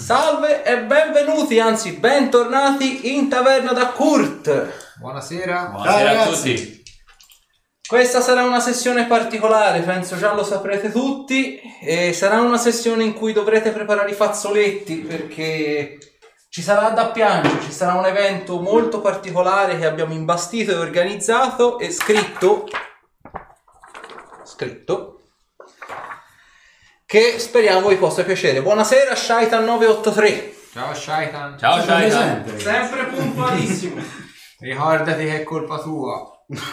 Salve e benvenuti, anzi bentornati in taverna da Kurt. Buonasera. Buonasera a tutti. Questa sarà una sessione particolare, penso già lo saprete tutti, e sarà una sessione in cui dovrete preparare i fazzoletti perché ci sarà da piangere, ci sarà un evento molto particolare che abbiamo imbastito e organizzato e scritto che speriamo vi possa piacere. Buonasera Shaitan 983. Ciao Shaitan. Ciao Shaitan. Sempre puntualissimo. Ricordati che è colpa tua.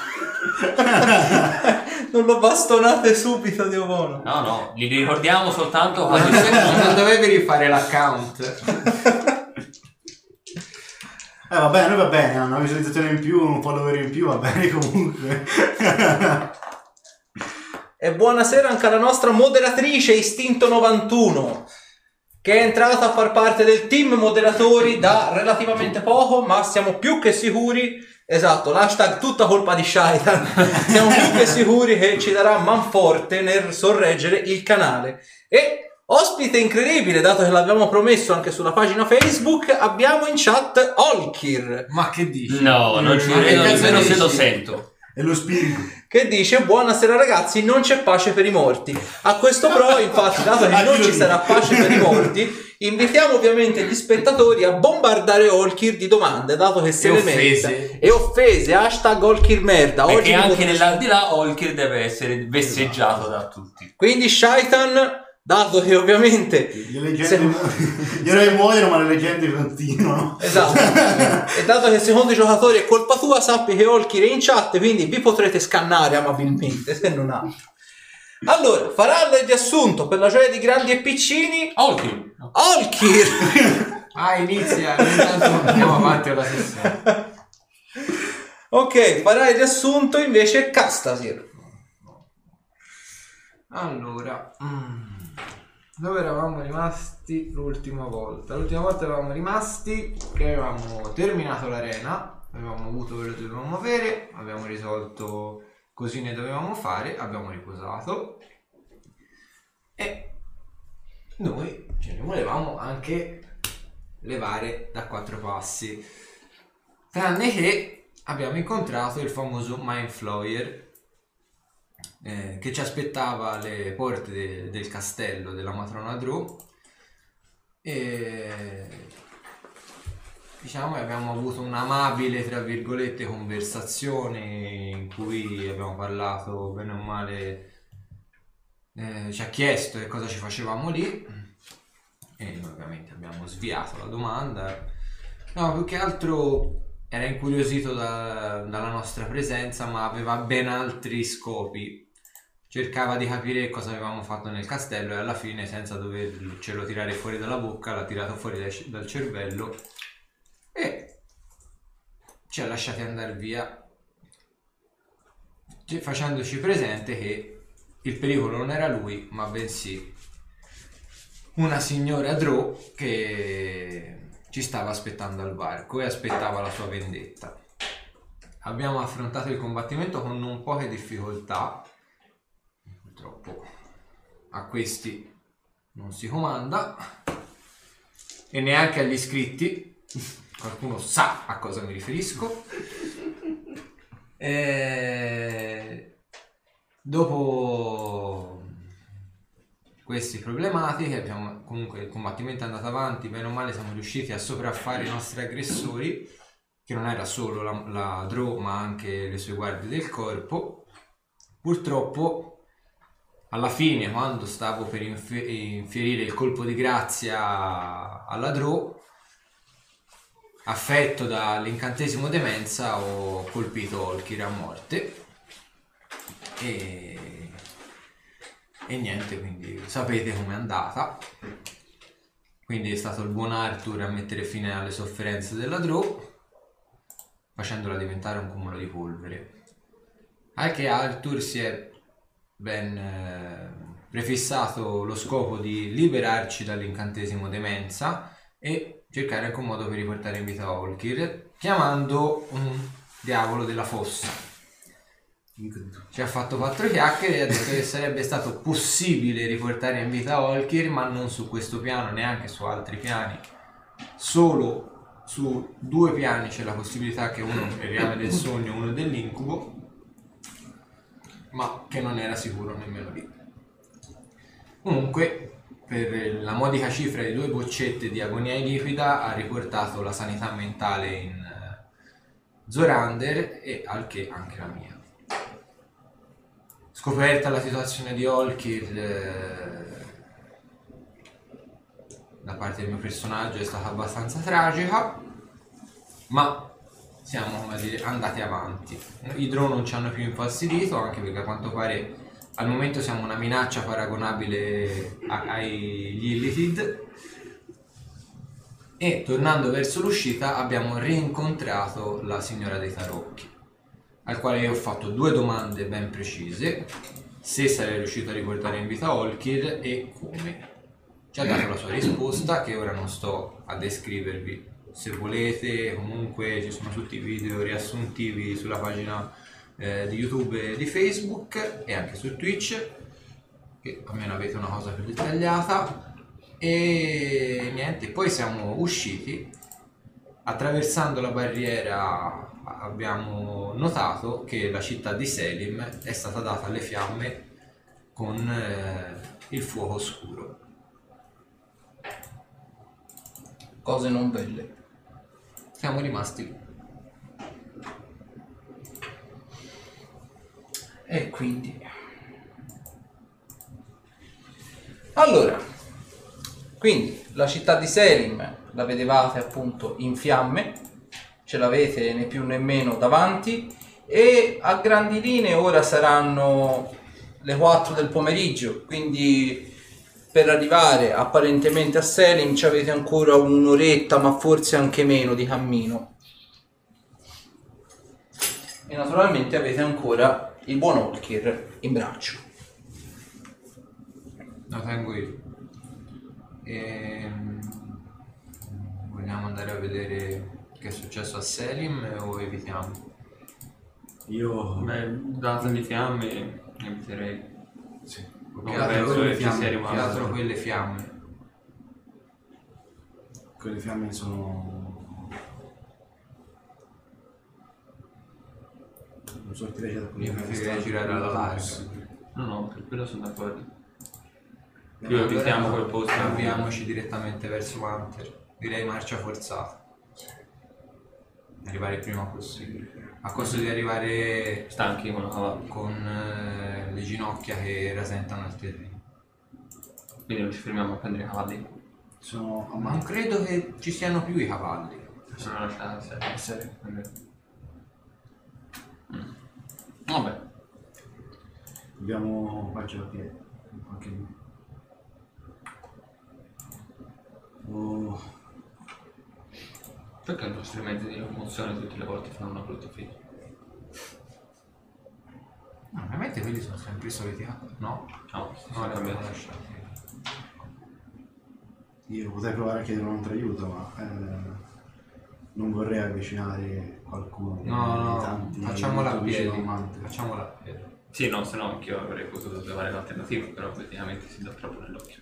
Non lo bastonate subito, Dio buono. No, li ricordiamo soltanto quando Non dovevi rifare l'account. Va bene, noi va bene, una visualizzazione in più, un follower in più, va bene comunque. E buonasera anche alla nostra moderatrice Istinto 91, che è entrata a far parte del team moderatori da relativamente poco, ma siamo più che sicuri, esatto, l'hashtag tutta colpa di Shaitan, siamo più che sicuri che ci darà manforte nel sorreggere il canale. E ospite incredibile, dato che l'abbiamo promesso anche sulla pagina Facebook, abbiamo in chat Olkir. Ma che dici? No, non ci credo nemmeno se lo sento. E lo spirito. Che dice: buonasera ragazzi, non c'è pace per i morti. A questo pro, infatti, dato che non ci sarà pace per i morti, invitiamo ovviamente gli spettatori a bombardare Olkir di domande, dato che se le merita. E offese, hashtag Olkir merda. Perché anche nell'aldilà Olkir deve essere vesseggiato da tutti. Quindi Shaitan, dato che ovviamente Gli eroi muoiono ma le leggende continuano. esatto, e dato che secondo i giocatori è colpa tua, sappi che Olkir è in chat, quindi vi potrete scannare amabilmente, se non altro. Allora, farà il riassunto per la gioia di grandi e piccini Olkir. Inizia, intanto andiamo avanti alla sessione. Ok, farà il riassunto invece Castasir. Allora, dove eravamo rimasti l'ultima volta? L'ultima volta eravamo rimasti che avevamo terminato l'arena, avevamo avuto quello che dovevamo avere, abbiamo risolto cosine dovevamo fare, abbiamo riposato e noi ce ne volevamo anche levare da 4 passi, tranne che abbiamo incontrato il famoso Mindflower che ci aspettava alle porte del castello della matrona Drew e diciamo che abbiamo avuto un'amabile, tra virgolette, conversazione in cui abbiamo parlato bene o male, ci ha chiesto che cosa ci facevamo lì e noi ovviamente abbiamo sviato la domanda. No, più che altro era incuriosito dalla nostra presenza, ma aveva ben altri scopi. Cercava di capire cosa avevamo fatto nel castello e alla fine, senza dovercelo tirare fuori dalla bocca, l'ha tirato fuori dal cervello e ci ha lasciati andare via, facendoci presente che il pericolo non era lui, ma bensì una signora Drew che ci stava aspettando al varco e aspettava la sua vendetta. Abbiamo affrontato il combattimento con non poche difficoltà. Purtroppo a questi non si comanda e neanche agli iscritti. Qualcuno sa a cosa mi riferisco. Dopo queste problematiche comunque il combattimento è andato avanti, bene o male siamo riusciti a sopraffare i nostri aggressori, che non era solo la Drew ma anche le sue guardie del corpo. Purtroppo alla fine, quando stavo per infierire il colpo di grazia alla Drew, affetto dall'incantesimo demenza, ho colpito Olkir a morte e niente, quindi sapete com'è andata. Quindi è stato il buon Arthur a mettere fine alle sofferenze della Drew, facendola diventare un cumulo di polvere. Anche Arthur si è ben prefissato lo scopo di liberarci dall'incantesimo demenza e cercare anche un modo per riportare in vita Olkir, chiamando un diavolo della fossa. ci ha fatto 4 chiacchiere e ha detto che sarebbe stato possibile riportare in vita Olkir, ma non su questo piano, neanche su altri piani. Solo su 2 piani c'è la possibilità che uno è il reame del sogno e uno dell'incubo, ma che non era sicuro nemmeno lì. Comunque, per la modica cifra di 2 boccette di agonia liquida ha riportato la sanità mentale in Zorander e al che anche la mia. Scoperta la situazione di Olkir da parte del mio personaggio è stata abbastanza tragica, ma siamo, come dire, andati avanti. I drone non ci hanno più infastidito, anche perché a quanto pare al momento siamo una minaccia paragonabile agli Illithid. E tornando verso l'uscita abbiamo rincontrato la signora dei tarocchi, al quale io ho fatto 2 domande ben precise: se sarei riuscito a riportare in vita Olkir e come. Ci ha dato la sua risposta, che ora non sto a descrivervi. Se volete, comunque ci sono tutti i video riassuntivi sulla pagina di YouTube e di Facebook e anche su Twitch, che almeno avete una cosa più dettagliata. E niente, poi siamo usciti. Attraversando la barriera abbiamo notato che la città di Selim è stata data alle fiamme con il fuoco scuro. Cose non belle. Siamo rimasti lì. E quindi... Allora, quindi la città di Selim la vedevate appunto in fiamme, ce l'avete né più né meno davanti, e a grandi linee ora saranno le 4 del pomeriggio, quindi per arrivare apparentemente a Selim ci avete ancora un'oretta, ma forse anche meno di cammino. E naturalmente avete ancora il buon Olkir in braccio. Lo tengo io. Vogliamo andare a vedere che è successo a Selim o evitiamo? Io... Beh, data di fiamme, eviterei. Sì. Che Non penso che ci sia rimasto. altro quelle fiamme. Quelle fiamme sono... non sortirei da Io preferirei girare alla larga. No, per quello sono d'accordo. Allora, evitiamo quel posto. Avviamoci direttamente verso Manter. Direi marcia forzata. Arrivare il prima possibile. A costo di arrivare Stanchi con la cavallo. con le ginocchia che rasentano il terreno. Quindi non ci fermiamo a prendere i cavalli. Sono a Non mano. credo che ci siano più i cavalli. Sono lasciati. Serio. Vabbè. Dobbiamo farci a piedi. Anche lì. Oh, Perché i nostri mezzi di locomozione tutte le volte fanno una brutta fine? No, ovviamente quelli sono sempre i soliti cavalli. No? No, No, li abbiamo cambiato. lasciati. io potrei provare a chiedere un altro aiuto, ma non vorrei avvicinare qualcuno dei No, tanti facciamola a molto vicino piedi. a Manter. Facciamola a piedi. Sì, no, se no anch'io avrei potuto trovare l'alternativa, però effettivamente si dà proprio nell'occhio.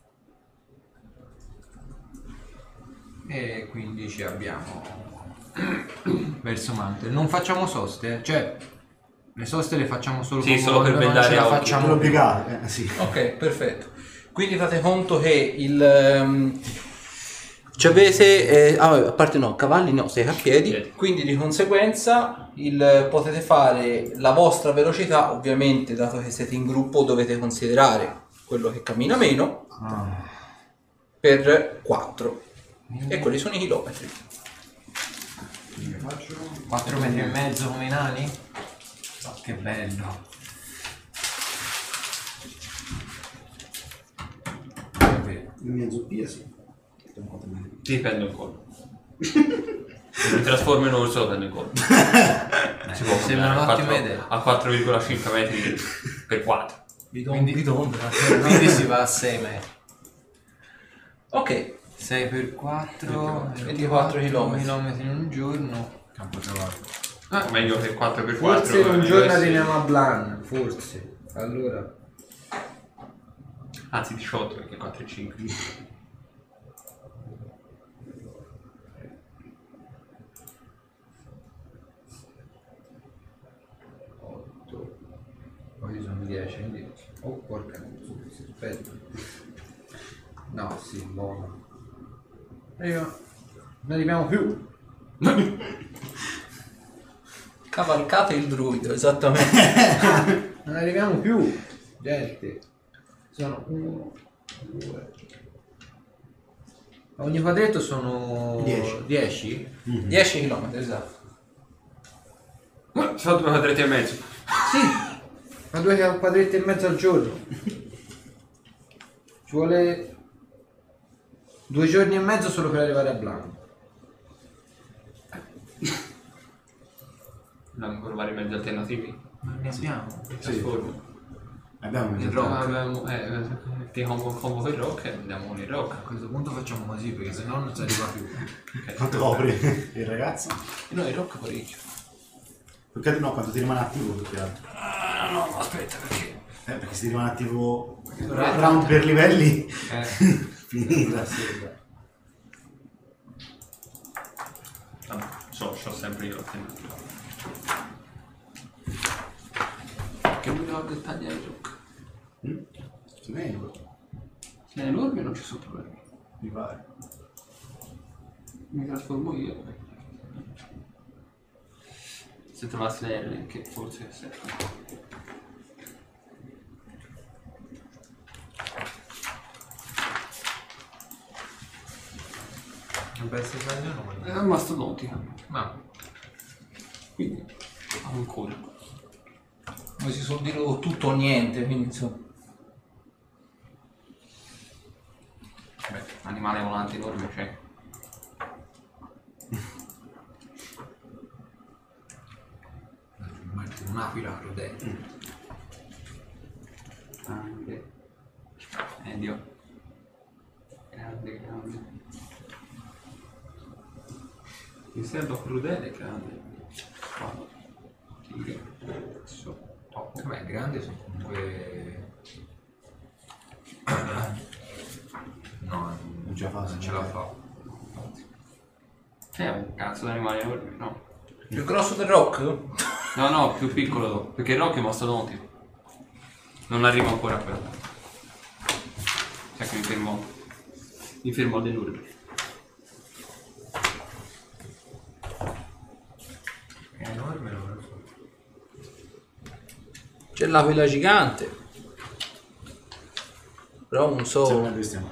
E quindi ci abbiamo verso Mantel. Non facciamo soste, cioè le soste le facciamo solo Sì, con solo per Mondo, non bendare ce la occhi. facciamo Te lo più. piegare, sì. Ok, perfetto. Quindi fate conto che il... ci avete... a parte no, cavalli no, siete a piedi. Piedi. Quindi di conseguenza potete fare la vostra velocità, ovviamente dato che siete in gruppo dovete considerare quello che cammina meno, per 4. E quelli sono i chilometri. Io faccio 4 metri e mezzo come i nani? Oh, che bello. in mia zoppia, sì. Ti prendo il colpo. Se mi trasformo in orso lo prendo in colpo. Si può Sembra cambiare un'ottima idea. a 4,5 metri per 4. Quindi si va a 6 metri. Ok, 6 per 4 24 chilometri. chilometri in un giorno. Campo cavallo. O meglio che 4x4. Forse un giorno arriviamo a Blan, forse. Allora. Anzi 18 perché 4 e 5. Poi sono 10, quindi... Oh, porca aspetta. No, sì, buono. Non arriviamo più. Cavalcate il druido, esattamente. Non arriviamo più. Gente. Sono 1, 2. A ogni quadretto sono 10? 10 km, esatto. Sono 2 quadretti e mezzo. Sì. Ma 2 quadretti e mezzo al giorno. Ci vuole 2 giorni e mezzo solo per arrivare a Blanco. Dobbiamo provare i mezzi alternativi. Ne abbiamo. Trasformo. Abbiamo Il messo rock. Ti convoco il rock e andiamo con il rock. A questo punto facciamo così perché sennò non si arriva più. Quanto copri il ragazzo? No, il rock parecchio. Perché no, quanto ti rimane attivo più che altro? No, aspetta, perché? Perché se ti rimane attivo round per livelli finita. Vabbè, c'ho sempre io l'alternativo. Che mi devo dettagliare il rock. Se ne Se è enorme non ci sono problemi. mi pare. Mi trasformo io. Se trovassi la L che forse serve. Non penso che sia nome. È mastodontica. Ma Quindi ancora. Come si suol dire tutto o niente, quindi insomma. Beh, animale volante enorme c'è. un'aquila rodente. Grande. Medio. Grande, grande. Il servo crudele è grande. Wow. Tigre. Top. Vabbè, grandi sono comunque... No, Non ce la fa, non ce la fa. È un cazzo di animale enorme, no? Più grosso del rock? No, no, più piccolo, perché il rock è mastodontico. Non arrivo ancora a quello. Cioè che mi fermo all'enorme. È enorme, non lo so. C'è l'aquila gigante. Però non so. Siamo cristiani.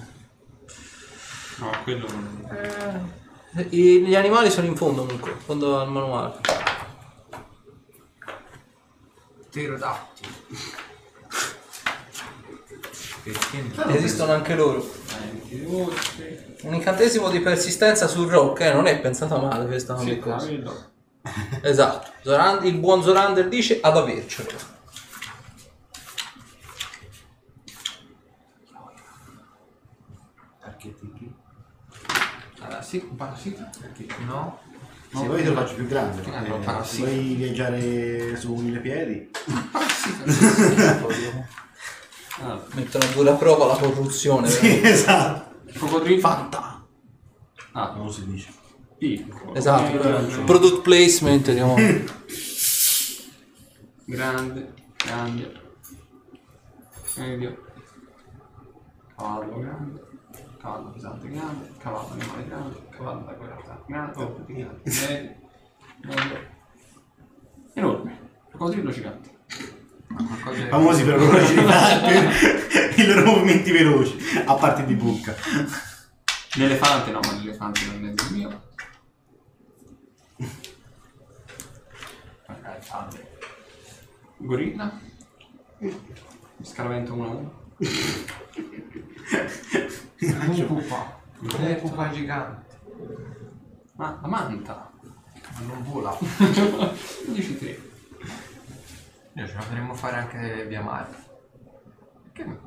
No, quello non... Gli animali sono in fondo comunque, in fondo al manuale. Pterodatti. Perché? Esistono anche loro. Un incantesimo di persistenza sul rock, non è pensata male questa Sì, cosa. quello. Esatto. Il buon Zorander dice ad avercelo. Archetipi. Allora, sì, un parassita. No? Se vuoi te lo faccio più grande. Che altro Se parassita? vuoi viaggiare su 1000 piedi. Ah, Mettono a dura prova la corruzione. Sì, esatto. coccodrillo. Fatta. Ah, Non si dice. piccolo. Esatto. Product placement, diciamo. Grande, grande. Medio. Cavallo grande. Cavallo pesante grande. Cavallo animale grande. Cavallo da guerra grande. Oh, gigante. Medio. Medio. Enorme. Coccodrillo gigante. Famosi per la loro agilità, per i loro movimenti veloci, a parte di bocca. L'elefante no, ma l'elefante non è del mio. Gorilla. Scaravento 1-1. Un pupa. Un pupa gigante. Ah, la manta. Ma non vola. 11-3. Noi ce la potremmo fare anche via mare. Perché no?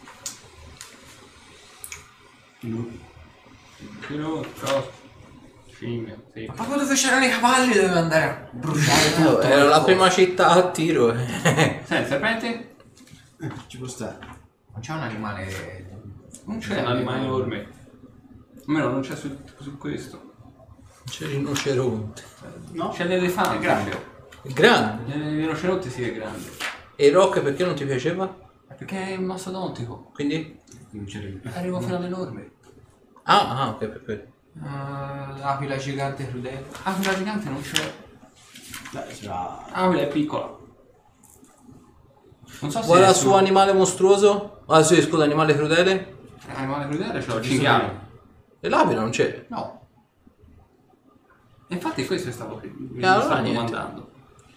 Lui. Ciao. scimmie, sì. Ma proprio dove c'erano i cavalli doveva andare a bruciare tutto. Era la prima città a tiro. Senti, serpente? Ci può stare. Non c'è un animale... Non c'è un animale enorme. Almeno non c'è su questo. C'è il rinoceronte. No? C'è l'elefante, è grande. È grande. Il rinoceronte sì è grande. E il rock perché non ti piaceva? Perché è mastodontico. Quindi? Arriva fino all'enorme. Ah, ok, per quello. L'aquila gigante crudele. Aquila gigante non c'è. Dai, sarà... Aquila è piccola. Non so se Qual è il su- suo animale mostruoso? Ah sì, scusa, animale crudele? Animale crudele ce l'ho, cinghiale. E l'aquila non c'è. No. Infatti questo stavo allora stavo niente. domandando.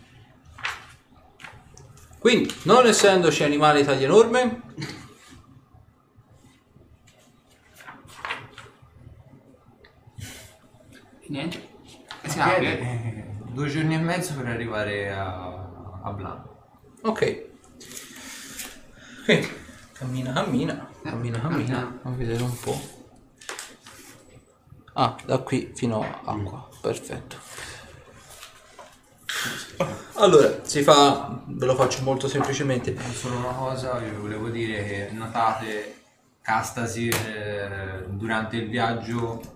Quindi, non essendoci animali taglia enorme, Niente. E si Ok, apre. 2 giorni e mezzo per arrivare a Blanc. ok. Quindi, cammina. Fammi vedere un po'. Ah, da qui fino a qua, perfetto. Allora, si fa, ve lo faccio molto semplicemente. Solo una cosa, vi volevo dire che notate Castasir durante il viaggio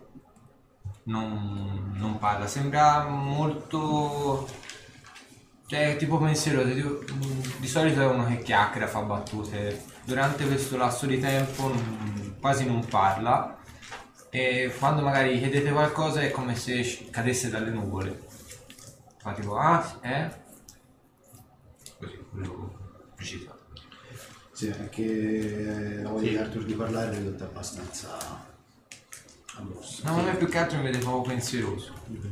non parla, sembra molto, cioè tipo pensieroso, di solito è uno che chiacchiera, fa battute, durante questo lasso di tempo quasi non parla e quando magari chiedete qualcosa è come se cadesse dalle nuvole, fa tipo così, quello preciso. Sì, è che la voglia di Arthur di parlare in realtà è abbastanza a mosso. No, non è più che altro mi vede proprio pensieroso.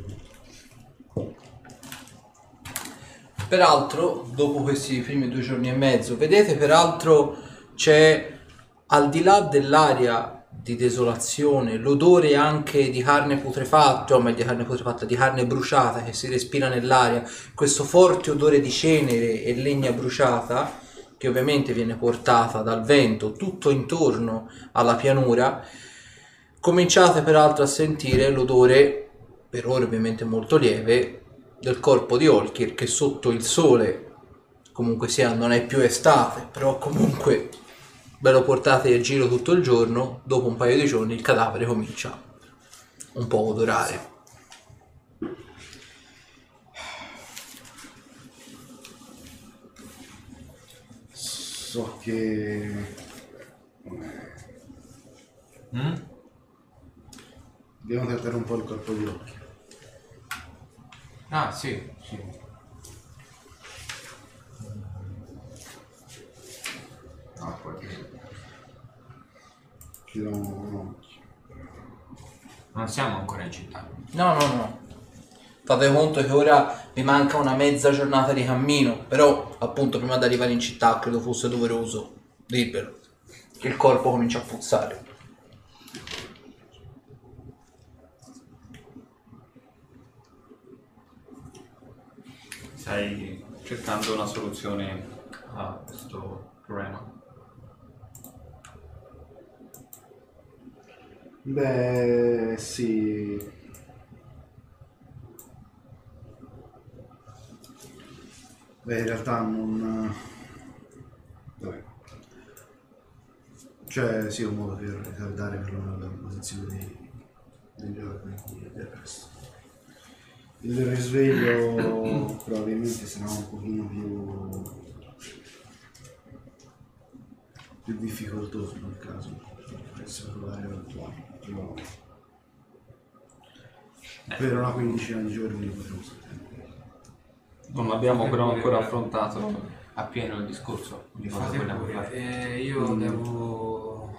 Peraltro, dopo questi primi 2 giorni e mezzo, vedete peraltro c'è, al di là dell'aria di desolazione, l'odore anche di carne putrefatta, cioè di carne putrefatta, di carne bruciata che si respira nell'aria, questo forte odore di cenere e legna bruciata, che ovviamente viene portata dal vento tutto intorno alla pianura. Cominciate peraltro a sentire l'odore, per ora ovviamente molto lieve, del corpo di Olkir che sotto il sole, comunque sia, non è più estate, però comunque ve lo portate a giro tutto il giorno, dopo un paio di giorni il cadavere comincia un po' a odorare. So che dobbiamo trattare un po' il corpo di occhio. Ah, sì. Ah, poi chiudiamo un occhio. Non siamo ancora in città. No. Fate conto che ora vi manca una mezza giornata di cammino, però appunto prima di arrivare in città credo fosse doveroso dirvelo, che il corpo comincia a puzzare. Stai cercando una soluzione a questo problema. Beh, sì. Beh, in realtà non... Vabbè. Cioè, sì, un modo per ritardare perlomeno la posizione dei giorni e del resto. Il risveglio probabilmente sarà un pochino più difficoltoso nel caso. Potreste provare eventuali. Però per una quindicina di giorni potremo sapere. Non abbiamo però ancora affrontato appieno il discorso di cosa vogliamo fare. Io devo...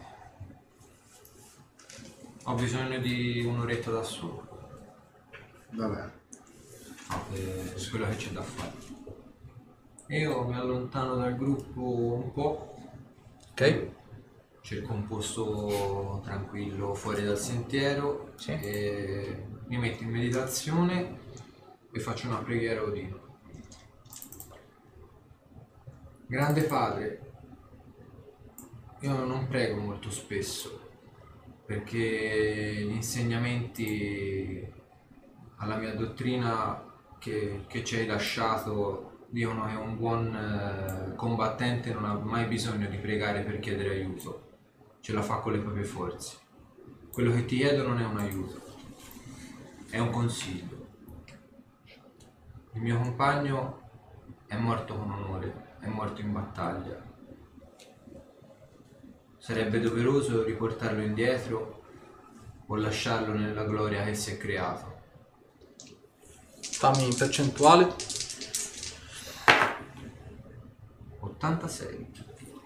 Ho bisogno di un'oretta da solo. Vabbè. È quello che c'è da fare. Io mi allontano dal gruppo un po'. Ok? Cerco un posto tranquillo fuori dal sentiero. Sì. E mi metto in meditazione e faccio una preghiera a Odino. Grande Padre, io non prego molto spesso perché gli insegnamenti alla mia dottrina che ci hai lasciato, dicono che un buon combattente non ha mai bisogno di pregare per chiedere aiuto, ce la fa con le proprie forze. Quello che ti chiedo non è un aiuto, è un consiglio. Il mio compagno è morto con onore, è morto in battaglia. Sarebbe doveroso riportarlo indietro o lasciarlo nella gloria che si è creato. Fammi in percentuale. 86.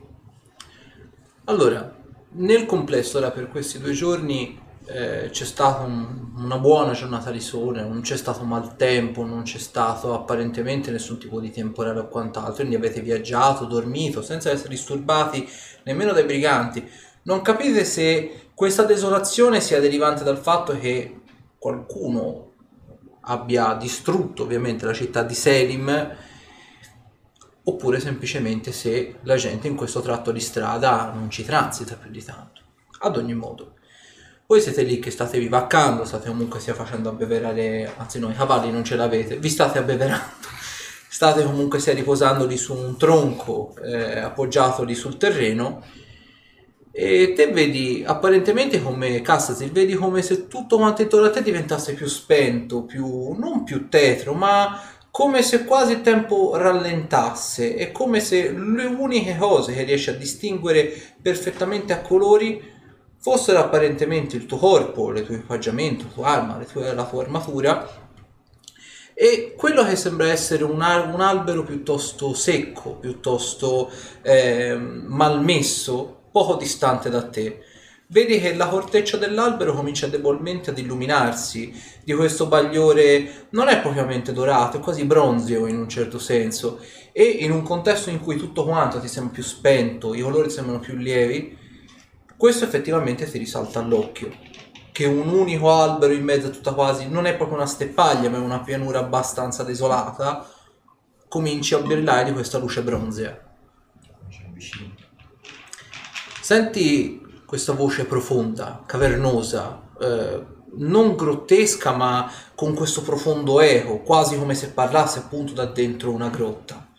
Allora, nel complesso, per questi 2 giorni c'è stata una buona giornata di sole, non c'è stato maltempo, non c'è stato apparentemente nessun tipo di temporale o quant'altro, quindi avete viaggiato, dormito, senza essere disturbati nemmeno dai briganti. Non capite se questa desolazione sia derivante dal fatto che qualcuno abbia distrutto ovviamente la città di Selim, oppure semplicemente se la gente in questo tratto di strada non ci transita più di tanto. Ad ogni modo, voi siete lì che state vivaccando, state comunque sia facendo abbeverare, anzi no, i cavalli non ce l'avete, vi state abbeverando, state comunque sia riposando lì su un tronco appoggiato lì sul terreno, e te vedi apparentemente come Cassasil, vedi come se tutto quanto intorno a te diventasse più spento, più non più tetro, ma come se quasi il tempo rallentasse. È come se le uniche cose che riesci a distinguere perfettamente a colori fossero apparentemente il tuo corpo, il tuo equipaggiamento, la tua arma, la tua armatura, e quello che sembra essere un albero piuttosto secco, piuttosto malmesso, poco distante da te. Vedi che la corteccia dell'albero comincia debolmente ad illuminarsi di questo bagliore, non è propriamente dorato, è quasi bronzeo in un certo senso, e in un contesto in cui tutto quanto ti sembra più spento, i colori sembrano più lievi, questo effettivamente ti risalta all'occhio, che un unico albero in mezzo a tutta quasi, non è proprio una steppaglia, ma è una pianura abbastanza desolata, cominci a brillare di questa luce bronzea. Senti questa voce profonda, cavernosa, non grottesca, ma con questo profondo eco, quasi come se parlasse appunto da dentro una grotta.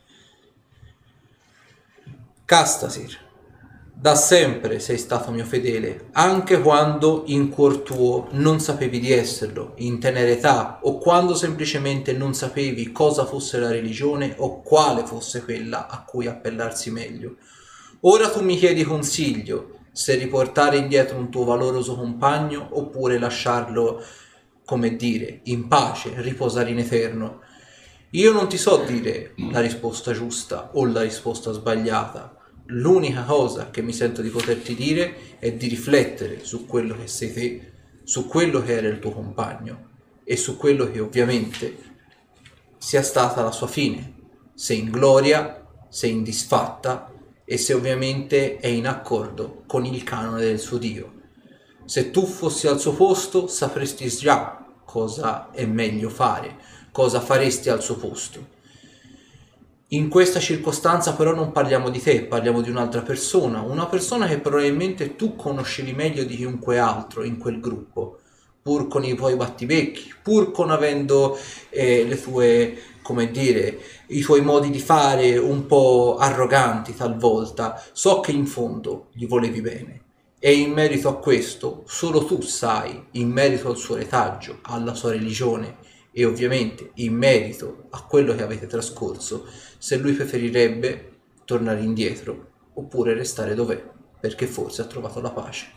Castasir, da sempre sei stato mio fedele, anche quando in cuor tuo non sapevi di esserlo, in tenera età, o quando semplicemente non sapevi cosa fosse la religione o quale fosse quella a cui appellarsi meglio. Ora tu mi chiedi consiglio, se riportare indietro un tuo valoroso compagno oppure lasciarlo, come dire, in pace, riposare in eterno. Io non ti so dire la risposta giusta o la risposta sbagliata. L'unica cosa che mi sento di poterti dire è di riflettere su quello che sei te, su quello che era il tuo compagno e su quello che ovviamente sia stata la sua fine, se in gloria, se in disfatta, e se ovviamente è in accordo con il canone del suo Dio. Se tu fossi al suo posto sapresti già cosa è meglio fare, cosa faresti al suo posto. In questa circostanza però non parliamo di te, parliamo di un'altra persona, una persona che probabilmente tu conoscevi meglio di chiunque altro in quel gruppo, pur con i tuoi battibecchi, pur con avendo le tue, come dire, i tuoi modi di fare un po' arroganti talvolta, so che in fondo gli volevi bene. E in merito a questo, solo tu sai, in merito al suo retaggio, alla sua religione e ovviamente in merito a quello che avete trascorso, se lui preferirebbe tornare indietro oppure restare dov'è, perché forse ha trovato la pace.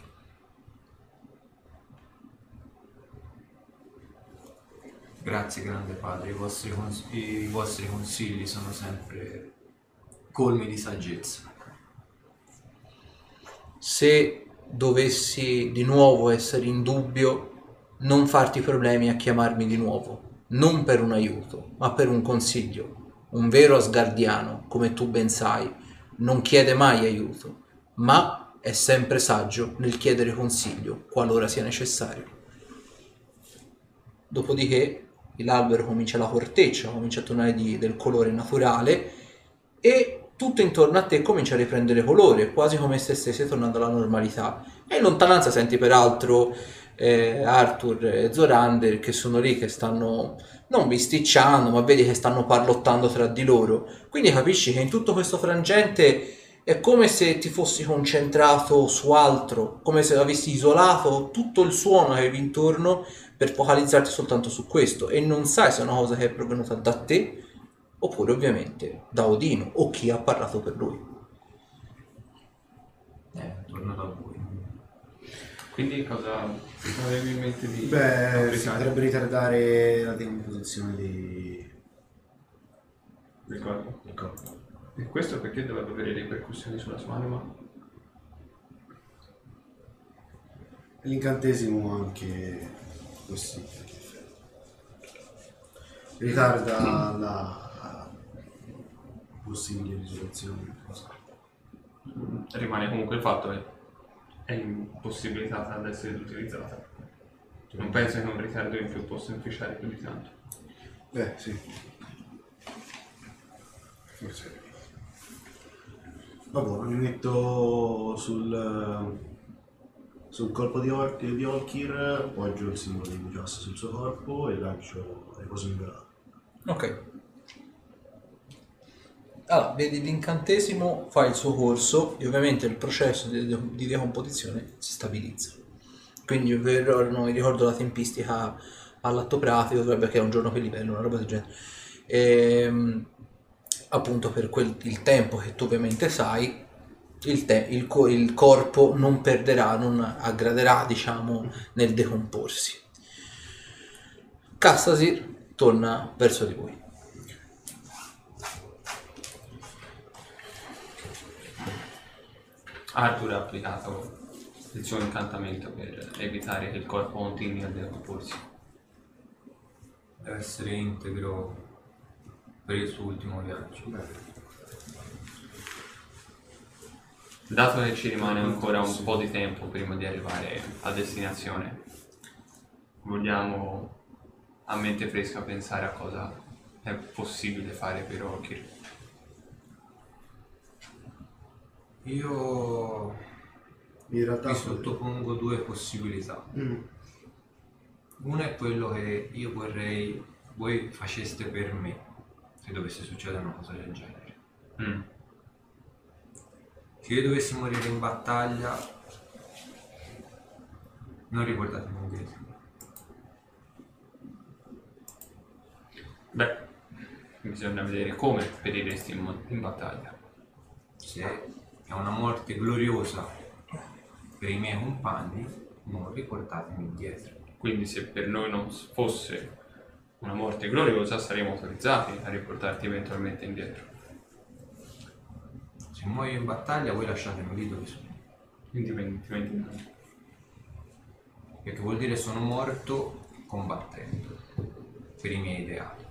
Grazie grande padre, i vostri consigli sono sempre colmi di saggezza. Se dovessi di nuovo essere in dubbio, non farti problemi a chiamarmi di nuovo, non per un aiuto, ma per un consiglio. Un vero asgardiano, come tu ben sai, non chiede mai aiuto, ma è sempre saggio nel chiedere consiglio, qualora sia necessario. Dopodiché l'albero comincia la corteccia, comincia a tornare del colore naturale e tutto intorno a te comincia a riprendere colore, quasi come se stessi tornando alla normalità. E in lontananza senti peraltro Arthur e Zorander, che sono lì che stanno non bisticciando, ma vedi che stanno parlottando tra di loro. Quindi capisci che in tutto questo frangente è come se ti fossi concentrato su altro, come se avessi isolato tutto il suono che avevi intorno per focalizzarti soltanto su questo, e non sai se è una cosa che è provenuta da te oppure ovviamente da Odino o chi ha parlato per lui. Torno da voi. Quindi cosa avevi in mente di Beh, si applicare? potrebbe ritardare la decomposizione Del corpo? del corpo. E questo perché dovrebbe avere ripercussioni sulla sua anima? L'incantesimo anche così. Ritarda la possibile risoluzione. Rimane comunque il fatto che è impossibilitata ad essere utilizzata. Non penso che un ritardo in più possa inficiare più di tanto. Beh, sì. Forse. Vabbè, mi metto sul corpo di Olkir, appoggio il simbolo di Mujas sul suo corpo e lancio riposo migliorato. Ok. Allora, vedi l'incantesimo fa il suo corso e ovviamente il processo di decomposizione si stabilizza. Quindi non mi ricordo la tempistica all'atto pratico, dovrebbe che è un giorno per livello, una roba del genere. Appunto per il tempo che tu ovviamente sai, il corpo non perderà, non aggraderà, diciamo, nel decomporsi. Castasir torna verso di voi. Arthur ha applicato il suo incantamento per evitare che il corpo continui a decomporsi. Deve essere integro per il suo ultimo viaggio. Dato che ci rimane ancora un po' di tempo prima di arrivare a destinazione, vogliamo a mente fresca pensare a cosa è possibile fare per Olkir. Io In realtà vi sottopongo due possibilità. Una è quello che io vorrei voi faceste per me se dovesse succedere una cosa del genere. Se io dovessi morire in battaglia, non riportatemi indietro. Beh, bisogna vedere come periresti in battaglia. Se è una morte gloriosa per i miei compagni, non riportatemi indietro. Quindi se per noi non fosse una morte gloriosa saremmo autorizzati a riportarti eventualmente indietro. Se muoio in battaglia, voi lasciatemi lì dove sono. Indipendentemente. Perché vuol dire sono morto combattendo per i miei ideali.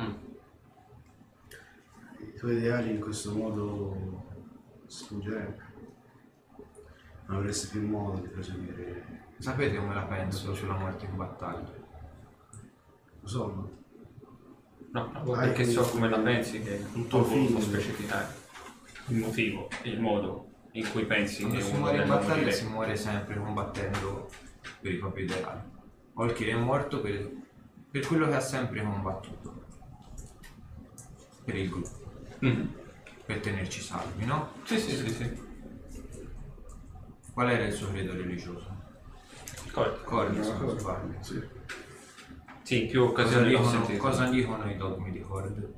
I tuoi ideali in questo modo sfuggerebbero. Non avresti più modo di proseguire. Sapete come la penso sulla morte in battaglia? Lo so, no? No, perché so come la pensi che un non tuo voluto figlio. specificare il motivo e il modo in cui pensi Quando che si uno muore in debba battaglia morire. si muore sempre combattendo per i propri ideali. Olkir è morto per quello che ha sempre combattuto. Per il gruppo. Per tenerci salvi, no? Sì. Qual era il suo credo religioso? Cordi, se non sbaglio. Sì, in più occasioni l'ho sentito. Cosa dicono i dogmi di Cord?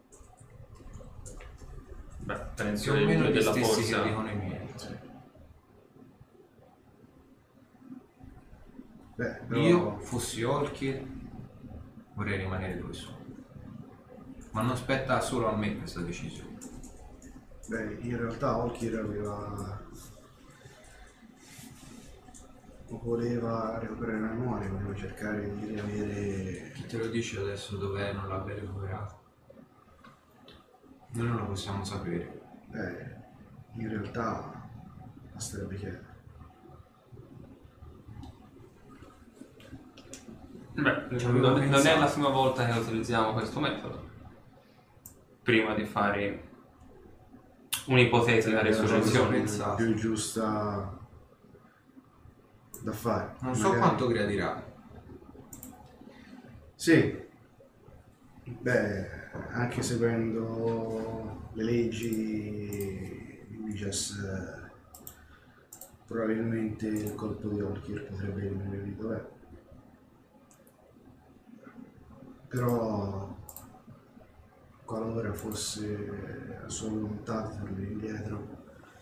Beh, penso Più o il meno dio gli della stessi forza. che dicono i miei. Beh, però Io, fossi Olkir, vorrei rimanere dove sono. Ma non spetta solo a me questa decisione. beh, in realtà Olkir voleva recuperare la memoria, voleva cercare di riavere. Chi te lo dice adesso dov'è non l'abbia recuperato? Noi non lo possiamo sapere. In realtà basterebbe chiedere. Beh, Ci avevo non è pensato. la prima volta che utilizziamo questo metodo. Prima di fare un'ipotetica Sarebbe una risurrezione. cosa Più giusta da fare. Non so Magari. quanto gradirà. Sì. Beh, anche seguendo le leggi di Wijas, probabilmente il colpo di Olkir potrebbe rimanere lì dov'è. Però qualora fosse a sua volontà di tornare indietro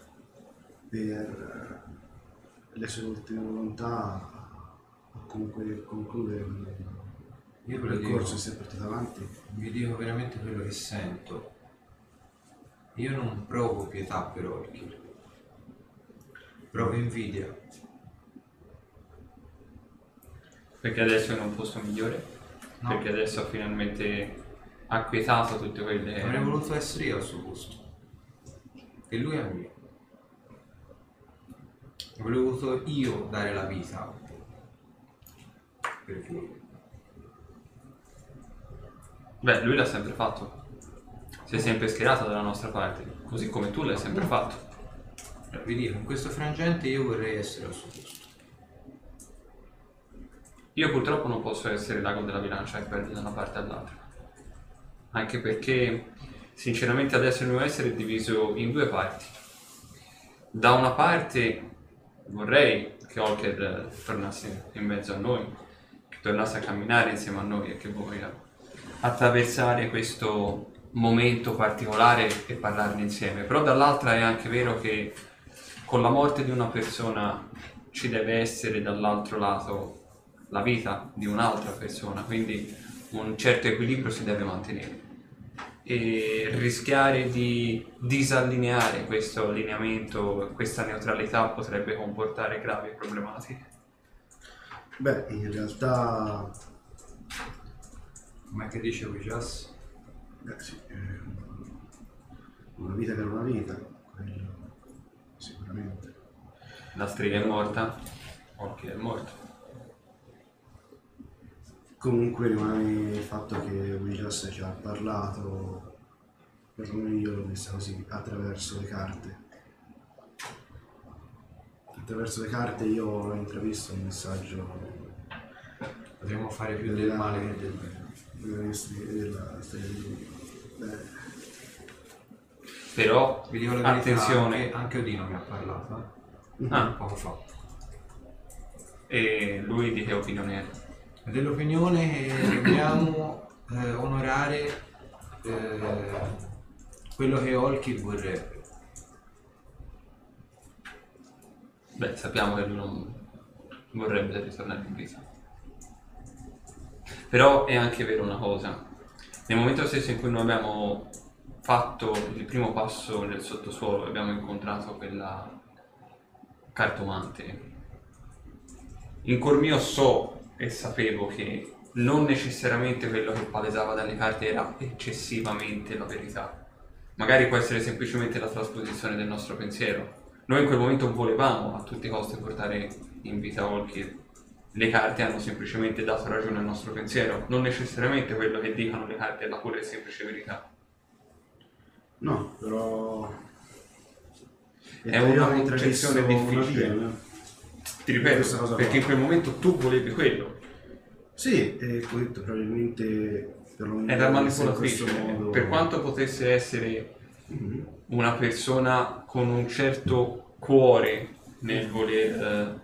per le sue ultime volontà o comunque concludere Io il ve lo percorso dico, che si è portato avanti. vi dico veramente quello che sento. Io non provo pietà per Olkir. Provo invidia. Perché adesso è in un posto migliore? No. Perché adesso ha finalmente acquietato tutte quelle... Avrei voluto essere io al suo posto. E lui è mio. Avrei voluto io dare la vita per voi. Beh, lui l'ha sempre fatto. Si è sempre schierato dalla nostra parte, così come tu l'hai sempre fatto. Vi dico, in questo frangente io vorrei essere al suo posto. Io purtroppo non posso essere l'ago della bilancia e perdi da una parte all'altra. Anche perché, sinceramente, adesso il mio essere è diviso in due parti. Da una parte vorrei che Olkir tornasse in mezzo a noi, che tornasse a camminare insieme a noi e che voglia attraversare questo momento particolare e parlarne insieme. Però dall'altra è anche vero che con la morte di una persona ci deve essere dall'altro lato la vita di un'altra persona, quindi un certo equilibrio si deve mantenere. E rischiare di disallineare questo allineamento, questa neutralità potrebbe comportare gravi problematiche. Beh, in realtà, Com'è che dice Wijas? sì, una vita per una vita, quello sicuramente. La strega è morta, Olkir è morto. Comunque rimane il fatto che Wijas ci ha parlato, perlomeno io l'ho vista così, attraverso le carte. Attraverso le carte io ho intravisto un messaggio Potremmo fare più del male che del bene. della storia di lui. Beh, Però, Vi dico la verità, attenzione, anche Odino mi ha parlato, ah, poco fa. e lui di che opinione è? Dell'opinione che dobbiamo onorare quello che Olkir vorrebbe. Beh, sappiamo che lui non vorrebbe ritornare in vita. Però è anche vero una cosa. Nel momento stesso in cui noi abbiamo fatto il primo passo nel sottosuolo, abbiamo incontrato quella cartomante. In cuor mio so e sapevo che non necessariamente quello che palesava dalle carte era eccessivamente la verità. Magari può essere semplicemente la trasposizione del nostro pensiero. Noi in quel momento volevamo a tutti i costi portare in vita Olkir. Le carte hanno semplicemente dato ragione al nostro pensiero, non necessariamente quello che dicono le carte è la pura e semplice verità. no, però È una io ho concezione intravisto una difficile. via, no? Ti Questa ripeto, cosa perché qua. in quel momento tu volevi quello. Sì, e come ho detto, probabilmente perlomeno Era in questo manipolatrice. modo. Per quanto potesse essere Mhm. una persona con un certo cuore nel voler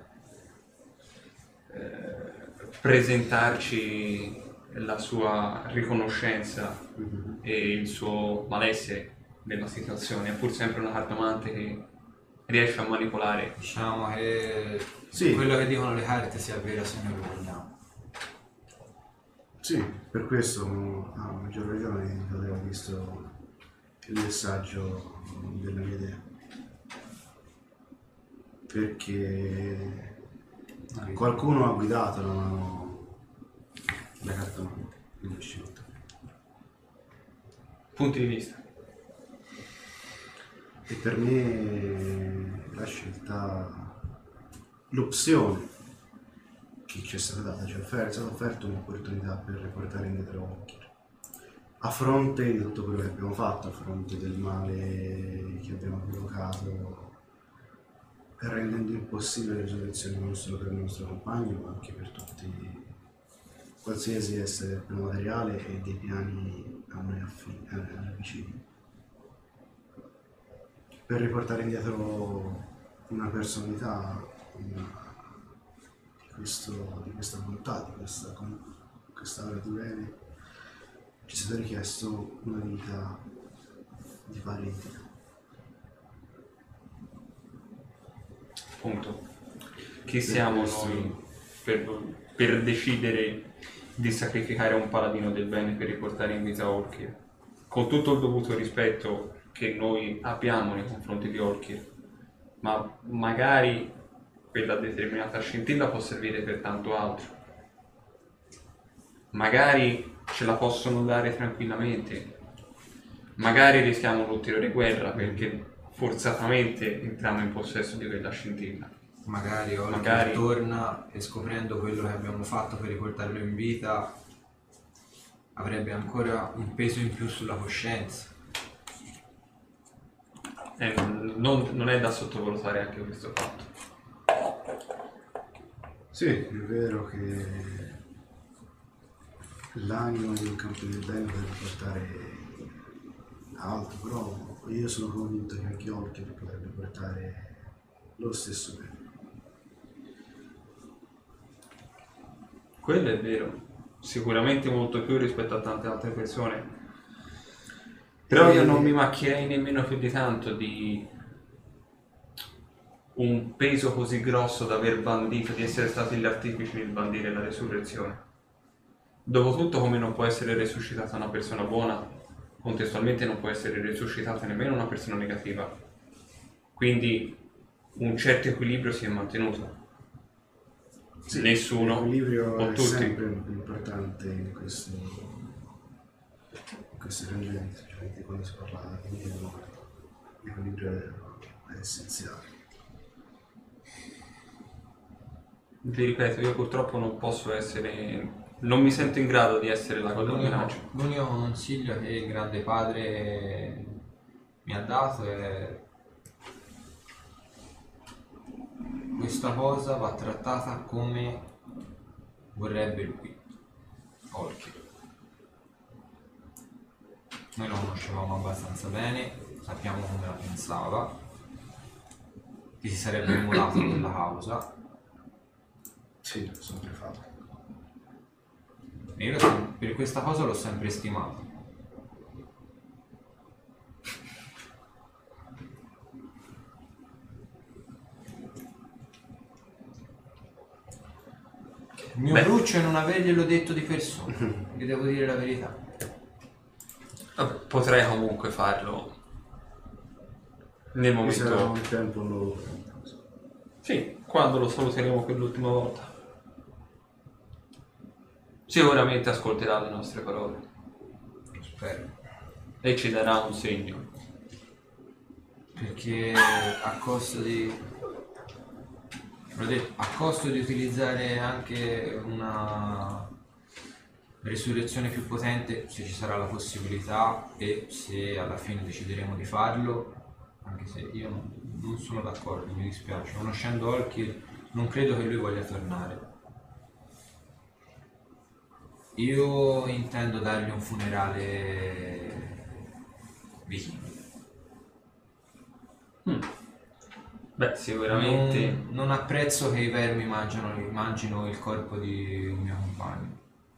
presentarci la sua riconoscenza e il suo malessere nella situazione, è pur sempre una cartomante che riesce a manipolare. Diciamo che Sì. quello che dicono le carte sia vero se noi lo vogliamo. Sì, per questo a maggior ragione avevo visto il messaggio della mia idea. Perché qualcuno ha guidato la mano la cartomante, non ho scelto. Punti di vista. E per me la scelta, l'opzione che ci è stata data, cioè è stata offerta un'opportunità per riportare indietro Olkir. A fronte di tutto quello che abbiamo fatto, a fronte del male che abbiamo provocato rendendo impossibile la risurrezione non solo per il nostro compagno, ma anche per tutti, qualsiasi essere materiale e dei piani a noi vicini. Per riportare indietro una personalità di questa bontà, di questa ora di bene, ci è stato richiesto una vita di parentica. Appunto, chi siamo noi per decidere di sacrificare un paladino del bene per riportare in vita Olkir? Con tutto il dovuto rispetto che noi abbiamo nei confronti di Olkir, ma magari quella determinata scintilla può servire per tanto altro. Magari ce la possono dare tranquillamente, magari rischiamo un'ulteriore guerra perché forzatamente entriamo in possesso di quella scintilla. Magari Olkir torna e scoprendo quello che abbiamo fatto per riportarlo in vita avrebbe ancora un peso in più sulla coscienza. Non è da sottovalutare anche questo fatto. Sì, è vero che l'anima di un campione del bene deve portare altro, però io sono convinto che anche Olkir potrebbe portare lo stesso bene. Quello è vero, sicuramente molto più rispetto a tante altre persone. Però io non mi macchierei nemmeno più di tanto di un peso così grosso da aver bandito, di essere stati gli artefici di bandire la resurrezione. Dopotutto, come non può essere resuscitata una persona buona, contestualmente non può essere resuscitata nemmeno una persona negativa. Quindi un certo equilibrio si è mantenuto. Sì, Nessuno l'equilibrio o è tutti. sempre più importante in questi frangenti, cioè quando si parla di vita e morte. L'equilibrio è essenziale. Vi ripeto, io purtroppo non posso essere, non mi sento in grado di essere la coda minaccia. L'unico consiglio che il grande padre mi ha dato è: questa cosa va trattata come vorrebbe lui, Olkir. Noi lo conoscevamo abbastanza bene, sappiamo come la pensava, che si sarebbe immolato per la causa. Sì, l'ho sempre fatto. E io per questa cosa l'ho sempre stimato. Il mio cruccio è non averglielo detto di persona, vi devo dire la verità. Potrei comunque farlo nel Mi sarà momento. un tempo lo... Sì, quando lo saluteremo per l'ultima volta. Sicuramente ascolterà le nostre parole Spero. e ci darà un segno. Perché a costo di... l'ho detto, a costo di utilizzare anche una resurrezione più potente, se ci sarà la possibilità e se alla fine decideremo di farlo, anche se io non sono d'accordo, mi dispiace. Conoscendo Olkir non credo che lui voglia tornare. Io intendo dargli un funerale vichingo. Beh, sicuramente. Non apprezzo che i vermi mangino il corpo di un mio compagno.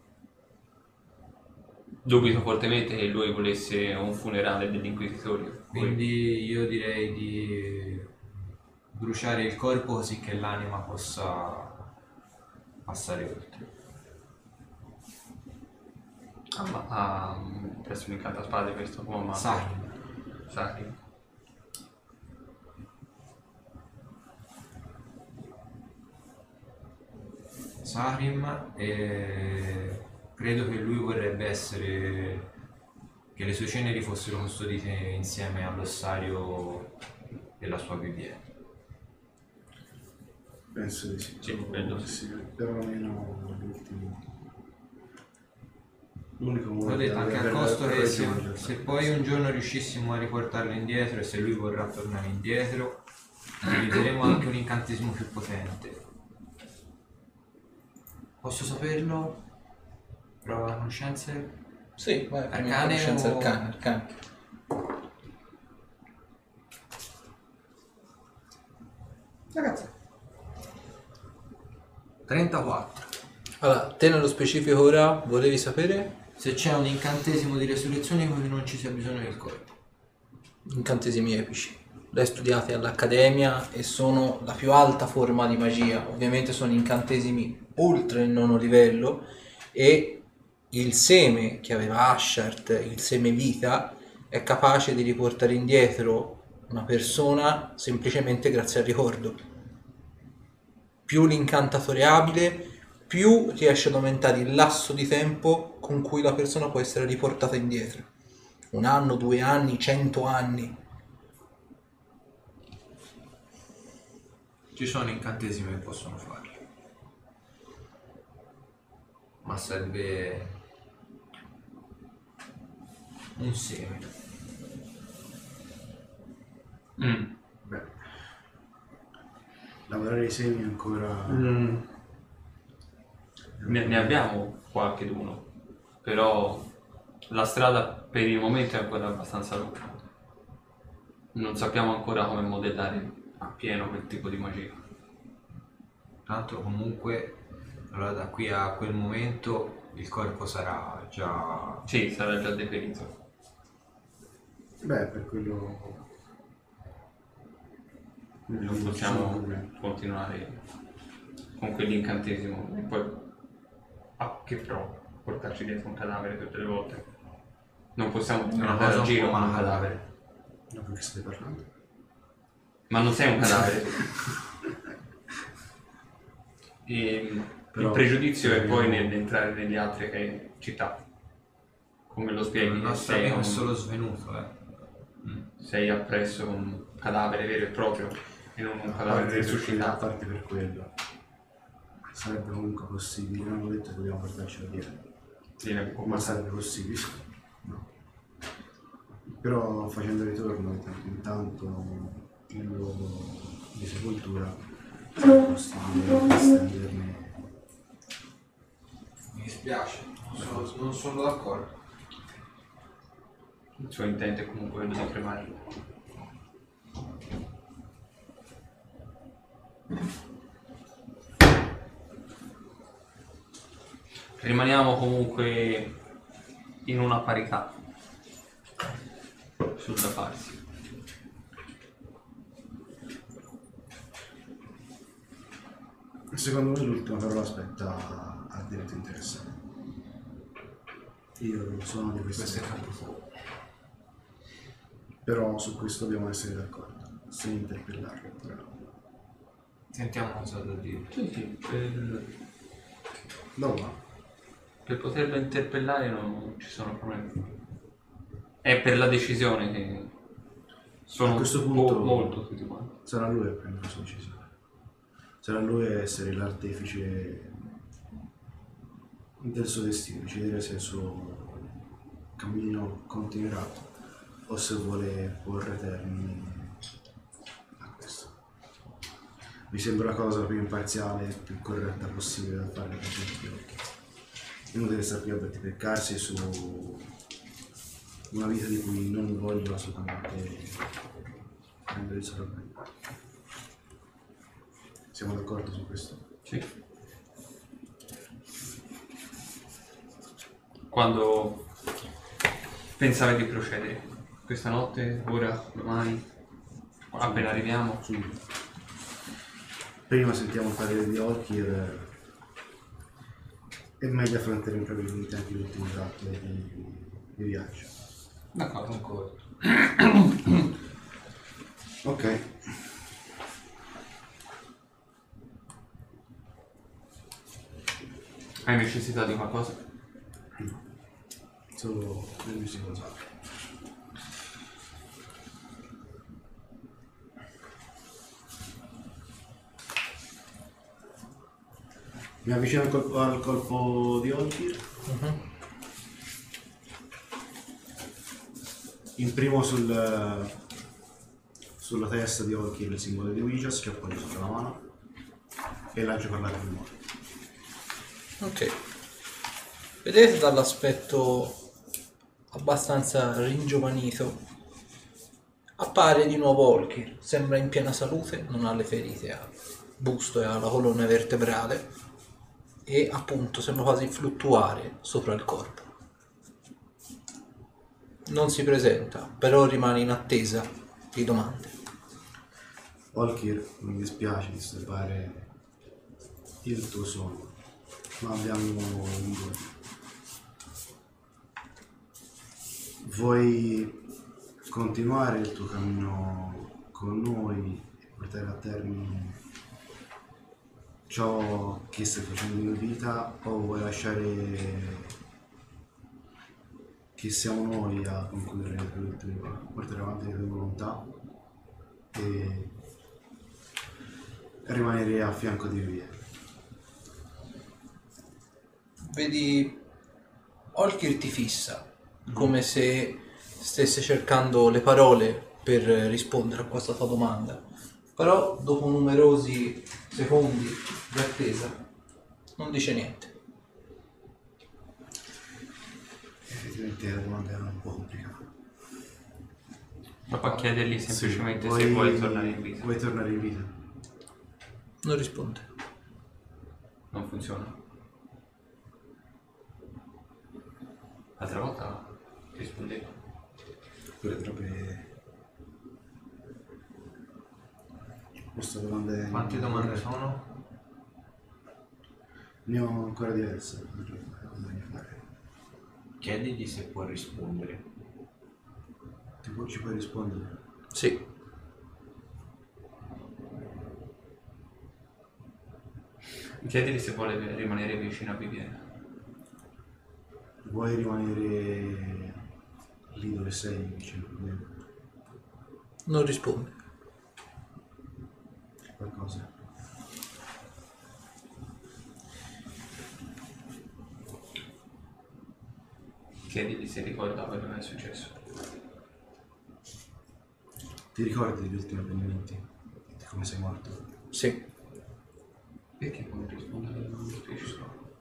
Dubito fortemente che lui volesse un funerale degli inquisitori. Quindi io direi di bruciare il corpo così che l'anima possa passare oltre. Presso un incantaspade questo uomo. Sahin. Sahin. Sarim, e credo che lui vorrebbe essere che le sue ceneri fossero custodite insieme all'ossario della sua viviera. Penso di sì. Sì, penso sì. Sì, perlomeno l'ultimo. L'unico modo L'ho detto anche a costo che se poi un giorno riuscissimo a riportarlo indietro e se lui vorrà tornare indietro, Utilizzeremo anche un incantesimo più potente. Posso saperlo? Prova conoscenze? Sì, vai, Arcane conoscenza o- arcane. Ragazzi, 34. Allora, te nello specifico ora volevi sapere? Se c'è un incantesimo di resurrezione in cui non ci sia bisogno del corpo. Incantesimi epici. L'hai studiati all'accademia e sono la più alta forma di magia. Ovviamente sono incantesimi oltre il nono livello e il seme che aveva Ashart, il seme vita, è capace di riportare indietro una persona semplicemente grazie al ricordo. Più l'incantatore è abile, più riesce ad aumentare il lasso di tempo con cui la persona può essere riportata indietro. 1 anno, 2 anni, 100 anni. Ci sono incantesimi che possono farlo. Ma serve un seme. Beh, lavorare i semi è ancora... ne abbiamo qualche d'uno, però la strada per il momento è ancora abbastanza lunga. Non sappiamo ancora come modellare appieno quel tipo di magia. Tanto comunque, allora da qui a quel momento il corpo sarà già... Sì, sarà già deperito. Beh, per quello... Non possiamo continuare con quell'incantesimo e poi che pro portarci dentro un cadavere tutte le volte. Non possiamo una andare cosa a un giro po' con un macabra. cadavere. Da che stai parlando? Ma non sei un cadavere. Però- il pregiudizio è poi nell'entrare nelle altre città. Come lo spieghi? Il nostro amico è solo svenuto, Sei appresso un cadavere vero e proprio e non un cadavere A risuscitato. parte per quello. Sarebbe comunque possibile, non ho detto che dobbiamo portarcelo dietro. Sì, ne può Ma passare. sarebbe possibile. No. Però facendo ritorno intanto il luogo di sepoltura sarebbe possibile estenderne. Mi dispiace, non sono d'accordo. Il suo intento è comunque quello di cremarlo. Rimaniamo comunque in una parità sul da farsi. Secondo me l'ultima parola aspetta al diretto interessato. Io non sono di Questo queste è cose. campo. Però su questo dobbiamo essere d'accordo. Se interpellarlo, però. Sentiamo cosa ha da dire. Sì, No, ma per poterlo interpellare non ci sono problemi. È per la decisione che sono a questo punto molto tutti quanti. sarà lui a prendere la sua decisione. Sarà lui a essere l'artefice del suo destino, decidere se il suo cammino continuerà o se vuole porre termine a questo. Mi sembra la cosa più imparziale e più corretta possibile da fare per tutti gli occhi. Uno deve stare qui a battipeccarsi su una vita di cui non voglio assolutamente prendere il sopravvento. Siamo d'accordo su questo? Sì. Quando pensavi di procedere? Questa notte? Ora? Domani? Appena arriviamo? Subito. Prima sentiamo il parere di Orkir e meglio affronteremo probabilmente anche l'ultimo tratto di viaggio. D'accordo. Concordo. Ok. Hai necessità di qualcosa? Solo del mio psicologo. Mi avvicino al colpo di Orkir. Imprimo sul sulla testa di Olkir il simbolo di Wijas che appoggia sotto la mano e lancio per l'arco di morte. Ok. Vedete dall'aspetto abbastanza ringiovanito, appare di nuovo Olkir, sembra in piena salute, non ha le ferite al busto e alla colonna vertebrale e appunto sembra quasi fluttuare sopra il corpo. Non si presenta, però rimane in attesa di domande. Olkir, mi dispiace disturbare il tuo sonno, ma abbiamo un dubbio. Vuoi continuare il tuo cammino con noi e portare a termine ciò che stai facendo in vita o vuoi lasciare che siamo noi a concludere le tue, portare avanti le tue volontà e rimanere a fianco di Vivien? Vedi, Olkir ti fissa, come se stesse cercando le parole per rispondere a questa tua domanda. Però dopo numerosi secondi di attesa non dice niente. Effettivamente la domanda era un po' complicata. Dopo a chiedergli semplicemente Sì, se vuoi tornare in vita. Vuoi tornare in vita? Non risponde. Non funziona. L'altra volta rispondevo. Pure troppe... Questa domanda è... Quante domande sono? Ne ho ancora diverse da fare. Chiedigli se può rispondere. Ci puoi rispondere? Sì. Chiedili se vuole rimanere vicino a Vivienne. Vuoi rimanere lì dove sei, vicino a me? Non risponde. Qualcosa? Chiedili se ricorda quello che è successo. Ti ricordi degli ultimi avvenimenti? Di come sei morto? Sì. Perché non rispondere non mi spieghi?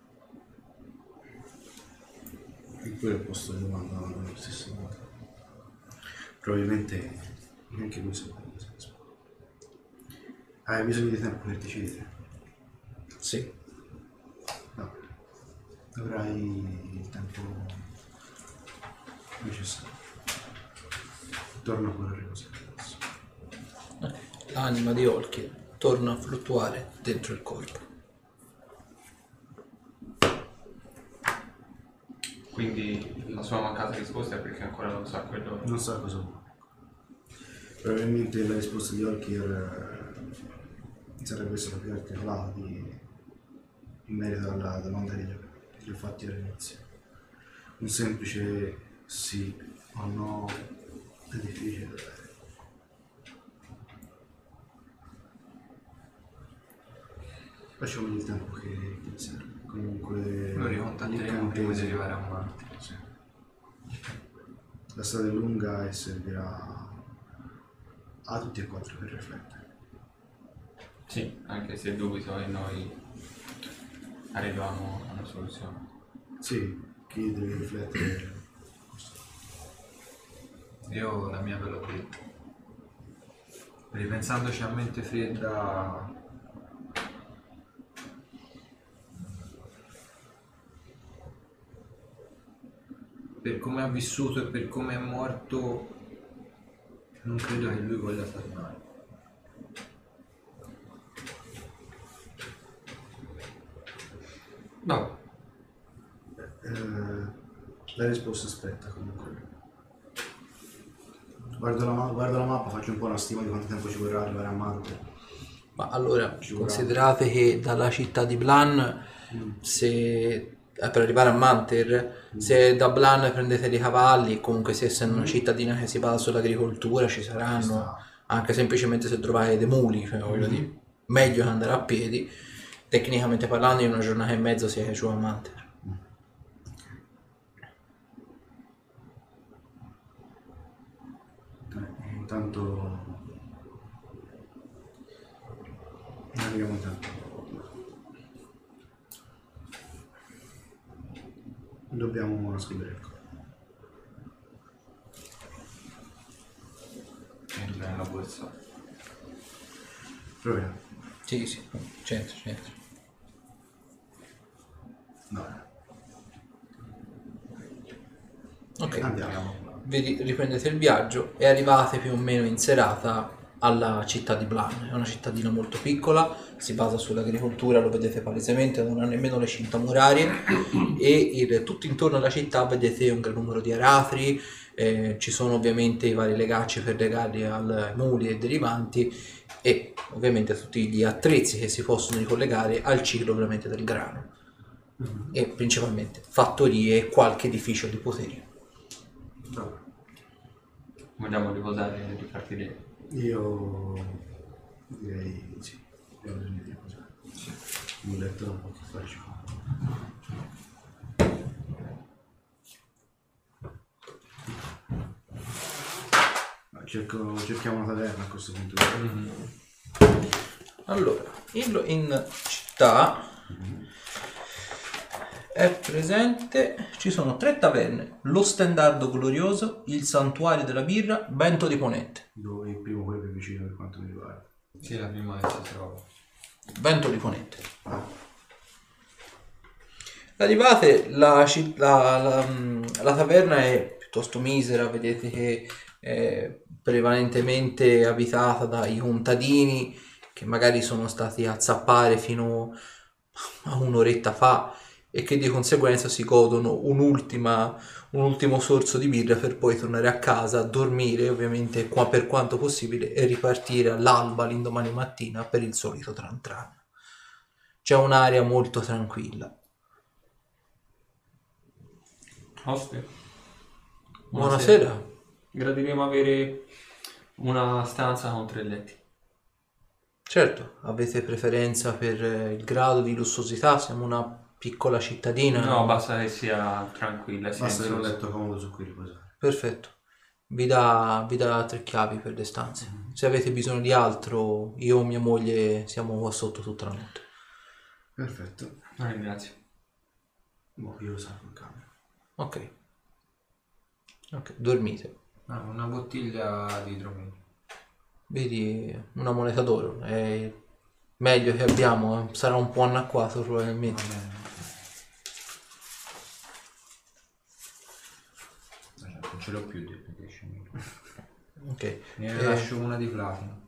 Eppure ho posto la domanda allo stesso modo. Probabilmente neanche lui sa cosa rispondere. Hai bisogno di tempo per decidere? Sì. No. Avrai il tempo necessario. Torna pure a riposare adesso. L'anima di Olkir torna a fluttuare dentro il corpo. Quindi la sua mancata risposta è perché ancora non sa quello. Non sa cosa vuole. Probabilmente la risposta di Olkir sarebbe stata più articolata in merito alla domanda che gli ho fatti all'inizio. Un semplice sì o no è difficile da dare. Lasciamogli il tempo che serve. Comunque Lo ricontatteremo prima di arrivare a Marte. Sì. La strada è lunga e servirà a tutti e quattro per riflettere. Sì, anche se dubito e noi arriviamo a una soluzione. Sì, chi deve riflettere? Io la mia ve l'ho detto. Ripensandoci a mente fredda, per come ha vissuto e per come è morto, non credo che lui voglia tornare. No, La risposta aspetta comunque. Guardo la mappa, faccio un po' una stima di quanto tempo ci vorrà arrivare a Marte. Ma allora, Ci vorrà. considerate che dalla città di Blan, se per arrivare a Manter, se da Blan prendete dei cavalli, comunque se essendo una cittadina che si basa sull'agricoltura, ci saranno, anche semplicemente se trovate dei muli, cioè voglio dire, meglio che andare a piedi. Tecnicamente parlando, in una giornata e mezzo siete giù a Manter. Intanto Arriviamo intanto. Dobbiamo nascondere il corpo. Entra nella borsa. Proviamo. Sì, c'entra. No. Ok, Andiamo. riprendete il viaggio e arrivate più o meno in serata alla città di Blan. È una cittadina molto piccola, si basa sull'agricoltura, lo vedete palesemente, non ha nemmeno le cinta murarie e tutto intorno alla città vedete un gran numero di aratri, ci sono ovviamente i vari legacci per legarli ai muli e derivanti e ovviamente tutti gli attrezzi che si possono ricollegare al ciclo ovviamente del grano e principalmente fattorie e qualche edificio di potere. Bravo. Vogliamo riposare e ripartire? Io direi sì. Abbiamo bisogno di riposare. Sì. Un letto non può che farci cerchiamo una taverna a questo punto. Allora, in città è presente, ci sono 3 taverne: lo Stendardo Glorioso, il Santuario della Birra, Vento di Ponente. Dove il primo quello più vicino per quanto mi riguarda. Sì, la prima che si trova. Vento di Ponente. Arrivate, la taverna è piuttosto misera, vedete che è prevalentemente abitata dai contadini che magari sono stati a zappare fino a un'oretta fa e che di conseguenza si godono un ultimo sorso di birra per poi tornare a casa, dormire ovviamente qua per quanto possibile e ripartire all'alba l'indomani mattina per il solito tran tran. C'è un'area molto tranquilla. Oste. Buonasera. Gradiremo avere una stanza con 3 letti. Certo, avete preferenza per il grado di lussosità? Siamo una piccola cittadina. No, basta che sia tranquilla. Basta avere un silenziosa. letto comodo su cui riposare. Perfetto. Vi dà 3 chiavi per le stanze. Se avete bisogno di altro, io o mia moglie siamo qua sotto tutta la notte. Perfetto. Ringrazio. Io lo sapevo in camera. Ok, dormite. Una bottiglia di idromel. Vedi una moneta d'oro, è meglio che abbiamo, sarà un po' anacquato probabilmente. Non ce l'ho più di 10.000. Ok, Ne lascio una di platino.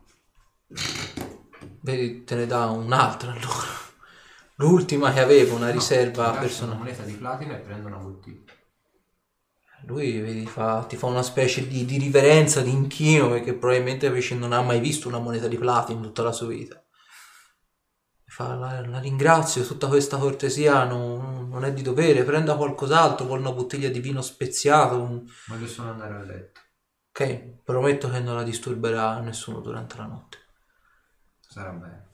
vedi, te ne dà un'altra allora. L'ultima che avevo, una riserva Lascio una personale. moneta di platino e prendo una bottiglia. Lui vedi, ti fa una specie di riverenza, di inchino, perché probabilmente invece non ha mai visto una moneta di platino in tutta la sua vita. Fa, la ringrazio, tutta questa cortesia non è di dovere, prenda qualcos'altro, vuole una bottiglia di vino speziato. Voglio solo andare a letto. Ok, prometto che non la disturberà nessuno durante la notte. Sarà bene.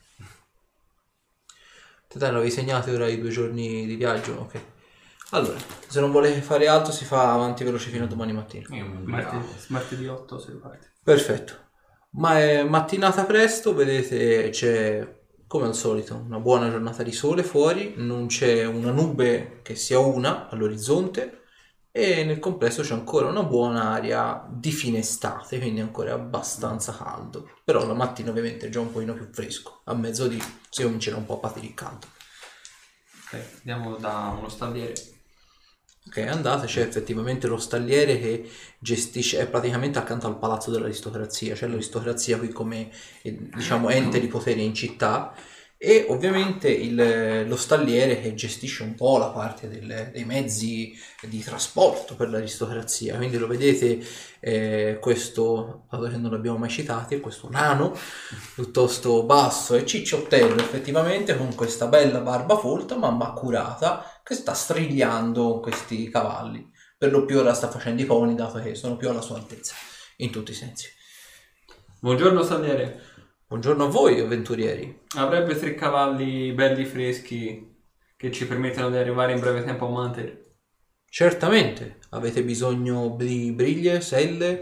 Te l'avevi segnato ora i 2 giorni di viaggio? Ok. Allora, se non volete fare altro si fa avanti veloce fino a domani mattina. Io mi ubicavo. Martedì 8 se parte. Perfetto. Ma è mattinata presto, vedete c'è come al solito una buona giornata di sole fuori, non c'è una nube che sia una all'orizzonte e nel complesso c'è ancora una buona aria di fine estate, quindi ancora abbastanza caldo. Però la mattina ovviamente è già un pochino più fresco, a mezzodì si comincerà un po' a patire il caldo. Ok, andiamo da uno stalliere. Ok, andate, c'è effettivamente lo stalliere che gestisce, è praticamente accanto al palazzo dell'aristocrazia, c'è l'aristocrazia qui come diciamo ente di potere in città e ovviamente lo stalliere che gestisce un po' la parte dei mezzi di trasporto per l'aristocrazia, quindi lo vedete questo, dato che non l'abbiamo mai citato, è questo nano piuttosto basso e cicciottello effettivamente con questa bella barba folta ma accurata che sta strigliando questi cavalli, per lo più ora sta facendo i pony dato che sono più alla sua altezza in tutti i sensi. Buongiorno stalliere. Buongiorno a voi avventurieri. Avrebbe 3 cavalli belli freschi che ci permettono di arrivare in breve tempo a Mantel. Certamente, avete bisogno di briglie, selle?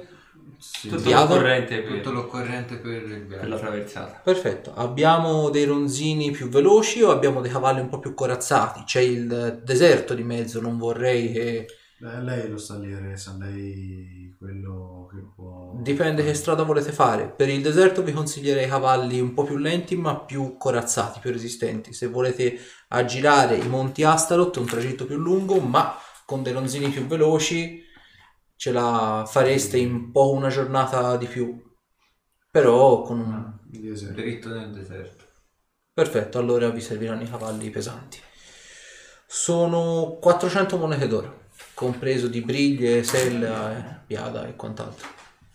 Sì, Tutto Biada? l'occorrente per, Tutto l'occorrente per il per la viaggio. traversata. Perfetto, abbiamo dei ronzini più veloci o abbiamo dei cavalli un po' più corazzati? C'è il deserto di mezzo, non vorrei che... Beh, lei lo sa lire, sa lei quello che può... Dipende che strada volete fare. Per il deserto vi consiglierei cavalli un po' più lenti ma più corazzati, più resistenti. Se volete aggirare i monti Astaroth è un tragitto più lungo, ma con dei ronzini più veloci ce la fareste in un po' una giornata di più. Però con un... Il deserto. Dritto nel deserto. Perfetto, allora vi serviranno i cavalli pesanti. Sono 400 monete d'oro, compreso di briglie, sella, biada e quant'altro.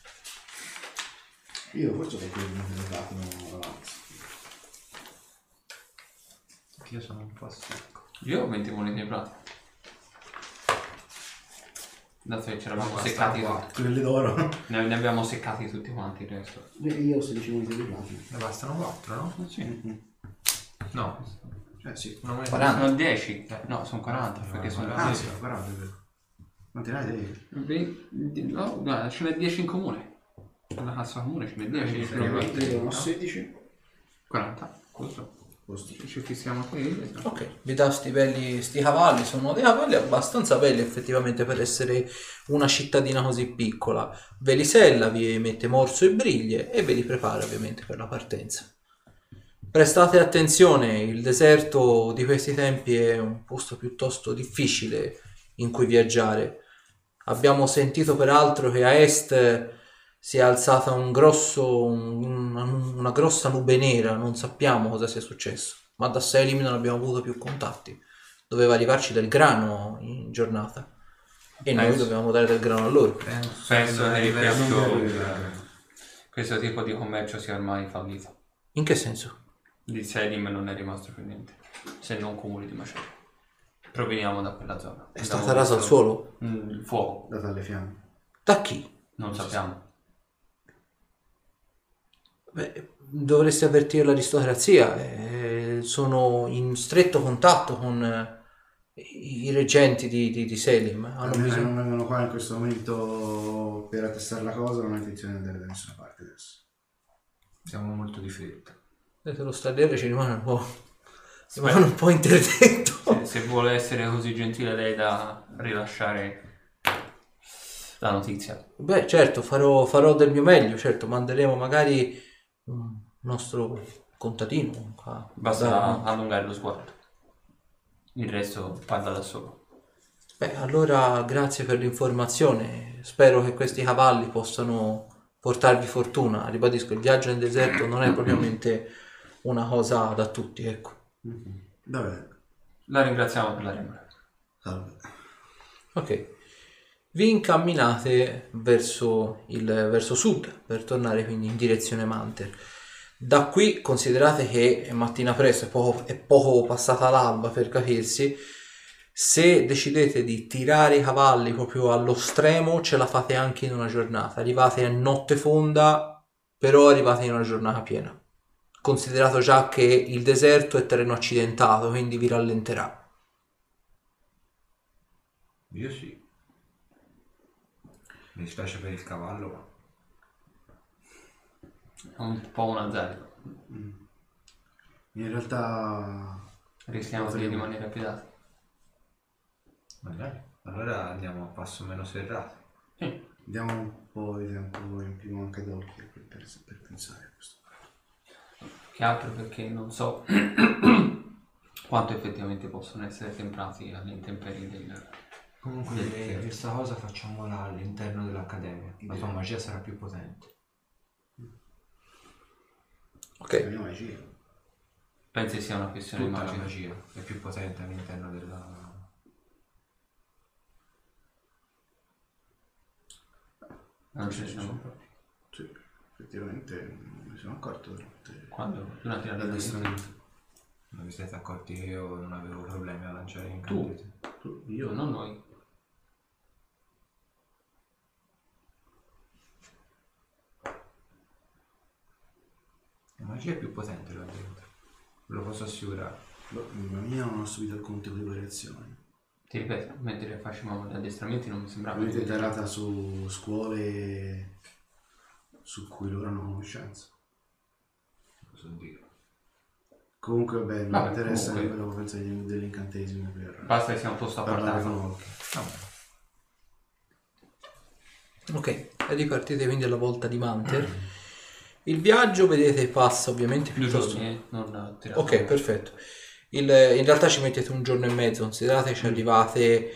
Io forse ho quello che dato avanti. Io sono un po' secco. Io ho 20 monete in pratica. Dato che ci eravamo Basta, seccati qua. Quelli d'oro. ne abbiamo seccati tutti quanti il resto. Io ho 16 monete di platino. Ne bastano 4, no? Sì. No. Sì. Una moneta 40. Sono 10. No, sono 40 perché sono Ah sì, 40 è vero. Quanti ne hai te? No, guarda, ce n'è 10 in comune. Nella cassa comune ce n'è 10. Io ho 16. 40. Questo. Ci fissiamo qui. Ok, vi dà sti cavalli, sono dei cavalli abbastanza belli effettivamente per essere una cittadina così piccola. Ve li sella, vi mette morso e briglie e ve li prepara ovviamente per la partenza. Prestate attenzione, il deserto di questi tempi è un posto piuttosto difficile in cui viaggiare. Abbiamo sentito peraltro che a est si è alzata una grossa nube nera, non sappiamo cosa sia successo, ma da Selim non abbiamo avuto più contatti. Doveva arrivarci del grano in giornata e noi dovevamo dare del grano a loro. Penso che questo tipo di commercio sia ormai fallito. In che senso? Di Selim non è rimasto più niente, se non comuni di macerie. Proveniamo da quella zona. È stata rasa al suolo? Il fuoco, Data alle fiamme. Da chi? non sappiamo. Beh, dovresti avvertire l'aristocrazia, sono in stretto contatto con i reggenti di Selim. Hanno Se bisogno... non vengono qua in questo momento per attestare la cosa, non ho intenzione di andare da nessuna parte adesso. Siamo molto di fretta. Vedete, lo stagliere ci rimane un po' interdetto. Se vuole essere così gentile lei da rilasciare la notizia. Beh, certo, farò del mio meglio, certo, manderemo magari un nostro contadino qua. Basta allungare lo sguardo. Il resto parla da solo. Beh, allora grazie per l'informazione. Spero che questi cavalli possano portarvi fortuna. Ribadisco, il viaggio nel deserto non è propriamente una cosa da tutti, ecco. Vabbè, La ringraziamo per la remora. salve. Ok. Vi incamminate verso sud per tornare quindi in direzione Manter. Da qui considerate che è mattina presto, è poco passata l'alba per capirsi. Se decidete di tirare i cavalli proprio allo stremo, ce la fate anche in una giornata. Arrivate a notte fonda, però arrivate in una giornata piena. Considerato già che il deserto è terreno accidentato, quindi vi rallenterà. Io sì. Mi dispiace per il cavallo, ma È un po' un azzardo. In realtà Rischiamo di rimanere appedati. magari. Allora andiamo a passo meno serrato. Sì. diamo un po' di tempo in più anche d'occhio per pensare a questo. Che altro perché non so quanto effettivamente possono essere temprati alle intemperie del... Comunque questa cosa facciamola all'interno dell'accademia. La tua magia sarà più potente. Ok. La mia magia. Pensi sia una questione di Tutta la magia? magia è più potente all'interno della... Non ce ne siamo proprio. Sì, effettivamente mi sono accorto durante Quando? Durante la l'addestramento. Non vi siete accorti che io non avevo problemi a lanciare incantesimi? Io non noi. La magia è più potente là dentro. Ve lo posso assicurare. La mia non ho subito alcun tipo di variazione. Ti ripeto, mentre facevamo gli addestramenti non mi sembrava Avete tarata su scuole su cui loro hanno conoscenza. Cosa dire? Comunque, beh, non Vabbè, mi interessa comunque. nemmeno pensare delle incantesimi per Basta che sia un posto parlare con appartato. Olkir. Ok, ripartite quindi alla volta di Manter. Il viaggio, vedete, passa ovviamente 2 piuttosto... giorni, non tirato. Ok, perfetto. In realtà ci mettete un giorno e mezzo, considerate ci arrivate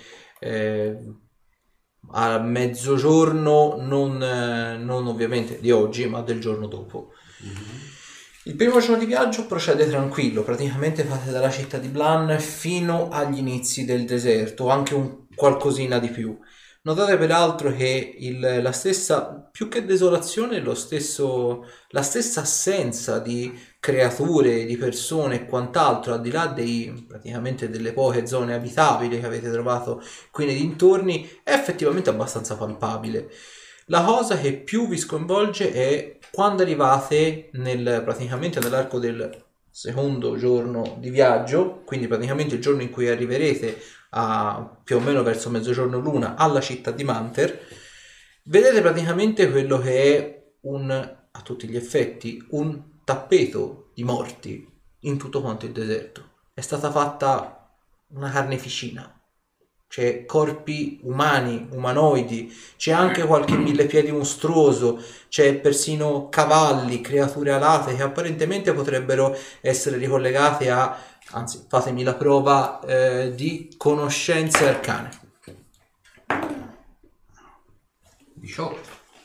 a mezzogiorno, non ovviamente di oggi, ma del giorno dopo. Il primo giorno di viaggio procede tranquillo, praticamente fate dalla città di Blan fino agli inizi del deserto, anche un qualcosina di più. Notate peraltro che la stessa, più che desolazione, la stessa assenza di creature, di persone e quant'altro, al di là praticamente delle poche zone abitabili che avete trovato qui nei dintorni, è effettivamente abbastanza palpabile. La cosa che più vi sconvolge è quando arrivate praticamente nell'arco del secondo giorno di viaggio, quindi praticamente il giorno in cui arriverete a più o meno verso mezzogiorno l'una alla città di Manter, vedete praticamente quello che è a tutti gli effetti un tappeto di morti in tutto quanto il deserto. È stata fatta una carneficina. C'è corpi umani, umanoidi, c'è anche qualche millepiedi mostruoso, c'è persino cavalli, creature alate che apparentemente potrebbero essere ricollegate anzi, fatemi la prova di conoscenze arcane. 18.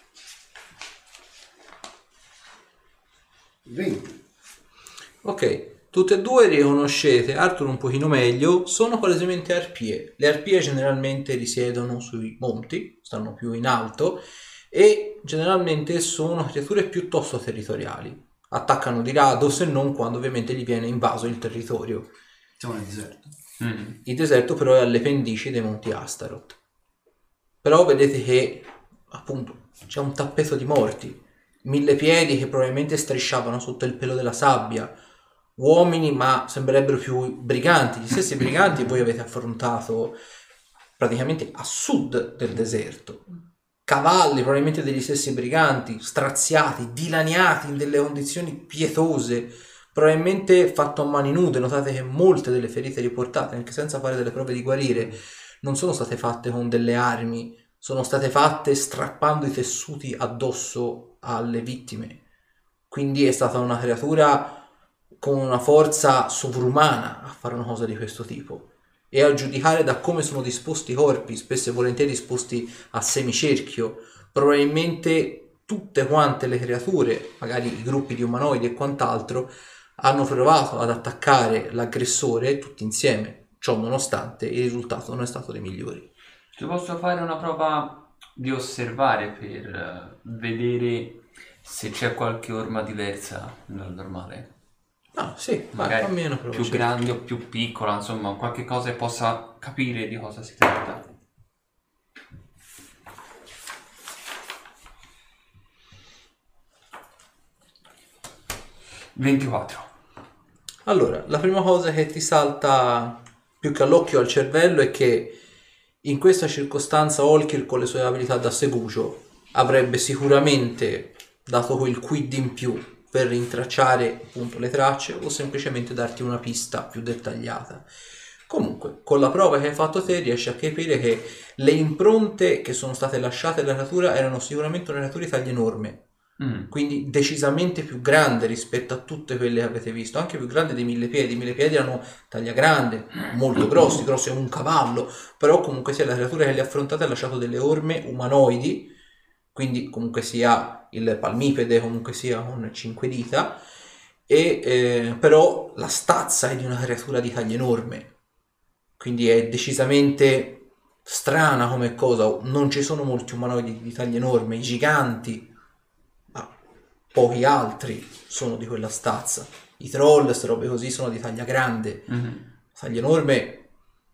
20. Ok, tutte e due riconoscete, Arthur un pochino meglio, sono palesemente arpie. Le arpie generalmente risiedono sui monti, stanno più in alto e generalmente sono creature piuttosto territoriali. Attaccano di rado, se non quando ovviamente gli viene invaso il territorio. Siamo nel deserto. Il deserto però è alle pendici dei monti Astaroth. Però vedete che appunto c'è un tappeto di morti, millepiedi che probabilmente strisciavano sotto il pelo della sabbia, uomini ma sembrerebbero più briganti, gli stessi briganti voi avete affrontato praticamente a sud del deserto. Cavalli probabilmente degli stessi briganti, straziati, dilaniati in delle condizioni pietose, probabilmente fatto a mani nude. Notate che molte delle ferite riportate, anche senza fare delle prove di guarire, non sono state fatte con delle armi, sono state fatte strappando i tessuti addosso alle vittime. Quindi è stata una creatura con una forza sovrumana a fare una cosa di questo tipo. E a giudicare da come sono disposti i corpi, spesso e volentieri disposti a semicerchio, probabilmente tutte quante le creature, magari i gruppi di umanoidi e quant'altro, hanno provato ad attaccare l'aggressore tutti insieme. Ciò nonostante il risultato non è stato dei migliori. Ti posso fare una prova di osservare per vedere se c'è qualche orma diversa dal normale? Ah sì, Magari fammi una prova. più grande o più piccola, insomma, qualche cosa che possa capire di cosa si tratta. (24) Allora, la prima cosa che ti salta più che all'occhio al cervello è che in questa circostanza Olkir con le sue abilità da segucio avrebbe sicuramente dato quel quid in più per rintracciare appunto le tracce o semplicemente darti una pista più dettagliata. Comunque, con la prova che hai fatto te riesci a capire che le impronte che sono state lasciate dalla creatura erano sicuramente una creatura di taglia enorme, quindi decisamente più grande rispetto a tutte quelle che avete visto, anche più grande dei millepiedi. I millepiedi erano taglia grande, molto grossi come un cavallo, però comunque sia la creatura che li ha affrontati ha lasciato delle orme umanoidi, quindi comunque sia il palmipede, comunque sia con 5 dita, e però la stazza è di una creatura di taglia enorme, quindi è decisamente strana come cosa. Non ci sono molti umanoidi di taglia enorme, i giganti, ma pochi altri sono di quella stazza. I troll, queste robe così, sono di taglia grande. Taglia enorme,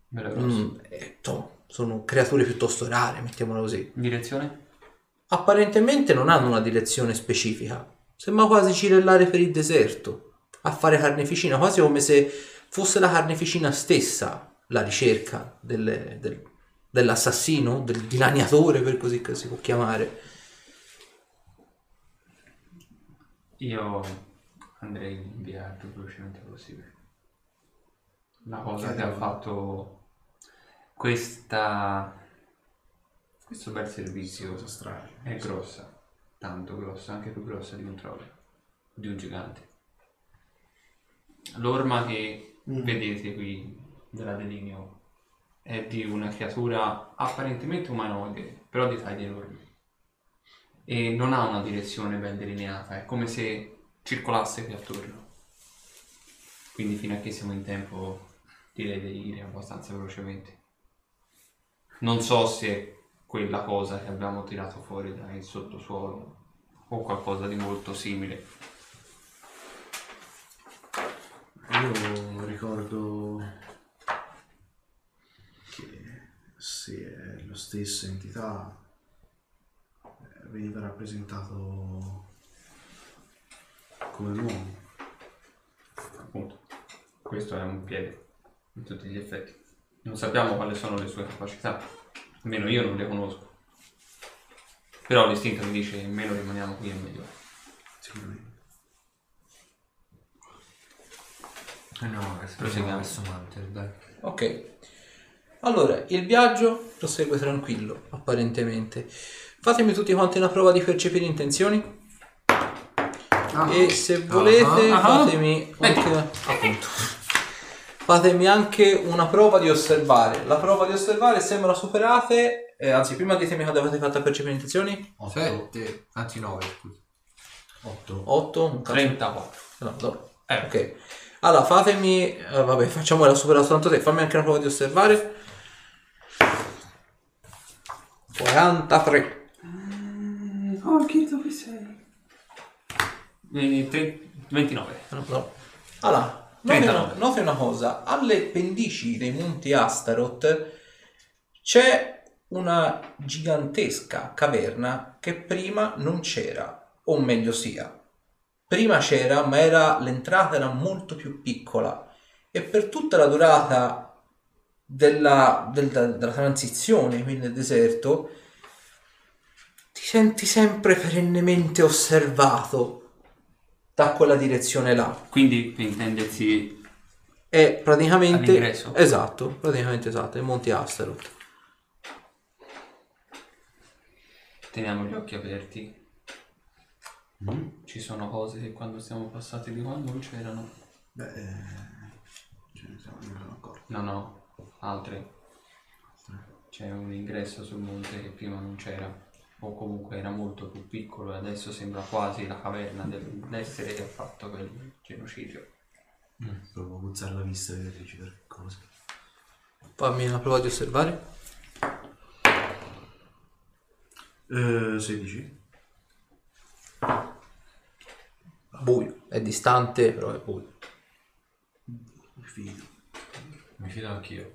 sono creature piuttosto rare, mettiamola così. Direzione? Apparentemente non hanno una direzione specifica, sembra quasi cirellare per il deserto, a fare carneficina, quasi come se fosse la carneficina stessa la ricerca dell'assassino, del dilaniatore, per così che si può chiamare. Io andrei in via il più velocemente possibile. La cosa che ha fatto questo bel servizio Cosa strana. è grossa, tanto grossa, anche più grossa di un troll, di un gigante. L'orma che vedete qui della delineo è di una creatura apparentemente umanoide, però di tagli enormi. E non ha una direzione ben delineata, è come se circolasse qui attorno. Quindi fino a che siamo in tempo direi di ir abbastanza velocemente. Non so se quella cosa che abbiamo tirato fuori dal sottosuolo o qualcosa di molto simile. Io ricordo che se è la stessa entità veniva rappresentato come un uomo. Appunto, questo è un piede in tutti gli effetti. Non sappiamo quali sono le sue capacità, almeno io non le conosco. Però l'istinto mi dice meno rimaniamo qui e meglio. Sicuramente. No, Proseguiamo. verso Manter, dai. Ok. Allora, il viaggio prosegue tranquillo, apparentemente. Fatemi tutti quanti una prova di percepire intenzioni. E se volete fatemi anche, appunto, fatemi anche una prova di osservare. La prova di osservare se me la superate, anzi prima ditemi quando avete fatto a percepire intenzioni. 7, anzi 9, scusa. 8, 34. no. Ok. Allora fatemi, vabbè, facciamola superare soltanto te. Fammi anche una prova di osservare. 43. Oh, che dove sei? 29. No. Allora, 39. noti una cosa, alle pendici dei monti Astaroth c'è una gigantesca caverna che prima non c'era, o meglio sia, prima c'era ma l'entrata era molto più piccola e per tutta la durata della transizione, quindi del deserto, ti senti sempre perennemente osservato da quella direzione là. Quindi per intendersi È praticamente all'ingresso? esatto, i monti Astaroth. Teniamo gli occhi aperti. Ci sono cose che quando siamo passati di qua non c'erano. Beh, ce ne siamo accorti. No, altre. C'è un ingresso sul monte che prima non c'era. O comunque era molto più piccolo e adesso sembra quasi la caverna dell'essere che ha fatto quel genocidio. Provo a buzzare la vista e decidere che cosa. Fammi una prova di osservare. 16. Buio, è distante, però è buio. Mi fido. Mi fido anch'io.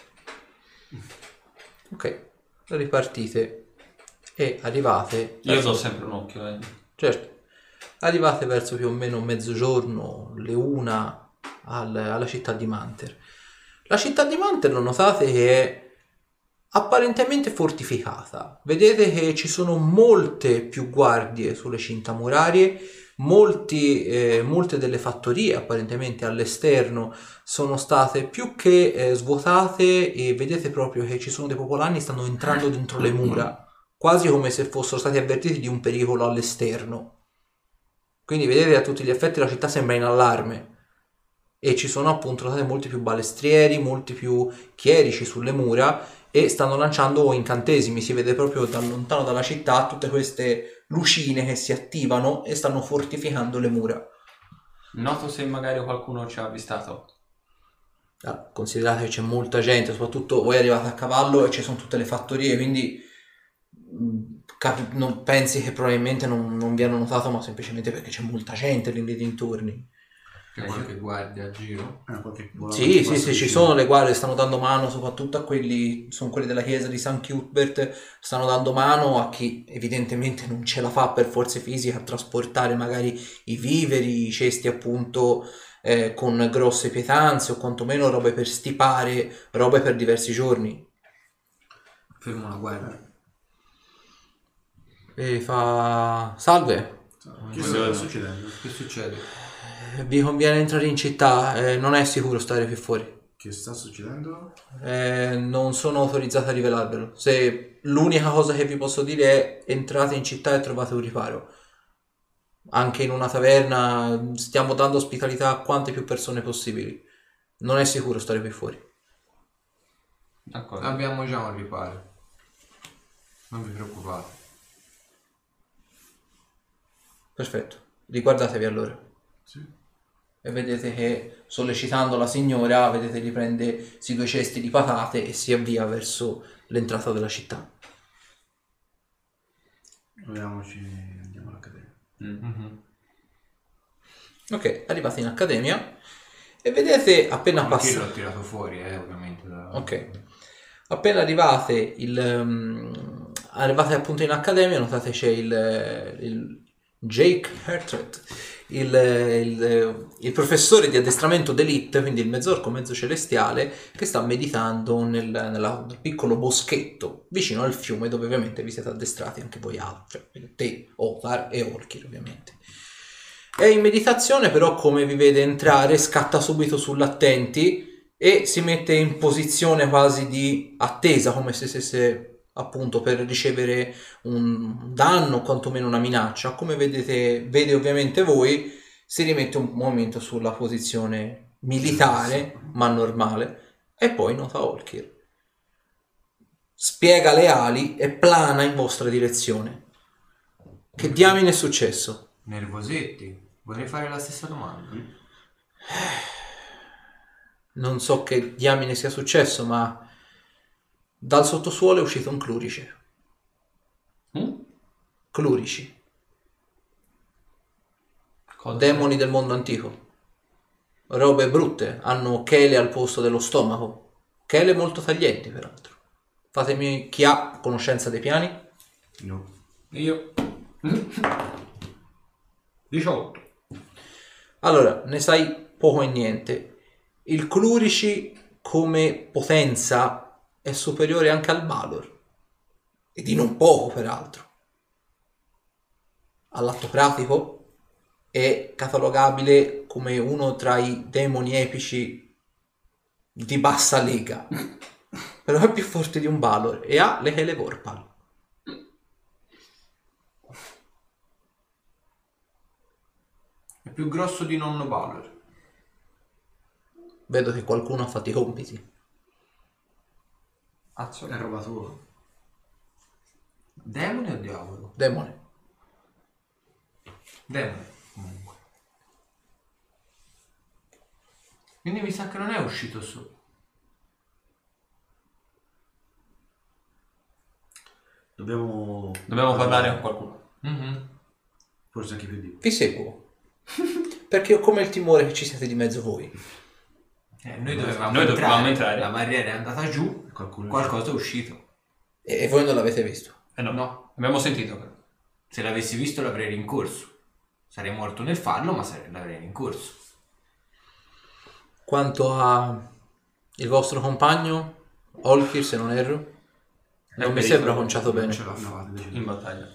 Ok, ripartite e arrivate. Io do sempre un occhio, Certo, arrivate verso più o meno mezzogiorno, le 1 alla città di Manter. La città di Manter lo notate che è apparentemente fortificata. Vedete che ci sono molte più guardie sulle cinta murarie, molte delle fattorie apparentemente all'esterno sono state più che svuotate e vedete proprio che ci sono dei popolani che stanno entrando dentro le mura, quasi come se fossero stati avvertiti di un pericolo all'esterno. Quindi vedete a tutti gli effetti la città sembra in allarme e ci sono appunto state molti più balestrieri, molti più chierici sulle mura e stanno lanciando incantesimi. Si vede proprio da lontano dalla città tutte queste lucine che si attivano e stanno fortificando le mura. Noto se magari qualcuno ci ha avvistato. Considerate che c'è molta gente, soprattutto voi arrivate a cavallo e ci sono tutte le fattorie, quindi non pensi che probabilmente non vi hanno notato, ma semplicemente perché c'è molta gente lì nei dintorni. C'è qualche guardia a giro? Sì, ci sono le guardie, stanno dando mano soprattutto a quelli, sono quelli della chiesa di San Cuthbert, stanno dando mano a chi evidentemente non ce la fa per forze fisiche a trasportare magari i viveri, i cesti appunto con grosse pietanze o quantomeno robe per stipare, robe per diversi giorni. Fermo la guerra. E fa: salve, Che sta succedendo? Che succede? Vi conviene entrare in città, non è sicuro stare qui fuori. Che sta succedendo? Non sono autorizzato a rivelarvelo. Se l'unica cosa che vi posso dire è entrate in città e trovate un riparo. Anche in una taverna stiamo dando ospitalità a quante più persone possibili. Non è sicuro stare qui fuori. D'accordo. Abbiamo già un riparo. Non vi preoccupate. Perfetto, riguardatevi allora. Sì. E vedete che, sollecitando la signora, vedete che riprende 2 cesti di patate e si avvia verso l'entrata della città. Muoviamoci, andiamo all'accademia. Ok, arrivate in accademia e vedete appena Perché passate. l'ho tirato fuori, ovviamente. Ok, appena arrivate arrivate appunto in accademia, notate c'è il Jake Hertred, il professore di addestramento d'elite, quindi il mezzorco mezzo celestiale, che sta meditando nel piccolo boschetto vicino al fiume, dove ovviamente vi siete addestrati anche voi altri, cioè te, Otar e Orkir ovviamente. È in meditazione, però come vi vede entrare scatta subito sull'attenti e si mette in posizione quasi di attesa, come se stesse appunto per ricevere un danno o quantomeno una minaccia. Come vede ovviamente voi, si rimette un momento sulla posizione militare ma normale e poi nota Olkir. Spiega le ali e plana in vostra direzione. Che diamine è successo? Nervosetti. Vorrei fare la stessa domanda. Non so che diamine sia successo, ma dal sottosuolo è uscito un clurice. Clurici. Cosa? Demoni del mondo antico. Robe brutte. Hanno chele al posto dello stomaco. Chele molto taglienti, peraltro. Fatemi chi ha conoscenza dei piani. No. Io. 18. Allora, ne sai poco e niente. Il clurici come potenza è superiore anche al Balor. E di non poco, peraltro. All'atto pratico è catalogabile come uno tra i demoni epici di bassa lega. Però è più forte di un Balor e ha le Hele Vorpal. È più grosso di nonno Balor. Vedo che qualcuno ha fatto i compiti. Azzo. È roba tua. Demone o diavolo? Demone. Demone, comunque. Quindi mi sa che non è uscito su. Dobbiamo parlare con qualcuno. Forse anche più di. Vi seguo. Perché ho come il timore che ci siete di mezzo voi. Noi dovevamo entrare. La barriera è andata giù, qualcosa è uscito. E voi non l'avete visto. No. Abbiamo sentito però. Se l'avessi visto l'avrei rincorso. Sarei morto nel farlo, ma l'avrei rincorso. Quanto a il vostro compagno, Olkir, se non erro, non mi sembra conciato bene. Ce l'ha fatta In battaglia.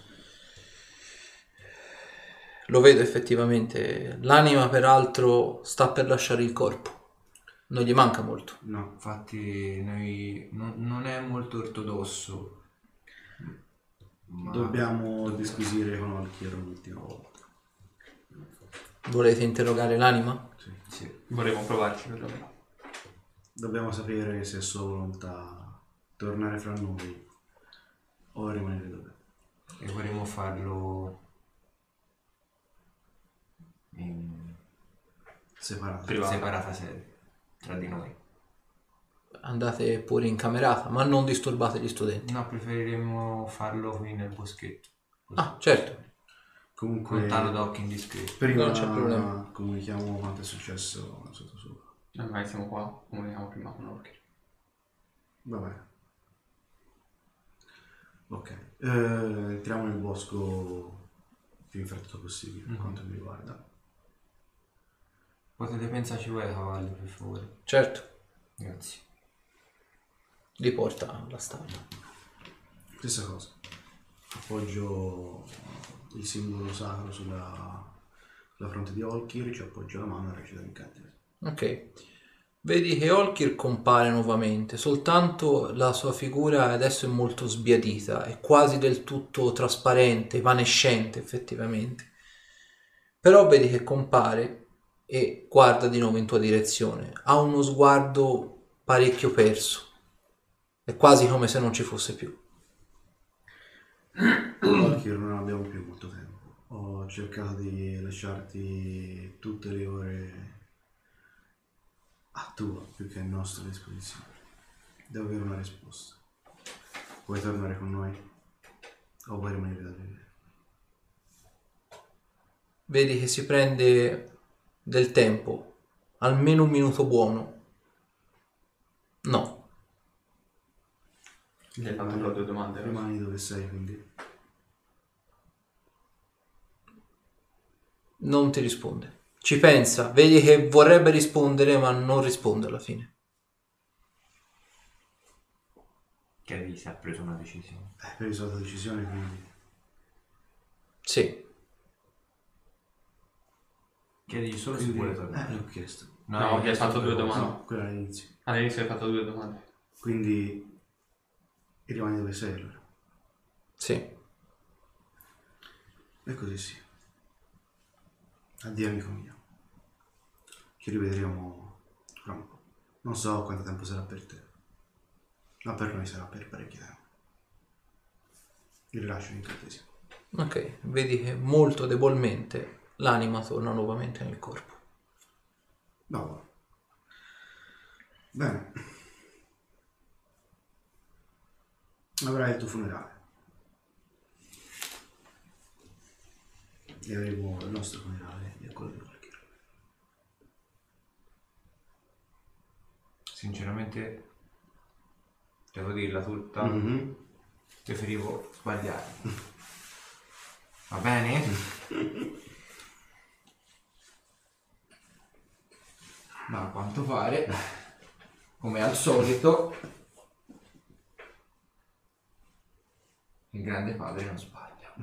Lo vedo effettivamente. L'anima, peraltro, sta per lasciare il corpo. Non gli manca molto. No. Infatti noi non è molto ortodosso. Ma Dobbiamo disquisire con Alkier l'ultima volta. Volete interrogare l'anima? sì. Volevo provarci perlomeno. Dobbiamo sapere se è sua volontà tornare fra noi o rimanere dove. E vorremmo farlo in Separato. Privato. separata sede tra di noi. Andate pure in camerata, ma non disturbate gli studenti. No, preferiremmo farlo qui nel boschetto. Così. Ah, certo. Comunque Lontano da occhi indiscreti. prima Non c'è problema. comunichiamo quanto è successo sotto sopra. Ormai siamo qua, comunichiamo prima con Orkir. Va bene. Ok. Entriamo nel bosco più in fretta possibile per quanto mi riguarda. Potete pensarci voi ai cavalli, per favore. Certo. Grazie. Li porta alla stalla. Stessa cosa. Appoggio il simbolo sacro sulla fronte di Olkir, ci appoggia la mano e recita l'incantesimo. Ok. Vedi che Olkir compare nuovamente, soltanto la sua figura adesso è molto sbiadita, è quasi del tutto trasparente, evanescente effettivamente. Però vedi che compare e guarda di nuovo in tua direzione. Ha uno sguardo parecchio perso. È quasi come se non ci fosse più. Olkir, non abbiamo più molto tempo. Ho cercato di lasciarti tutte le ore a tua più che a nostra disposizione. Devo avere una risposta. Vuoi tornare con noi? O vuoi rimanere da vivere? Vedi che si prende del tempo, almeno un minuto buono. No. Gli hai fatto ancora 2 domande. Rimani dove sei, quindi. Non ti risponde. Ci pensa, vedi che vorrebbe rispondere ma non risponde alla fine. Che si è preso una decisione. Hai preso la tua decisione, quindi. Sì. Chiedi solo se vuole tornare. L'ho chiesto. No, gli hai fatto 2 domande. No, quella all'inizio. All'inizio hai fatto 2 domande. Quindi rimani dove sei allora. Sì. E così sì. Addio amico mio. Ci rivedremo fra un po'. Non so quanto tempo sarà per te, ma per noi sarà per parecchio tempo. Vi rilascio l'incantesimo. Ok, vedi che molto debolmente l'anima torna nuovamente nel corpo. No. Bene. Avrai il tuo funerale. E avremo il nostro funerale e quello di Olkir. Sinceramente, devo dirla tutta, Mm-hmm. preferivo sbagliare. Va bene? Ma a quanto pare, come al solito, il grande padre non sbaglia.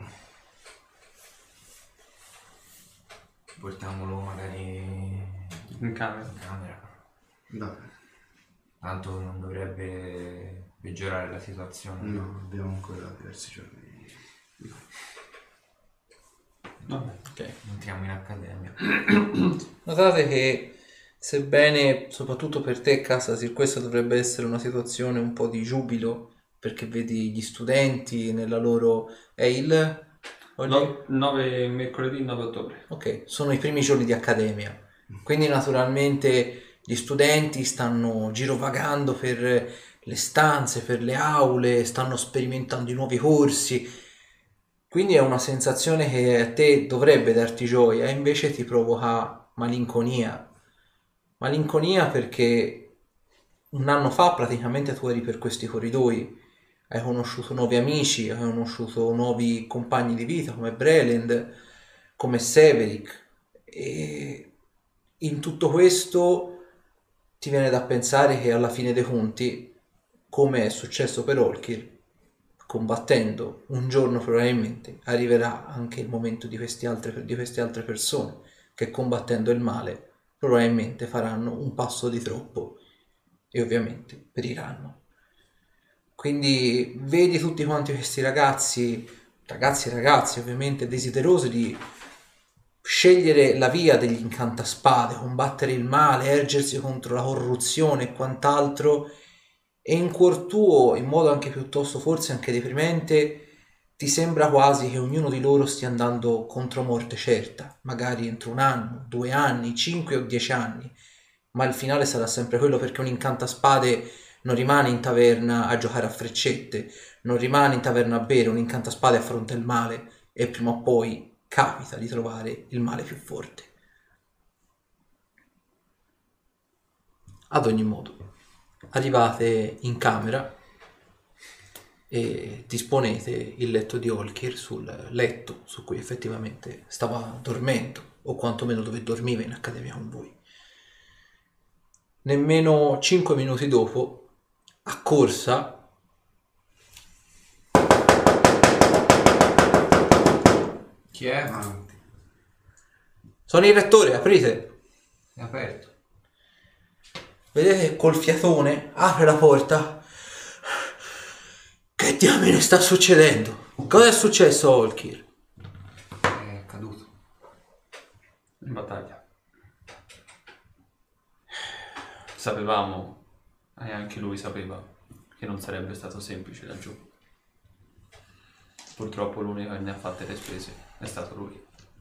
Portiamolo magari In camera. in camera. Va bene. Tanto non dovrebbe peggiorare la situazione. No, abbiamo ancora diversi giorni. Vabbè. Ok. Entriamo in accademia. Notate che sebbene soprattutto per te Castasir questa dovrebbe essere una situazione un po' di giubilo, perché vedi gli studenti nella loro... È il... oggi? 9 mercoledì 9 ottobre. Ok, sono i primi giorni di accademia, quindi naturalmente gli studenti stanno girovagando per le stanze, per le aule, stanno sperimentando i nuovi corsi, quindi è una sensazione che a te dovrebbe darti gioia e invece ti provoca malinconia. Malinconia perché un anno fa praticamente tu eri per questi corridoi, hai conosciuto nuovi amici, hai conosciuto nuovi compagni di vita come Breland, come Severick, e in tutto questo ti viene da pensare che alla fine dei conti, come è successo per Olkir, combattendo un giorno probabilmente arriverà anche il momento di queste altre persone che combattendo il male probabilmente faranno un passo di troppo e ovviamente periranno. Quindi vedi tutti quanti questi ragazzi ovviamente desiderosi di scegliere la via degli incantaspade, combattere il male, ergersi contro la corruzione e quant'altro, e in cuor tuo, in modo anche piuttosto forse anche deprimente, ti sembra quasi che ognuno di loro stia andando contro morte certa, magari entro 1 anno, 2 anni, 5 o 10 anni, ma il finale sarà sempre quello, perché un incantaspade non rimane in taverna a giocare a freccette, non rimane in taverna a bere, un incantaspade affronta il male e prima o poi capita di trovare il male più forte. Ad ogni modo, arrivate in camera e disponete il letto di Olkir sul letto su cui effettivamente stava dormendo, o quantomeno dove dormiva in accademia con voi. Nemmeno 5 minuti dopo, a corsa, Chi è? Avanti. Sono il rettore, aprite. È aperto. Vedete che col fiatone apre la porta. Che diamine sta succedendo? Cosa è successo a Olkir? È caduto. In battaglia. Sapevamo, e anche lui sapeva, che non sarebbe stato semplice laggiù. Purtroppo l'unico che ne ha fatte le spese è stato lui.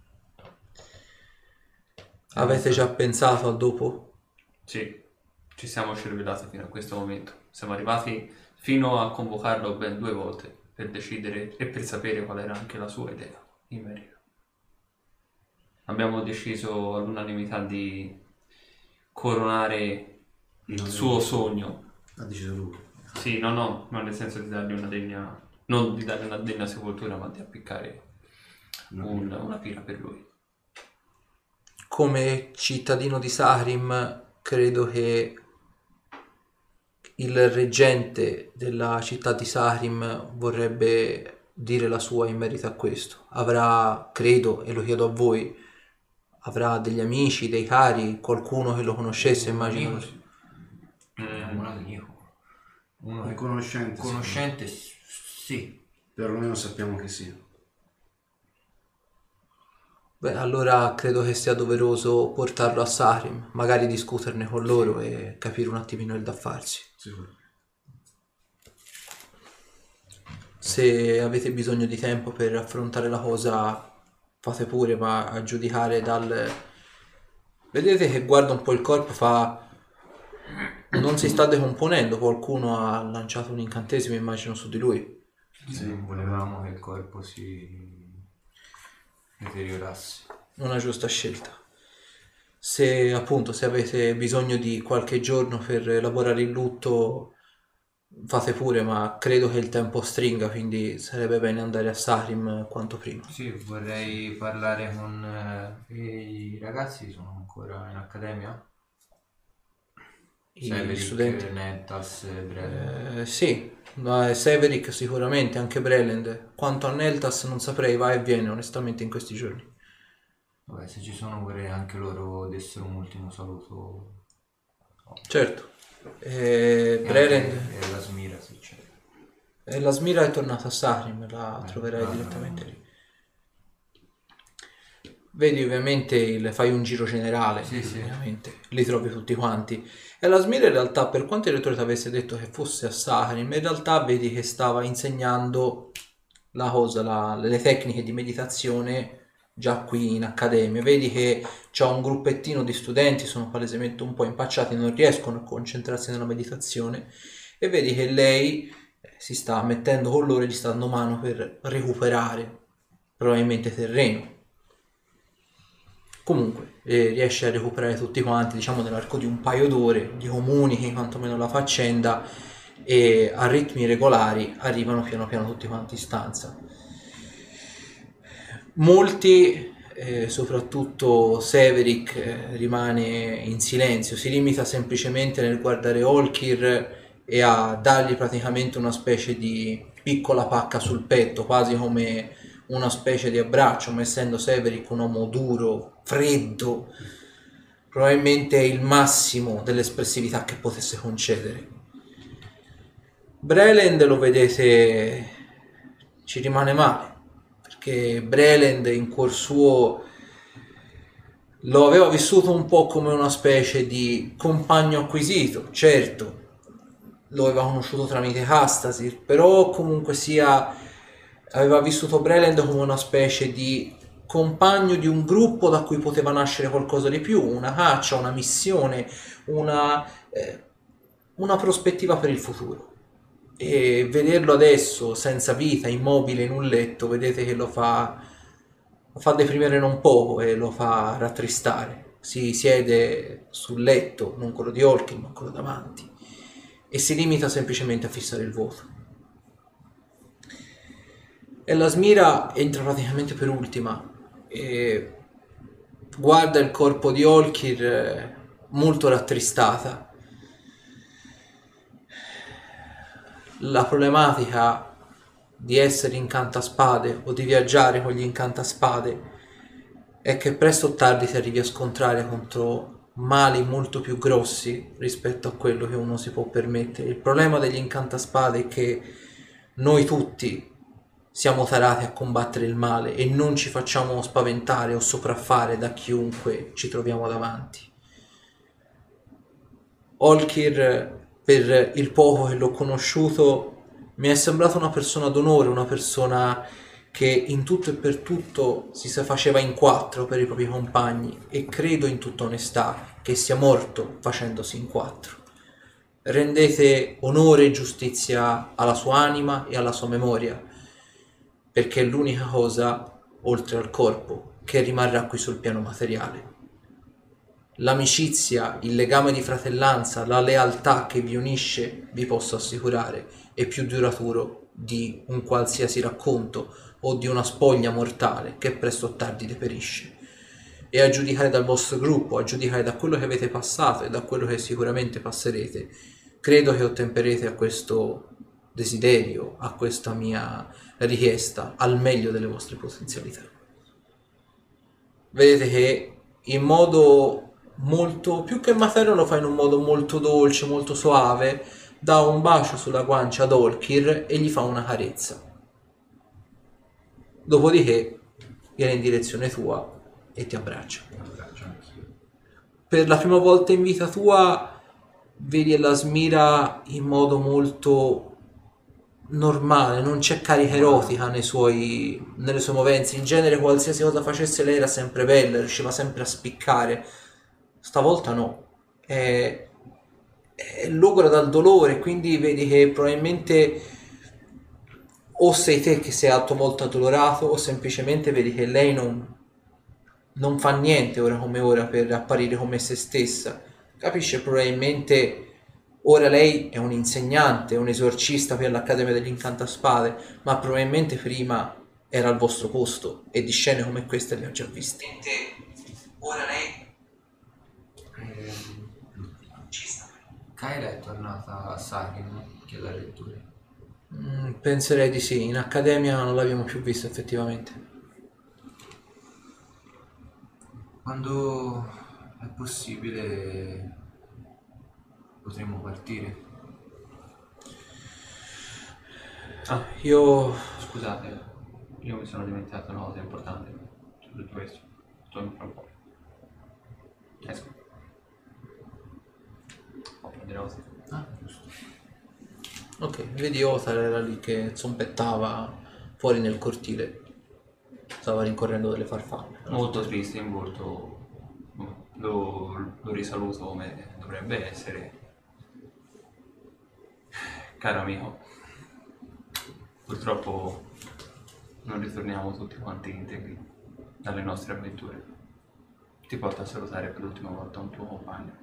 Avete già pensato al dopo? Sì, ci siamo cervellati fino a questo momento. Siamo arrivati fino a convocarlo ben 2 volte per decidere e per sapere qual era anche la sua idea in merito. Abbiamo deciso all'unanimità di coronare il suo sogno. Ha deciso lui. Sì, no, nel senso di dargli una degna, non di dargli una degna sepoltura, ma di appiccare una pira per lui. Come cittadino di Sahrim, credo che il reggente della città di Sahrim vorrebbe dire la sua in merito a questo. Avrà, credo, e lo chiedo a voi, avrà degli amici, dei cari, qualcuno che lo conoscesse, immagino. Un amico. Un conoscente. Conoscente, sì. Perlomeno sappiamo che sia. Beh, allora credo che sia doveroso portarlo a Sahrim, magari discuterne con loro e capire un attimino il da farsi. Sicuro. Se avete bisogno di tempo per affrontare la cosa, fate pure, ma a giudicare dal... Vedete che guarda un po' il corpo, fa... Non si sta decomponendo, qualcuno ha lanciato un incantesimo, immagino, su di lui. Sì, volevamo che il corpo si deteriorasse. Una giusta scelta. Se appunto se avete bisogno di qualche giorno per elaborare il lutto, fate pure, ma credo che il tempo stringa, quindi sarebbe bene andare a Sahrim quanto prima. Sì, vorrei parlare con i ragazzi, sono ancora in accademia? I Severick, studenti. Nentas, Brelend. Sì, ma Severick sicuramente, anche Brelend. Quanto a Neltas non saprei, va e viene onestamente in questi giorni. Vabbè, se ci sono vorrei anche loro dessero un ultimo saluto. Certo. E Brelend... anche la Smira, se c'è. La Smira è tornata a Sahrim, la troverai no, direttamente no. lì. Vedi ovviamente fai un giro generale, Sì. ovviamente, li trovi tutti quanti. E la Smira in realtà, per quanto il rettore ti avesse detto che fosse a Sahrim, in realtà vedi che stava insegnando le tecniche di meditazione già qui in accademia. Vedi che c'ha un gruppettino di studenti, sono palesemente un po' impacciati, non riescono a concentrarsi nella meditazione, e vedi che lei si sta mettendo con loro e gli sta dando mano per recuperare probabilmente terreno. Comunque riesce a recuperare tutti quanti, diciamo nell'arco di un paio d'ore, gli comunichi quantomeno la faccenda e a ritmi regolari arrivano piano piano tutti quanti in stanza. Molti, soprattutto Severick, rimane in silenzio, si limita semplicemente nel guardare Olkir e a dargli praticamente una specie di piccola pacca sul petto, quasi come una specie di abbraccio, ma essendo Severick un uomo duro, freddo, probabilmente è il massimo dell'espressività che potesse concedere. Brelend lo vedete, ci rimane male, perché Brelend in cuor suo lo aveva vissuto un po' come una specie di compagno acquisito, certo, lo aveva conosciuto tramite Castasir, però comunque sia aveva vissuto Brelend come una specie di compagno di un gruppo da cui poteva nascere qualcosa di più, una caccia, una missione, una prospettiva per il futuro. E vederlo adesso senza vita, immobile in un letto, vedete che lo fa deprimere non poco e lo fa rattristare. Si siede sul letto, non quello di Olkir ma quello davanti, e si limita semplicemente a fissare il vuoto. E la Smira entra praticamente per ultima e guarda il corpo di Olkir molto rattristata. La problematica di essere incantaspade o di viaggiare con gli incantaspade è che presto o tardi si arrivi a scontrare contro mali molto più grossi rispetto a quello che uno si può permettere. Il problema degli incantaspade è che noi tutti siamo tarati a combattere il male e non ci facciamo spaventare o sopraffare da chiunque ci troviamo davanti. Olkir, per il poco che l'ho conosciuto, mi è sembrato una persona d'onore, una persona che in tutto e per tutto si faceva in quattro per i propri compagni, e credo in tutta onestà che sia morto facendosi in quattro. Rendete onore e giustizia alla sua anima e alla sua memoria, perché è l'unica cosa, oltre al corpo, che rimarrà qui sul piano materiale. L'amicizia, il legame di fratellanza, la lealtà che vi unisce, vi posso assicurare, è più duraturo di un qualsiasi racconto o di una spoglia mortale che presto o tardi deperisce. E a giudicare dal vostro gruppo, a giudicare da quello che avete passato e da quello che sicuramente passerete, credo che ottemperete a questo desiderio, a questa mia richiesta, al meglio delle vostre potenzialità. Vedete che in modo molto, più che materno, lo fa in un modo molto dolce, molto soave, dà un bacio sulla guancia ad Olkir e gli fa una carezza. Dopodiché viene in direzione tua e ti abbraccia. Per la prima volta in vita tua vedi e la smira in modo molto normale, non c'è carica erotica nelle sue movenze. In genere qualsiasi cosa facesse lei era sempre bella, riusciva sempre a spiccare. Stavolta no, è logora dal dolore, quindi vedi che probabilmente o sei te che sei molto addolorato, o semplicemente vedi che lei non fa niente ora come ora per apparire come se stessa. Capisce probabilmente ora lei è un insegnante, un esorcista per l'Accademia degli Incantaspade, ma probabilmente prima era al vostro posto e di scene come queste le ho già viste. Ora lei Kyla è tornata a Sarin, che la lettura. Penserei di sì, in accademia non l'abbiamo più vista effettivamente. Quando è possibile potremmo partire. Io Scusate, io mi sono dimenticato una cosa importante su tutto questo. Torno fra un po'. Esco. Ho prendere cose. Giusto. ok, vedi Othar era lì che zompettava fuori nel cortile, stava rincorrendo delle farfalle. Molto triste in volto. Lo risaluto come dovrebbe essere. Caro amico, purtroppo non ritorniamo tutti quanti integri dalle nostre avventure. Ti porto a salutare per l'ultima volta un tuo compagno.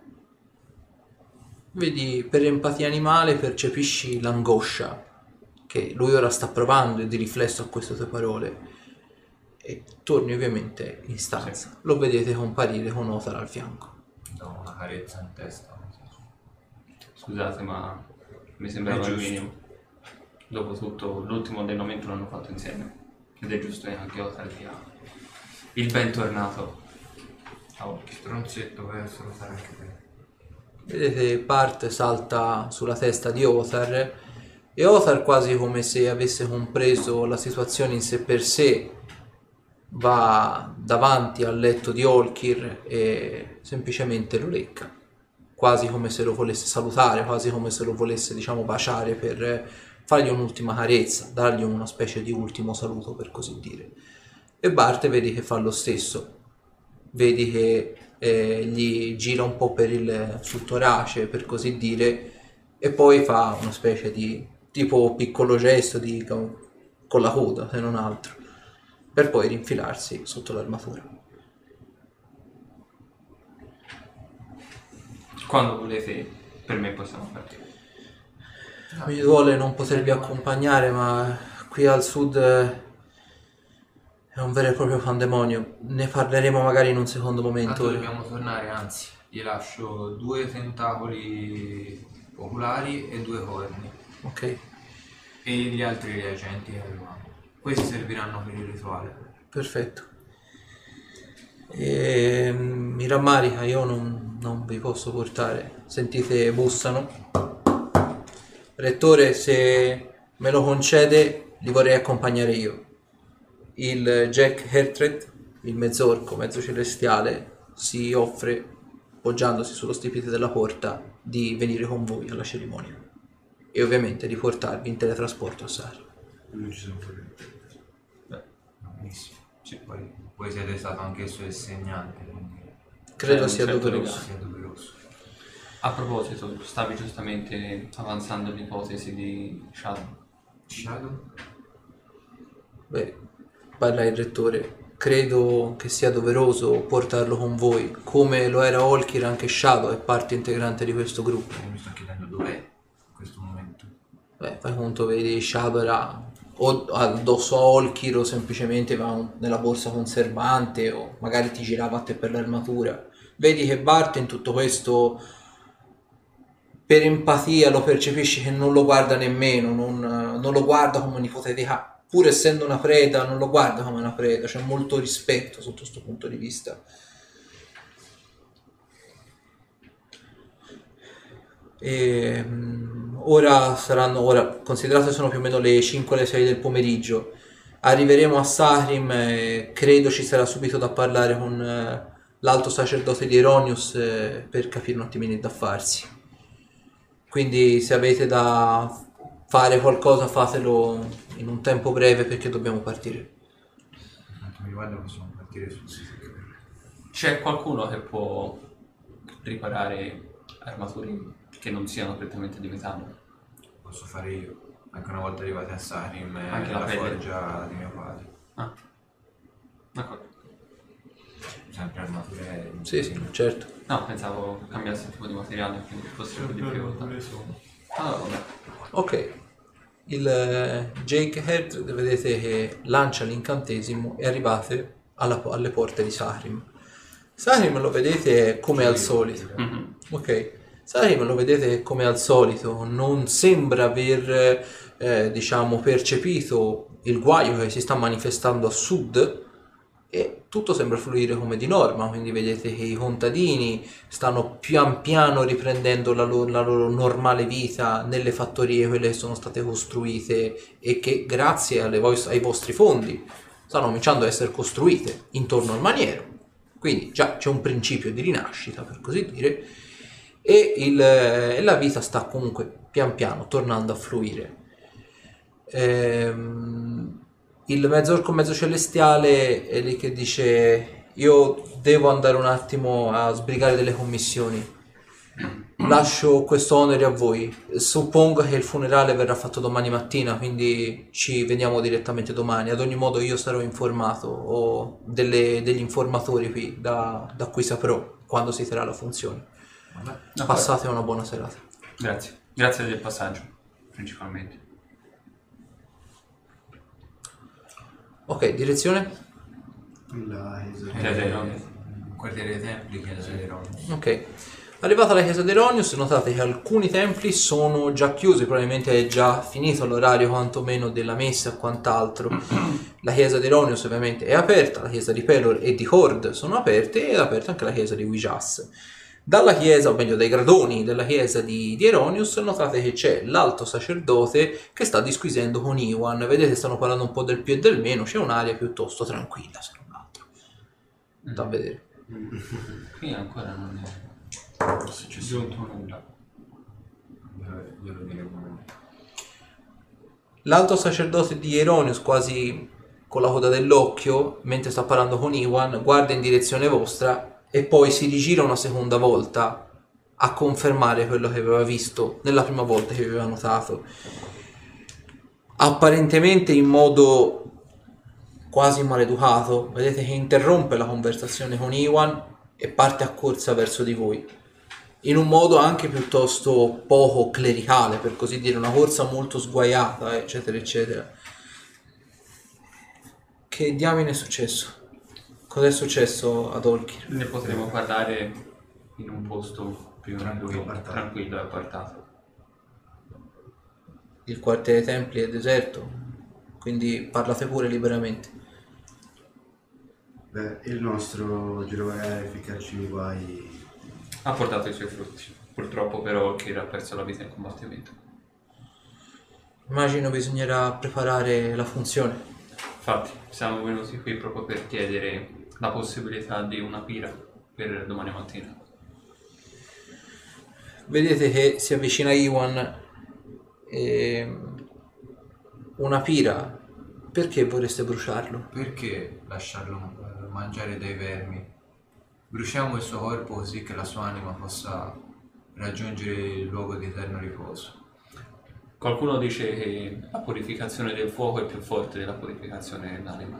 Vedi, per empatia animale percepisci l'angoscia che lui ora sta provando e di riflesso a queste tue parole, e torni ovviamente in stanza. Sì. Lo vedete comparire con Othar al fianco. Do una carezza in testa. Scusate, ma mi sembrava È il giusto. minimo. Dopotutto l'ultimo allenamento l'hanno fatto insieme. Ed è giusto che anche Othar dia il bentornato a Olkir. Stronzetto, vai a salutare anche te. Vedete, parte, salta sulla testa di Othar, e Othar, quasi come se avesse compreso la situazione in sé per sé, va davanti al letto di Olkir e semplicemente lo lecca, quasi come se lo volesse salutare, quasi come se lo volesse, diciamo, baciare per fargli un'ultima carezza, dargli una specie di ultimo saluto, per così dire. E Bart vedi che fa lo stesso, vedi che gli gira un po' sul torace, per così dire, e poi fa una specie di tipo piccolo gesto con la coda, se non altro, per poi rinfilarsi sotto l'armatura. Quando volete, per me possiamo partire. Mi duole non potervi accompagnare, ma qui al sud è un vero e proprio pandemonio. Ne parleremo magari in un secondo momento. Tanto dobbiamo tornare, anzi, gli lascio 2 tentacoli oculari e 2 corni. Ok. E gli altri reagenti che avevamo. Questi serviranno per il rituale. Perfetto. Mi rammarica, io non vi posso portare. Sentite, bussano. Rettore, se me lo concede, li vorrei accompagnare io. Il Jack Hertred, il mezzorco, mezzo celestiale, si offre, poggiandosi sullo stipite della porta, di venire con voi alla cerimonia. E ovviamente di portarvi in teletrasporto a Sari. Non ci sono problemi. Benissimo. Sì, poi voi siete stato anche il suo insegnante, quindi Credo un sia certo doveroso. sia doveroso. A proposito, stavi giustamente avanzando l'ipotesi di Shadow? Beh, parla il rettore. Credo che sia doveroso portarlo con voi, come lo era Olkir, anche Shadow è parte integrante di questo gruppo. Mi sto chiedendo dov'è in questo momento. Beh, fai conto, vedi, Shadow era o addosso a Olkir o semplicemente va nella borsa conservante o magari ti girava a te per l'armatura. Vedi che Bart in tutto questo, per empatia, lo percepisci che non lo guarda nemmeno, non lo guarda come un'ipotetica. Pur essendo una preda, non lo guarda come una preda, c'è molto rispetto sotto questo punto di vista. E, ora considerate sono più o meno le 5 o le 6 del pomeriggio, arriveremo a Sahrim e credo ci sarà subito da parlare con l'alto sacerdote di Eronius per capire un attimino da farsi. Quindi se avete da fare qualcosa fatelo in un tempo breve perché dobbiamo partire. Per quanto mi riguarda possiamo partire sul sito. C'è qualcuno che può riparare armature che non siano prettamente di metallo? Posso fare io. Anche una volta arrivati a Sarim e Anche la la pelle? forgia di mio padre. Ah, d'accordo. Sempre armature. Sì, certo. No, pensavo cambiasse il tipo di materiale, quindi fosse più di difficoltà. Allora, vabbè. Ok, il Jake Head vedete che lancia l'incantesimo e arrivate alle porte di Sahrim. Sahrim lo vedete come al solito. Mhm. Ok, Sahrim lo vedete come al solito, non sembra aver diciamo percepito il guaio che si sta manifestando a sud e tutto sembra fluire come di norma, quindi vedete che i contadini stanno pian piano riprendendo la loro normale vita nelle fattorie, quelle che sono state costruite e che grazie ai vostri fondi stanno cominciando a essere costruite intorno al maniero, quindi già c'è un principio di rinascita per così dire e la vita sta comunque pian piano tornando a fluire. Il mezzorco mezzo celestiale è lì che dice io devo andare un attimo a sbrigare delle commissioni, lascio questo onere a voi, suppongo che il funerale verrà fatto domani mattina, quindi ci vediamo direttamente domani. Ad ogni modo io sarò informato, ho degli informatori qui da cui saprò quando si terrà la funzione. Passate una buona serata. Grazie. Grazie del passaggio, principalmente. Ok, direzione? La Quartiere dei templi, chiesa di Eronius. Ok, arrivata alla chiesa di Eronius notate che alcuni templi sono già chiusi, probabilmente è già finito l'orario quantomeno della messa e quant'altro. La chiesa di Eronius ovviamente è aperta, la chiesa di Pelor e di Hord sono aperte ed è aperta anche la chiesa di Wijas. Dalla chiesa, o meglio dai gradoni della chiesa di Eronius, notate che c'è l'alto sacerdote che sta disquisendo con Iwan. Vedete, stanno parlando un po' del più e del meno, c'è un'aria piuttosto tranquilla, se non altro. Da vedere. Qui ancora non è giunto nulla. Glielo diremo. L'alto sacerdote di Eronius, quasi con la coda dell'occhio, mentre sta parlando con Iwan, guarda in direzione vostra e poi si rigira una seconda volta a confermare quello che aveva visto nella prima volta che aveva notato. Apparentemente in modo quasi maleducato, vedete che interrompe la conversazione con Iwan e parte a corsa verso di voi. In un modo anche piuttosto poco clericale, per così dire, una corsa molto sguaiata, eccetera, eccetera. Che diamine è successo? Cos'è successo ad Olkir? Ne potremo parlare in un posto più Tranquillo, tranquillo e appartato. il quartiere Templi è deserto, quindi parlate pure liberamente. Beh, il nostro girovagare efficaci nei guai. Ha portato i suoi frutti. Purtroppo però Kira ha perso la vita in combattimento. Immagino bisognerà preparare la funzione. Infatti, siamo venuti qui proprio per chiedere la possibilità di una pira per domani mattina. Vedete che si avvicina Iwan e una pira. Perché vorreste bruciarlo? Perché lasciarlo mangiare dai vermi? Bruciamo il suo corpo così che la sua anima possa raggiungere il luogo di eterno riposo. Qualcuno dice che la purificazione del fuoco è più forte della purificazione dell'anima.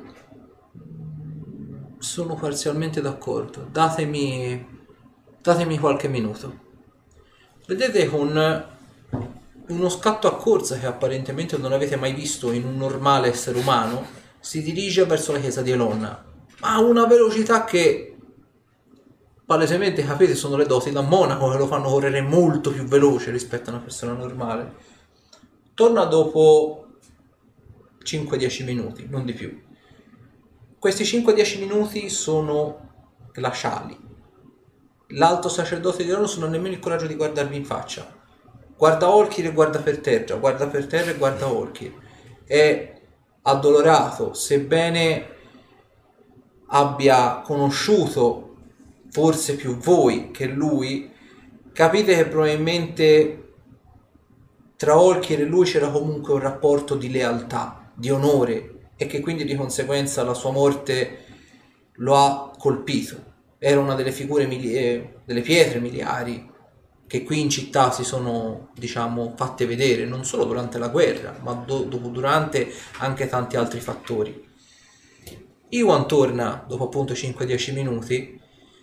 Sono parzialmente d'accordo. Datemi qualche minuto. Vedete con uno scatto a corsa che apparentemente non avete mai visto in un normale essere umano, si dirige verso la chiesa di Elonna, ma a una velocità che palesemente, capite, sono le doti da monaco che lo fanno correre molto più veloce rispetto a una persona normale. Torna dopo 5-10 minuti, non di più. Questi 5-10 minuti sono glaciali. L'alto sacerdote di Elonna non ha nemmeno il coraggio di guardarvi in faccia. Guarda Olkir e guarda per terra e guarda Olkir. È addolorato, sebbene abbia conosciuto forse più voi che lui, capite che probabilmente tra Olkir e lui c'era comunque un rapporto di lealtà, di onore, e che quindi di conseguenza la sua morte lo ha colpito. Era una delle figure delle pietre miliari che qui in città si sono, diciamo, fatte vedere, non solo durante la guerra, ma durante anche tanti altri fattori. Iwan torna dopo appunto 5-10 minuti.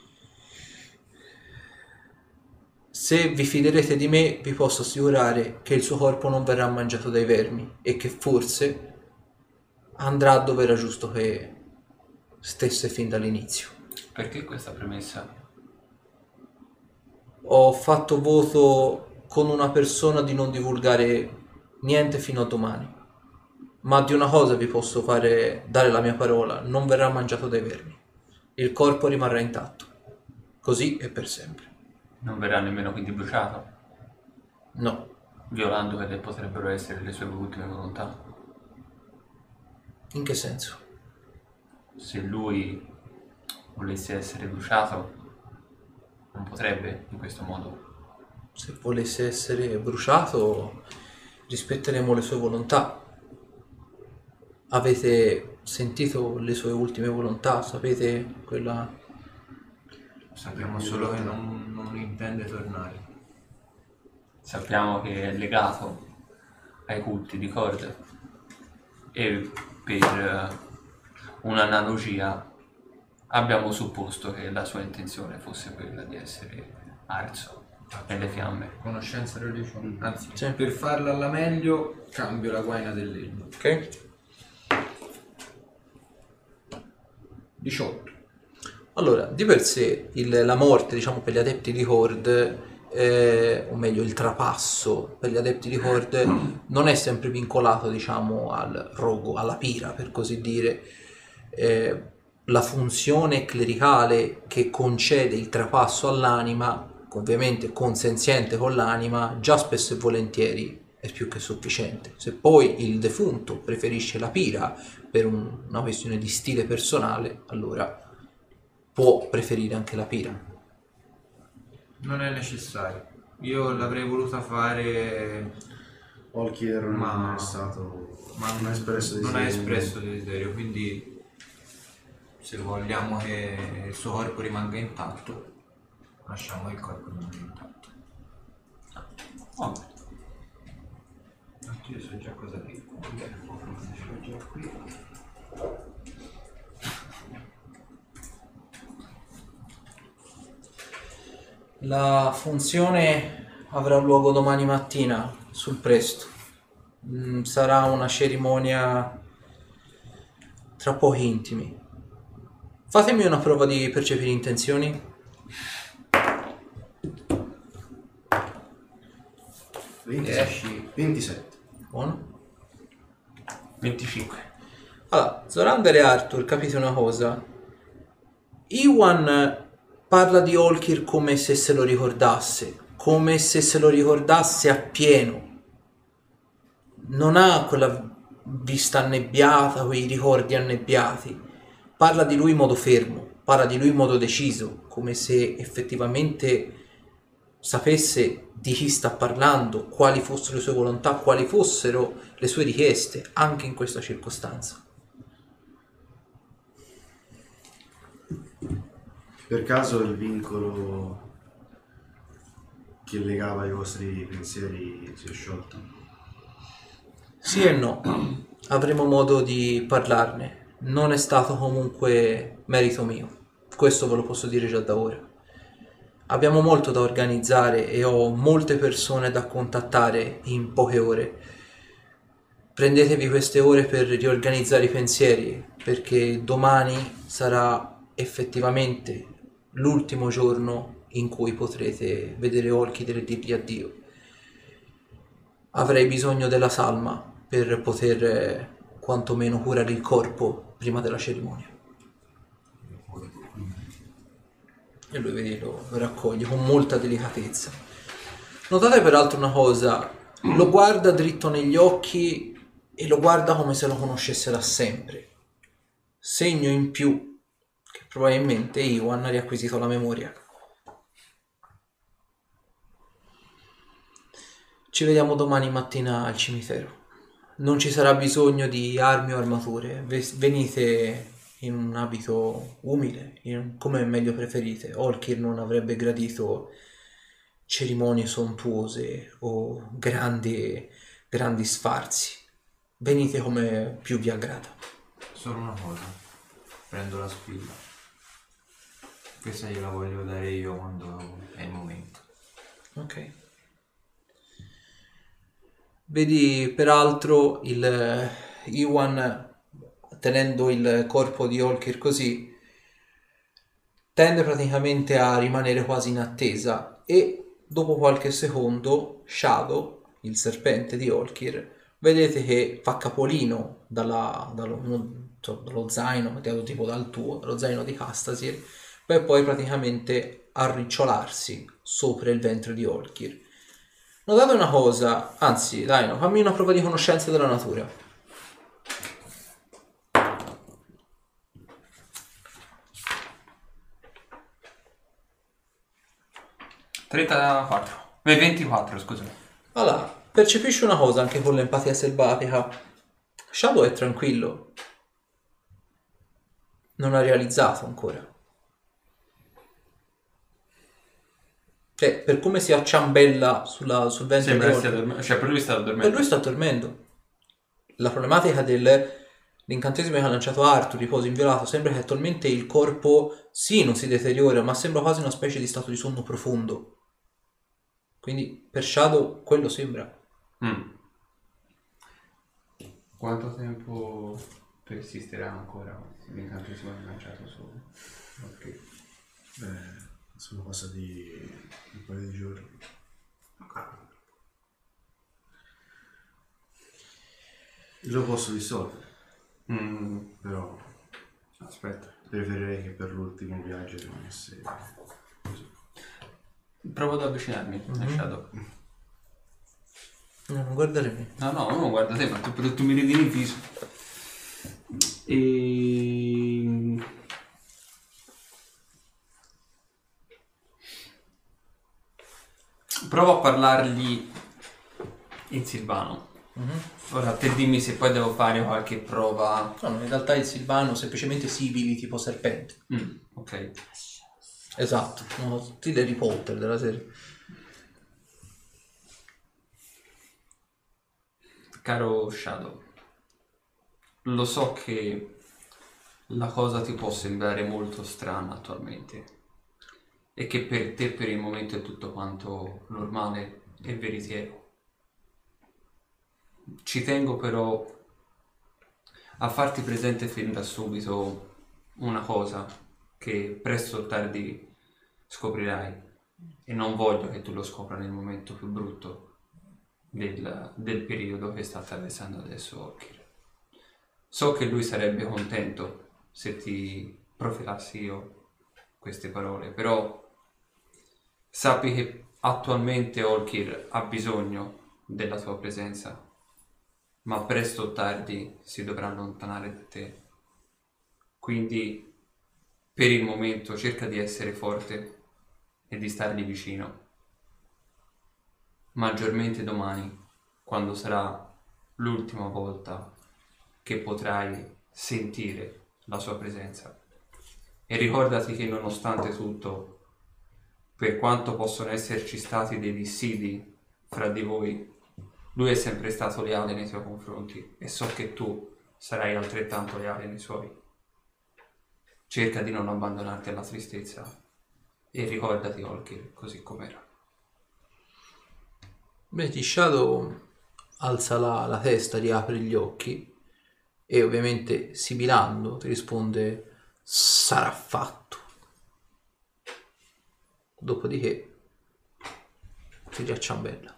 Se vi fiderete di me, vi posso assicurare che il suo corpo non verrà mangiato dai vermi e che forse andrà dove era giusto che stesse fin dall'inizio. Perché questa premessa? Ho fatto voto con una persona di non divulgare niente fino a domani, ma di una cosa vi posso dare la mia parola: non verrà mangiato dai vermi, il corpo rimarrà intatto, così e per sempre. Non verrà nemmeno quindi bruciato? No. Violando quelle che potrebbero essere le sue ultime volontà? In che senso? Se lui volesse essere bruciato, non potrebbe in questo modo. Se volesse essere bruciato, rispetteremo le sue volontà. Avete sentito le sue ultime volontà? Sapete quella? Sappiamo solo che non intende tornare. Sappiamo che è legato ai culti di Kord e per un'analogia abbiamo supposto che la sua intenzione fosse quella di essere arso nelle fiamme. Conoscenza e religione. Anzi, Sì. per farla alla meglio, cambio la guaina del legno. Ok. 18. Allora, di per sé la morte, diciamo, per gli adepti di Horde, o meglio il trapasso per gli adepti di Horde, non è sempre vincolato, diciamo, al rogo, alla pira, per così dire. La funzione clericale che concede il trapasso all'anima, ovviamente consenziente con l'anima, già spesso e volentieri è più che sufficiente. Se poi il defunto preferisce la pira per una questione di stile personale, allora può preferire anche la pira. Non è necessario. Io l'avrei voluta fare, Olkir Ma- non è stato. ma non ha espresso non ha desiderio. espresso desiderio, quindi se vogliamo che il suo corpo rimanga intatto, lasciamo che il corpo rimanga intatto. Oh, Tanto io so già cosa dire. Ce l'ho già qui. La funzione avrà luogo domani mattina sul presto. Sarà una cerimonia tra pochi intimi. Fatemi una prova di percepire intenzioni. 27. 27. Buono. 25. Allora, Zorander e Arthur, capite una cosa? Iwan parla di Olkir come se se lo ricordasse appieno. Non ha quella vista annebbiata, quei ricordi annebbiati. Parla di lui in modo fermo, parla di lui in modo deciso, come se effettivamente sapesse di chi sta parlando, quali fossero le sue volontà, quali fossero le sue richieste, anche in questa circostanza. Per caso il vincolo che legava i vostri pensieri si è sciolto? Sì e no, avremo modo di parlarne. Non è stato comunque merito mio, questo ve lo posso dire già da ora. Abbiamo molto da organizzare e ho molte persone da contattare in poche ore. Prendetevi queste ore per riorganizzare i pensieri, perché domani sarà effettivamente l'ultimo giorno in cui potrete vedere Olkir e dirgli addio. Avrei bisogno della salma per poter quantomeno curare il corpo prima della cerimonia. E lui, vedi, lo raccoglie con molta delicatezza. Notate peraltro una cosa, lo guarda dritto negli occhi e lo guarda come se lo conoscesse da sempre. Segno in più che probabilmente Iwan ha riacquisito la memoria. Ci vediamo domani mattina al cimitero. Non ci sarà bisogno di armi o armature. Venite in un abito umile, come meglio preferite. Olkir non avrebbe gradito cerimonie sontuose o grandi sfarzi. Venite come più vi aggrada. Solo una cosa, prendo la spilla. Questa gliela voglio dare io quando è il momento. Ok. Vedi peraltro il Iwan, tenendo il corpo di Olkir così, tende praticamente a rimanere quasi in attesa e dopo qualche secondo Shadow, il serpente di Olkir, vedete che fa capolino dallo zaino, mettiamo tipo dallo zaino di Castasir, per poi praticamente arricciolarsi sopra il ventre di Olkir. Notate una cosa, anzi dai, no, fammi una prova di conoscenza della natura. 24, scusa. Allora, percepisci una cosa anche con l'empatia selvatica. Shadow è tranquillo. Non ha realizzato ancora. Cioè, per come si acciambella sul ventre Sembra di stia Olkir. dormendo. Cioè, per lui sta dormendo. Per lui sta dormendo. La problematica dell'incantesimo che ha lanciato Arthur, riposo inviolato, sembra che attualmente il corpo sì non si deteriora, ma sembra quasi una specie di stato di sonno profondo. Quindi per Shadow quello sembra. Quanto tempo persisterà ancora l'incantesimo lanciato su? Ok. Sono passati un paio di giorni. Lo posso risolvere, però Aspetta. preferirei che per l'ultimo viaggio rimanesse così. Provo ad avvicinarmi a Shadow. No, non guardare me. No, non guarda te, ma tu mi ridi in viso. Provo a parlargli in silvano. Ora te dimmi se poi devo fare qualche prova. No, in realtà il Silvano semplicemente sibili tipo serpente. Ok. Esatto, uno stile Harry Potter della serie. Caro Shadow, lo so che la cosa ti può sembrare molto strana attualmente e che per te per il momento è tutto quanto normale e veritiero. Ci tengo però a farti presente fin da subito una cosa che presto o tardi scoprirai e non voglio che tu lo scopra nel momento più brutto. del periodo che sta attraversando adesso Orkir. So che lui sarebbe contento se ti proferassi io queste parole, però sappi che attualmente Orkir ha bisogno della tua presenza, ma presto o tardi si dovrà allontanare da te. Quindi per il momento cerca di essere forte e di stargli vicino. Maggiormente domani, quando sarà l'ultima volta che potrai sentire la sua presenza. E ricordati che nonostante tutto, per quanto possono esserci stati dei dissidi fra di voi, lui è sempre stato leale nei tuoi confronti e so che tu sarai altrettanto leale nei suoi. Cerca di non abbandonarti alla tristezza e ricordati Orkir così com'era. Vedi, Shadow alza la testa, riapre gli occhi e ovviamente sibilando ti risponde: sarà fatto. Dopodiché si riacciambella.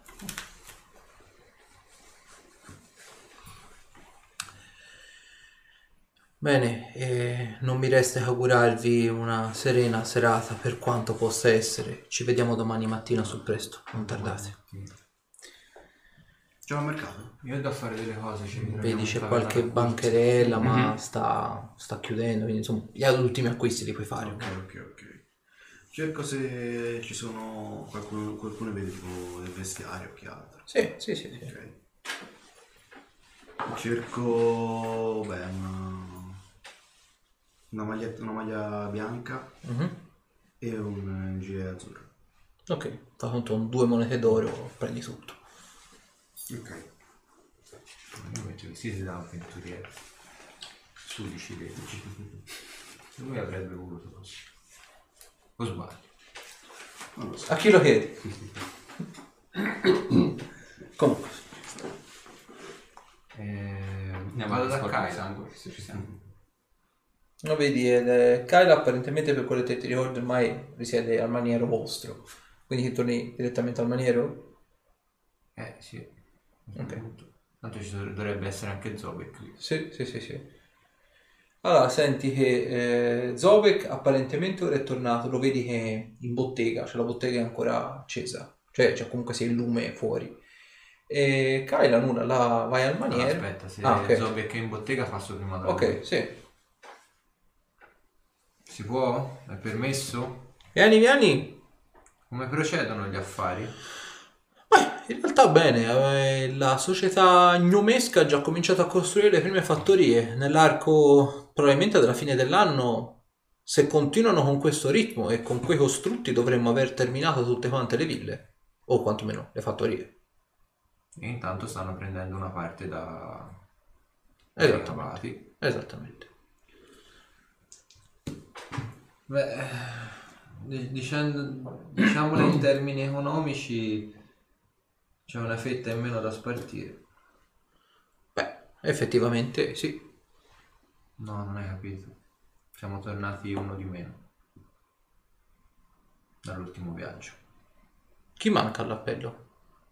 Bene, non mi resta che augurarvi una serena serata per quanto possa essere. Ci vediamo domani mattina sul presto, non tardate. C'è un mercato? Io ho da fare delle cose. Vedi, c'è qualche bancherella, ma sta chiudendo, quindi insomma gli ultimi acquisti li puoi fare. Ok. Cerco se ci sono qualcuno vede tipo del vestiario o che altro. Sì. Ok. Cerco una maglia bianca e un gilet azzurro. Ok, fa conto 2 monete d'oro, prendi tutto. Ok. Io metto i vestiti da avventuriero. Sudici dedici. Lui avrebbe voluto così. O sbaglio? Non lo so. A chi lo chiedi? Comunque. Vado da Kyla. sangue, se ci siamo. Lo vedi, Kyla apparentemente per quello che ti ricordo ormai risiede al maniero vostro. Quindi che torni direttamente al maniero? Sì. Ok. Tanto ci dovrebbe essere anche Zobek lì. Sì. Allora, senti che Zobek apparentemente ora è tornato, lo vedi che è in bottega, cioè la bottega è ancora accesa, cioè c'è comunque sia il lume fuori. E Kyla nulla, là vai al maniero. No, aspetta, se ok. Zobek è in bottega passo prima da lui. Ok, sì. Si può? È permesso? Vieni. Come procedono gli affari? Beh, in realtà bene, la società gnomesca ha già cominciato a costruire le prime fattorie. Nell'arco probabilmente della fine dell'anno, se continuano con questo ritmo e con quei costrutti, dovremmo aver terminato tutte quante le ville, o quantomeno le fattorie. E intanto stanno prendendo una parte dai Esattamente. ricavati. Esattamente. Beh, diciamolo in termini economici, c'è una fetta in meno da spartire. Beh, effettivamente sì. No, non hai capito. Siamo tornati uno di meno dall'ultimo viaggio. Chi manca all'appello?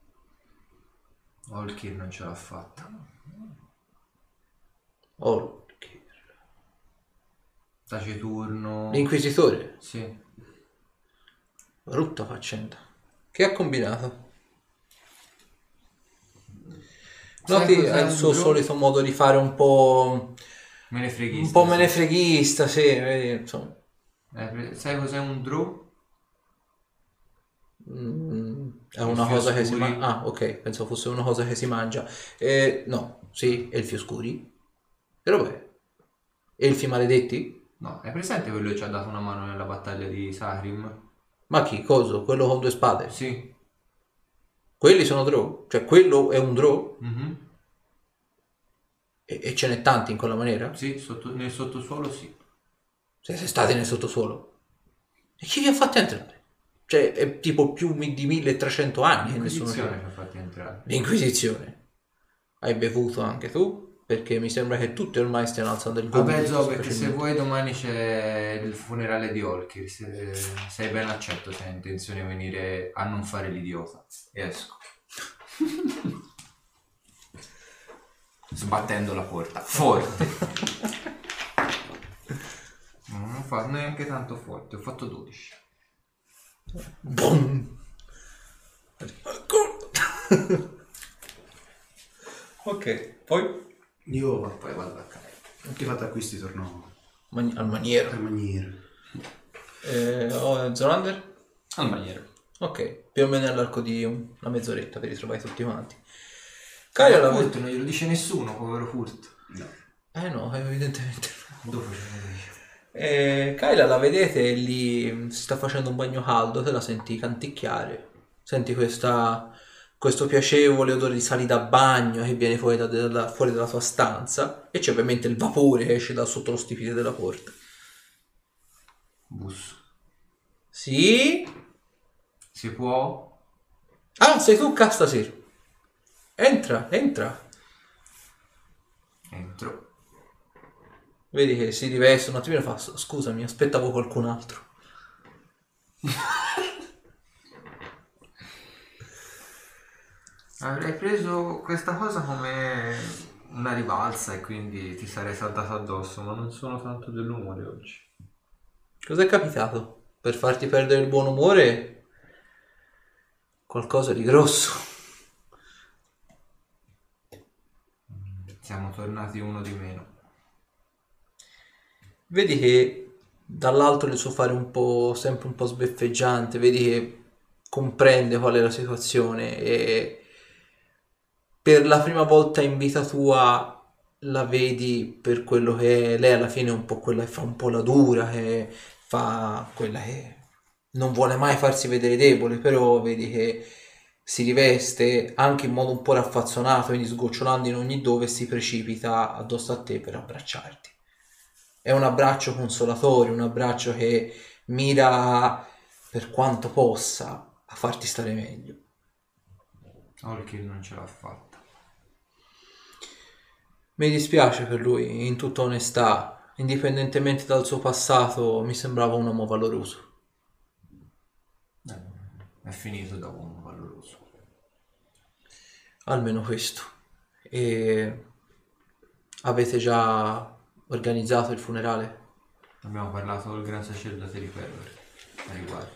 Orkir non ce l'ha fatta. Orkir. Taciturno. L'inquisitore? Sì. Brutta faccenda. Che ha combinato? Noti il suo solito modo di fare un po'... Menefreghista. Un po' menefreghista, sì, vedi, insomma. Sai cos'è un draw? È una cosa che si mangia. Ah, ok, pensavo fosse una cosa che si mangia. No, sì, elfi oscuri. Però beh. Elfi maledetti? No, è presente quello che ci ha dato una mano nella battaglia di Sahrim? Ma chi? Coso? Quello con 2 spade? Sì. Quelli sono draw? Cioè quello è un draw? Mhm. E ce n'è tanti in quella maniera? Sì, nel sottosuolo sì. Siete stati nel sottosuolo? E chi vi ha fatti entrare? Cioè è tipo più di 1300 anni che nessuno L'Inquisizione c'è. ci ha fatti entrare. L'Inquisizione. Hai bevuto anche tu? Perché mi sembra che tutti ormai stiano alzando il gomito. Vabbè Zo, perché se vuoi domani c'è il funerale di Orkir, sei ben accetto se hai intenzione di venire a non fare l'idiota. E esco. Sbattendo la porta. Forte. Non fa neanche tanto forte, ho fatto 12. Boom. Ok, poi Poi vado a casa. Tutti fatti acquisti torno al maniero. al maniere. Zorander? Al maniero. Ok, più o meno all'arco di una mezz'oretta per ritrovare tutti quanti. Kyla la Kurt non glielo dice nessuno, povero Kurt. No. no, evidentemente no. Dopo ce ne dico. Kyla la vedete lì, si sta facendo un bagno caldo, te la senti canticchiare. Senti questo piacevole odore di sali da bagno che viene fuori fuori dalla tua stanza e c'è ovviamente il vapore che esce da sotto lo stipite della porta. Bus. Sì? Si può? Ah, sei tu, Castasir. Entra. Entro. Vedi che si riveste un attimino e fa: scusami, aspettavo qualcun altro. Avrei preso questa cosa come una rivalsa e quindi ti sarei saltato addosso, ma non sono tanto dell'umore oggi. Cos'è capitato? Per farti perdere il buon umore? Qualcosa di grosso. Siamo tornati uno di meno. Vedi che dall'alto del suo fare sempre un po' sbeffeggiante, vedi che comprende qual è la situazione e per la prima volta in vita tua la vedi per quello che è. Lei alla fine è un po' quella che fa un po' la dura, che fa quella che non vuole mai farsi vedere debole, però vedi che si riveste anche in modo un po' raffazzonato, quindi sgocciolando in ogni dove si precipita addosso a te per abbracciarti. È un abbraccio consolatorio, un abbraccio che mira per quanto possa a farti stare meglio. Olkir non ce l'ha fatta. Mi dispiace per lui, in tutta onestà, indipendentemente dal suo passato, mi sembrava un uomo valoroso. È finito da uomo valoroso. Almeno questo. E avete già organizzato il funerale? Abbiamo parlato col gran sacerdote di Pelor a riguardo.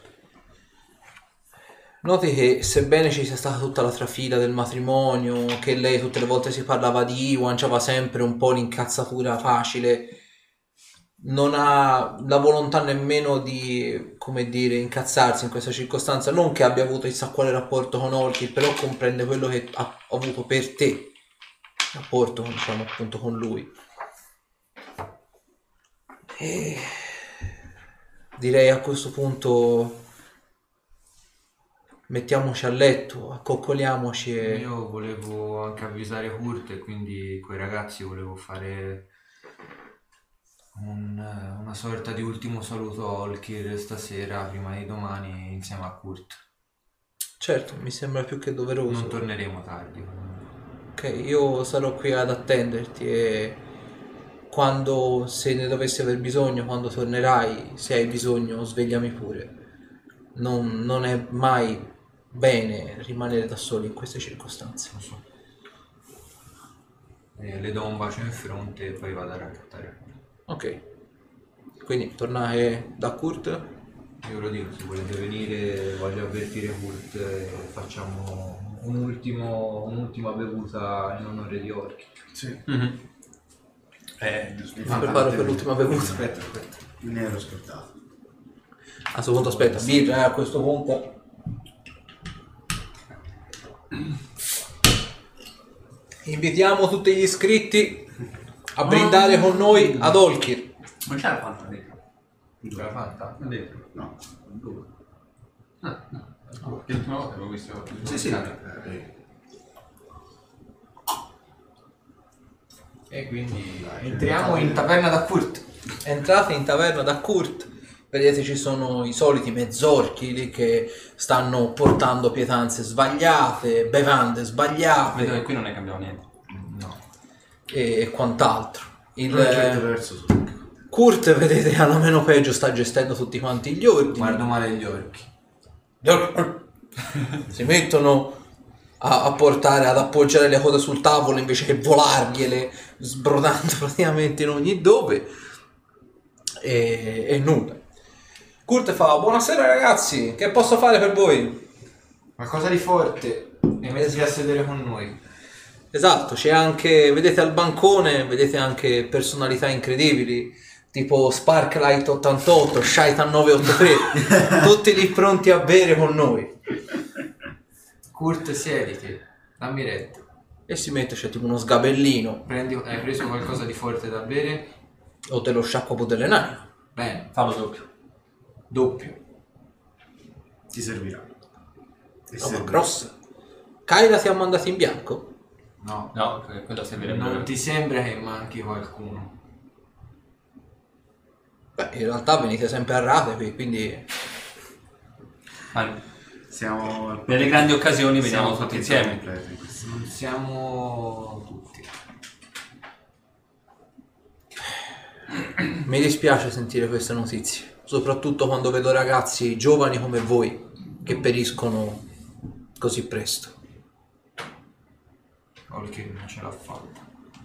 Noti che sebbene ci sia stata tutta la trafila del matrimonio, che lei tutte le volte si parlava di Iwan, c'aveva sempre un po' l'incazzatura facile, non ha la volontà nemmeno di, come dire, incazzarsi in questa circostanza. Non che abbia avuto chissà quale rapporto con Olkir, però comprende quello che ha avuto per te, rapporto, diciamo, appunto con lui. E direi a questo punto mettiamoci a letto, accoccoliamoci e... Io volevo anche avvisare Kurt e quindi quei ragazzi volevo fare una sorta di ultimo saluto a Olkir stasera prima di domani insieme a Kurt. Certo, mi sembra più che doveroso. Non torneremo tardi. Ok, io sarò qui ad attenderti e quando, se ne dovessi aver bisogno, quando tornerai, se hai bisogno, svegliami pure. Non è mai bene rimanere da soli in queste circostanze. Lo so. Le do un bacio in fronte e poi vado a raccattare. Ok, quindi tornare da Kurt. Io lo dico, se volete venire voglio avvertire Kurt e facciamo un'ultima bevuta in onore di Olkir. Sì. Mm-hmm. Mi preparo per l'ultima bevuta. Aspetta. Me ne ero scordato. A questo punto aspetta, birra a questo punto. Invitiamo tutti gli iscritti a brindare con noi ad Olkir. Non c'è la Fanta dentro? Ce l'ha fatta? Dentro? No. L'ultima volta avevo visto. Sì. E quindi entriamo in taverna da Kurt. Entrate in taverna da Kurt. Vedete ci sono i soliti mezzorchi lì che stanno portando pietanze sbagliate, bevande Vedo che sbagliate qui non è cambiato niente. No. e quant'altro. Verso Kurt, vedete, alla meno peggio sta gestendo tutti quanti gli ordini. Guardo male gli orchi. Si mettono a portare, ad appoggiare le cose sul tavolo invece che volargliele, sbrodando praticamente in ogni dove. E nulla. Kurt fa: buonasera ragazzi, che posso fare per voi? Qualcosa di forte e mettiti a sedere con noi. Esatto, c'è anche, vedete al bancone, vedete anche personalità incredibili, tipo Sparklight 88, Shaitan 983, tutti lì pronti a bere con noi. Kurt, siediti, dammi retta. E si mette, c'è tipo uno sgabellino, Hai preso qualcosa di forte da bere? o te lo sciacquo delle nani. Bene, Fallo doppio. doppio. Ti servirà. E Roba servirà. grossa. Kyla ti ha mandato in bianco? No, No, perché quello servirebbe. non ti sembra che manchi qualcuno? Beh, in realtà venite sempre a rate, quindi... Ma Siamo nelle grandi occasioni siamo veniamo tutti potenziali insieme. completi, questo. Non siamo tutti. Mi dispiace sentire queste notizie, soprattutto quando vedo ragazzi giovani come voi che periscono così presto. Oltre non ce l'ha fatta.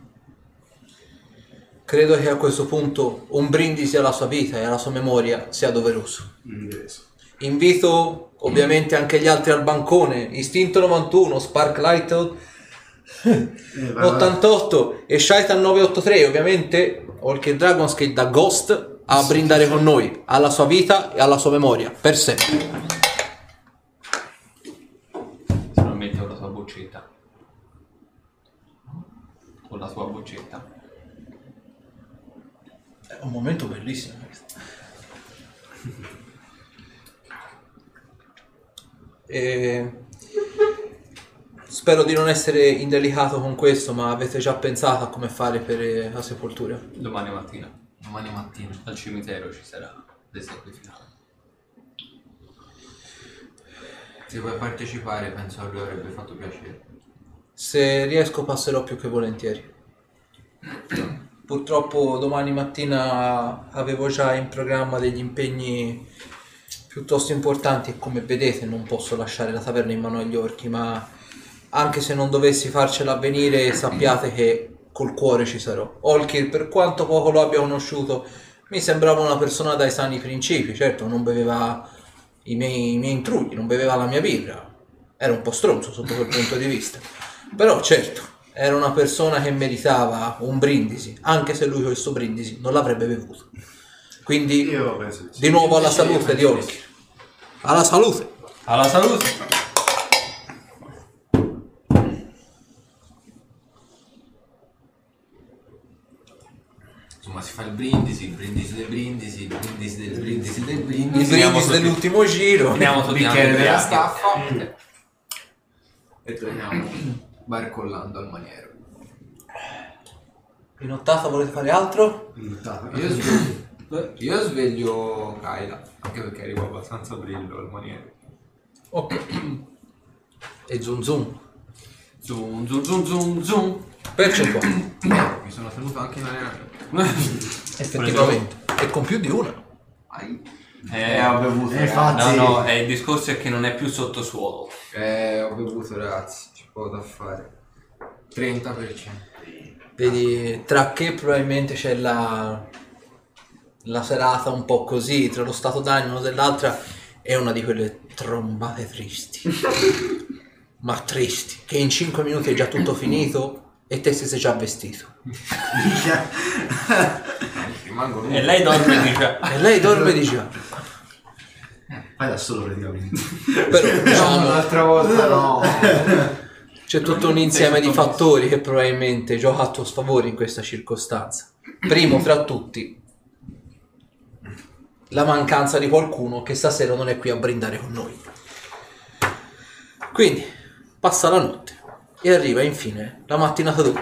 Credo che a questo punto un brindisi alla sua vita e alla sua memoria sia doveroso. Ingreso. Invito ovviamente anche gli altri al bancone, Istinto 91, Sparklight 88 e Shaitan 983, ovviamente, oltre il Dragon's Gate da Ghost, a brindare con noi, alla sua vita e alla sua memoria, per sempre. Se non metti con la tua boccetta. Con la tua boccetta. È un momento bellissimo questo. Spero di non essere indelicato con questo, ma avete già pensato a come fare per la sepoltura? Domani mattina Domani mattina. al cimitero ci sarà l'esequio finale. Se vuoi partecipare, penso a lui avrebbe fatto piacere. Se riesco passerò più che volentieri. Purtroppo domani mattina avevo già in programma degli impegni piuttosto importanti e come vedete non posso lasciare la taverna in mano agli orchi, ma anche se non dovessi farcela avvenire sappiate che col cuore ci sarò. Olkir, per quanto poco lo abbia conosciuto, mi sembrava una persona dai sani principi. Certo, non beveva i miei intrugli, non beveva la mia birra, era un po' stronzo sotto quel punto di vista, però certo era una persona che meritava un brindisi, anche se lui questo brindisi non l'avrebbe bevuto. Quindi Io penso di sì. di nuovo alla salute di Olkir. Alla salute. Alla salute! Insomma, si fa il brindisi del brindisi, il brindisi del brindisi del Il brindisi. brindisi dell'ultimo giro. Finiamo tutti Bicchiere anche della ubriachi. staffa e torniamo barcollando al maniero. In nottata volete fare altro? Io sveglio Kyla, anche perché arrivo abbastanza brillo al maniero. Ok. E zoom zoom. Zoom zoom zoom zoom zoom. Percentuale. Mi sono tenuto anche in allenamento. Effettivamente. E con più di una. Ho bevuto. infatti- No, il discorso è che non è più sottosuolo. Ho bevuto, ragazzi, c'è poco da fare. 30%. Vedi, tra che probabilmente c'è la serata un po' così, tra lo stato d'animo dell'altra, è una di quelle trombate tristi. Ma tristi, che in 5 minuti è già tutto finito e te si sei già vestito. Rimango E lei dorme di già. E lei dorme di già. Fai da solo praticamente. Però diciamo, l'altra volta no. c'è tutto un insieme di fattori che probabilmente gioca a tuo sfavore in questa circostanza. Primo fra tutti, la mancanza di qualcuno che stasera non è qui a brindare con noi. Quindi passa la notte e arriva infine la mattinata dopo.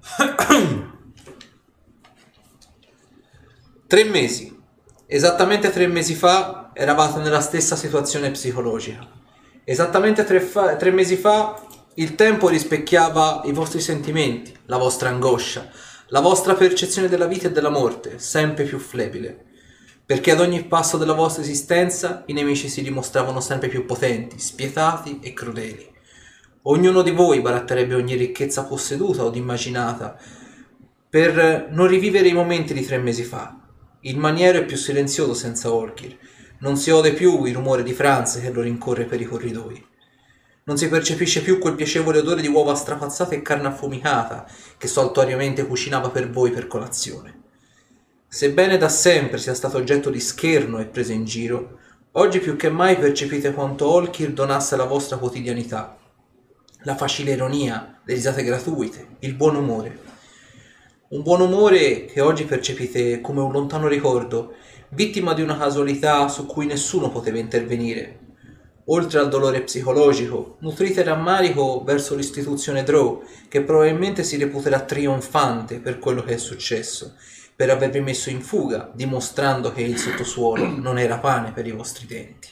3 mesi, esattamente 3 mesi fa eravate nella stessa situazione psicologica. Esattamente 3 mesi fa il tempo rispecchiava i vostri sentimenti, la vostra angoscia, la vostra percezione della vita e della morte, sempre più flebile. Perché ad ogni passo della vostra esistenza i nemici si dimostravano sempre più potenti, spietati e crudeli. Ognuno di voi baratterebbe ogni ricchezza posseduta o immaginata per non rivivere i momenti di 3 mesi fa. Il maniero è più silenzioso senza Olkir. Non si ode più il rumore di Franz che lo rincorre per i corridoi. Non si percepisce più quel piacevole odore di uova strapazzate e carne affumicata che saltuariamente cucinava per voi per colazione. Sebbene da sempre sia stato oggetto di scherno e presa in giro, oggi più che mai percepite quanto Olkir donasse alla vostra quotidianità. La facile ironia, le risate gratuite, il buon umore. Un buon umore che oggi percepite come un lontano ricordo, vittima di una casualità su cui nessuno poteva intervenire. Oltre al dolore psicologico, nutrite rammarico verso l'istituzione Drow, che probabilmente si reputerà trionfante per quello che è successo, per avervi messo in fuga, dimostrando che il sottosuolo non era pane per i vostri denti.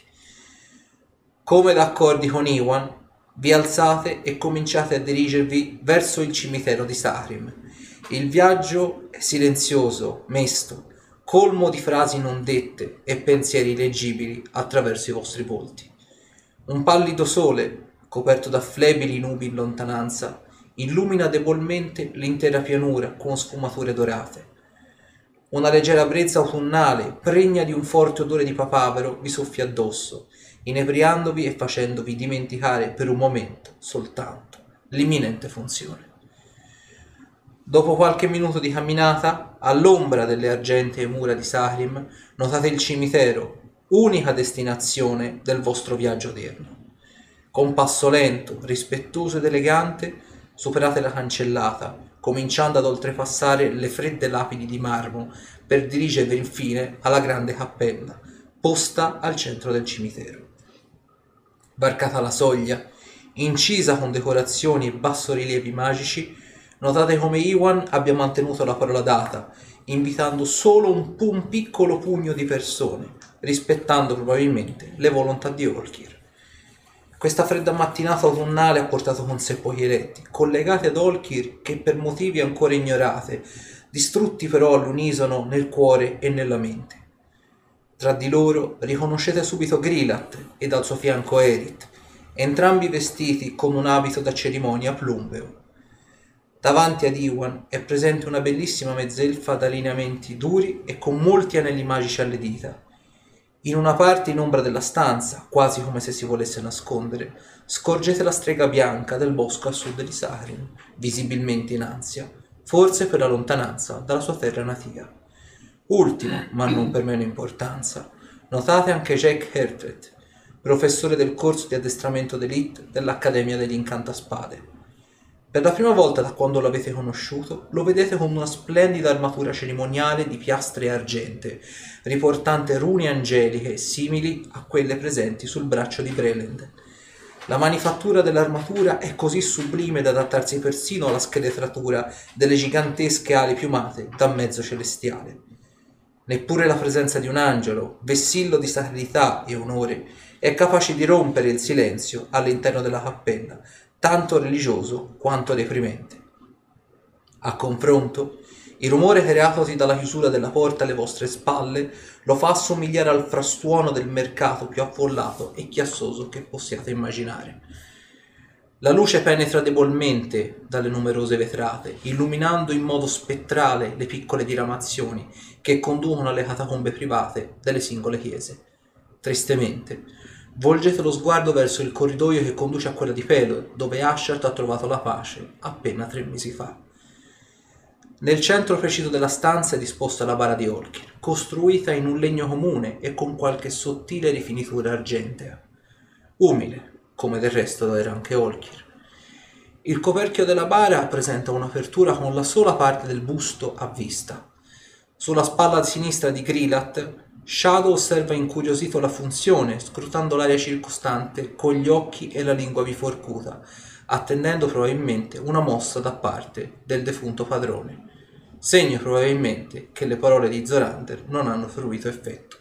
Come d'accordi con Iwan, vi alzate e cominciate a dirigervi verso il cimitero di Sarim. Il viaggio è silenzioso, mesto, colmo di frasi non dette e pensieri leggibili attraverso i vostri volti. Un pallido sole, coperto da flebili nubi in lontananza, illumina debolmente l'intera pianura con sfumature dorate. Una leggera brezza autunnale, pregna di un forte odore di papavero, vi soffia addosso, inebriandovi e facendovi dimenticare per un momento soltanto l'imminente funzione. Dopo qualche minuto di camminata, all'ombra delle argentee mura di Sarim, notate il cimitero, unica destinazione del vostro viaggio odierno. Con passo lento, rispettoso ed elegante, superate la cancellata, cominciando ad oltrepassare le fredde lapidi di marmo per dirigervi infine alla grande cappella, posta al centro del cimitero. Varcata la soglia, incisa con decorazioni e bassorilievi magici, notate come Iwan abbia mantenuto la parola data, invitando solo un piccolo pugno di persone, rispettando probabilmente le volontà di Olkir. Questa fredda mattinata autunnale ha portato con sé pochi eletti, collegati ad Olkir che per motivi ancora ignorate, distrutti però all'unisono nel cuore e nella mente. Tra di loro riconoscete subito Grilat ed al suo fianco Erit, entrambi vestiti con un abito da cerimonia plumbeo. Davanti ad Iwan è presente una bellissima mezzelfa da lineamenti duri e con molti anelli magici alle dita. In una parte in ombra della stanza, quasi come se si volesse nascondere, scorgete la strega bianca del bosco a sud di Sarim, visibilmente in ansia, forse per la lontananza dalla sua terra natia. Ultimo, ma non per meno importanza, notate anche Jack Hertred, professore del corso di addestramento d'élite dell'Accademia degli Incantaspade. Per la prima volta da quando l'avete conosciuto, lo vedete con una splendida armatura cerimoniale di piastre argente, riportante rune angeliche simili a quelle presenti sul braccio di Breland. La manifattura dell'armatura è così sublime da adattarsi persino alla scheletratura delle gigantesche ali piumate da mezzo celestiale. Neppure la presenza di un angelo, vessillo di sacralità e onore, è capace di rompere il silenzio all'interno della cappella, tanto religioso quanto deprimente. A confronto, il rumore creatosi dalla chiusura della porta alle vostre spalle lo fa assomigliare al frastuono del mercato più affollato e chiassoso che possiate immaginare. La luce penetra debolmente dalle numerose vetrate, illuminando in modo spettrale le piccole diramazioni che conducono alle catacombe private delle singole chiese. Tristemente, volgete lo sguardo verso il corridoio che conduce a quella di Pelor, dove Ashart ha trovato la pace appena 3 mesi fa. Nel centro preciso della stanza è disposta la bara di Olkir, costruita in un legno comune e con qualche sottile rifinitura argentea. Umile, come del resto lo era anche Olkir. Il coperchio della bara presenta un'apertura con la sola parte del busto a vista. Sulla spalla sinistra di Grilat, Shadow osserva incuriosito la funzione, scrutando l'aria circostante con gli occhi e la lingua biforcuta, attendendo probabilmente una mossa da parte del defunto padrone, segno probabilmente che le parole di Zorander non hanno fruito effetto.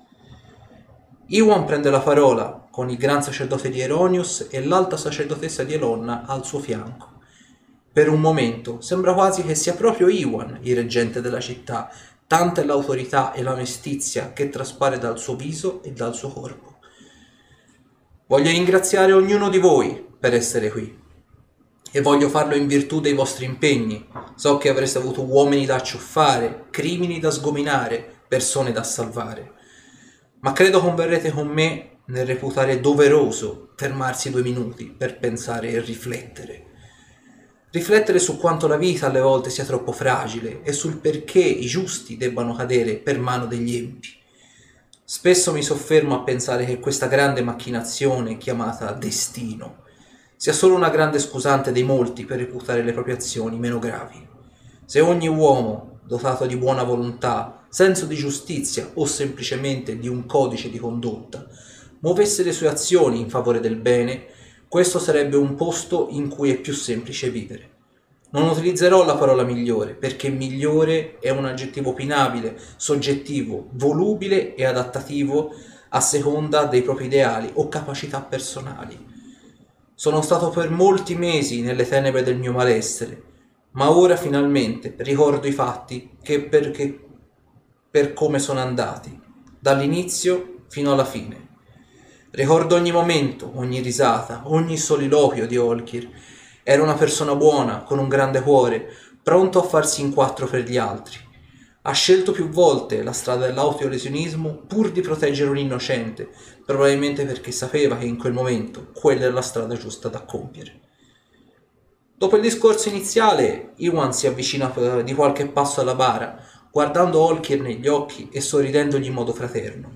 Iwan prende la parola con il gran sacerdote di Eronius e l'alta sacerdotessa di Elonna al suo fianco. Per un momento sembra quasi che sia proprio Iwan il reggente della città, tanta è l'autorità e la mestizia che traspare dal suo viso e dal suo corpo. Voglio ringraziare ognuno di voi per essere qui. E voglio farlo in virtù dei vostri impegni. So che avreste avuto uomini da acciuffare, crimini da sgominare, persone da salvare. Ma credo converrete con me nel reputare doveroso fermarsi 2 minuti per pensare e riflettere. Riflettere su quanto la vita alle volte sia troppo fragile e sul perché i giusti debbano cadere per mano degli empi. Spesso mi soffermo a pensare che questa grande macchinazione chiamata destino sia solo una grande scusante dei molti per reputare le proprie azioni meno gravi. Se ogni uomo, dotato di buona volontà, senso di giustizia o semplicemente di un codice di condotta, muovesse le sue azioni in favore del bene, questo sarebbe un posto in cui è più semplice vivere. Non utilizzerò la parola migliore, perché migliore è un aggettivo opinabile, soggettivo, volubile e adattativo a seconda dei propri ideali o capacità personali. Sono stato per molti mesi nelle tenebre del mio malessere, ma ora finalmente ricordo i fatti per come sono andati, dall'inizio fino alla fine. Ricordo ogni momento, ogni risata, ogni soliloquio di Olkir. Era una persona buona, con un grande cuore, pronto a farsi in 4 per gli altri. Ha scelto più volte la strada dell'autolesionismo pur di proteggere un innocente, probabilmente perché sapeva che in quel momento quella era la strada giusta da compiere. Dopo il discorso iniziale, Iwan si avvicina di qualche passo alla bara, guardando Olkir negli occhi e sorridendogli in modo fraterno.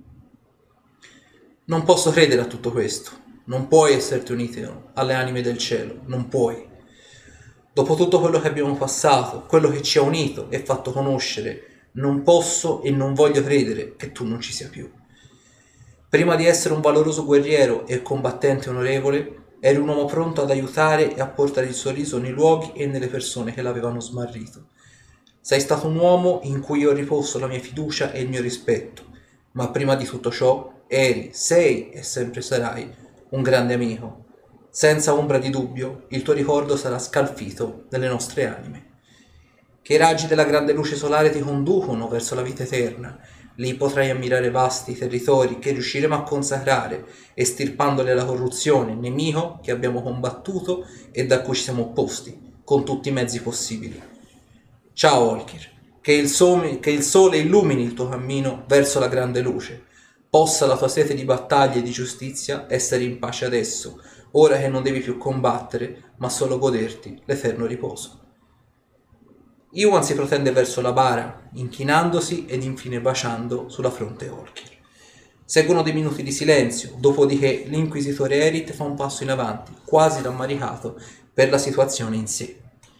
Non posso credere a tutto questo. Non puoi esserti unito alle anime del cielo, non puoi. Dopo tutto quello che abbiamo passato, quello che ci ha unito e fatto conoscere, non posso e non voglio credere che tu non ci sia più. Prima di essere un valoroso guerriero e combattente onorevole, eri un uomo pronto ad aiutare e a portare il sorriso nei luoghi e nelle persone che l'avevano smarrito. Sei stato un uomo in cui ho riposto la mia fiducia e il mio rispetto, ma prima di tutto ciò eri, sei e sempre sarai un grande amico. Senza ombra di dubbio, il tuo ricordo sarà scalfito nelle nostre anime. Che i raggi della grande luce solare ti conducono verso la vita eterna. Lì potrai ammirare vasti territori che riusciremo a consacrare, estirpandoli alla corruzione, nemico che abbiamo combattuto e da cui ci siamo opposti, con tutti i mezzi possibili. Ciao Olkir, che il sole illumini il tuo cammino verso la grande luce. Possa la tua sete di battaglia e di giustizia essere in pace adesso, ora che non devi più combattere, ma solo goderti l'eterno riposo. Iwan si protende verso la bara, inchinandosi ed infine baciando sulla fronte Olkir. Seguono dei minuti di silenzio, dopodiché l'inquisitore Erit fa un passo in avanti, quasi rammaricato per la situazione in sé.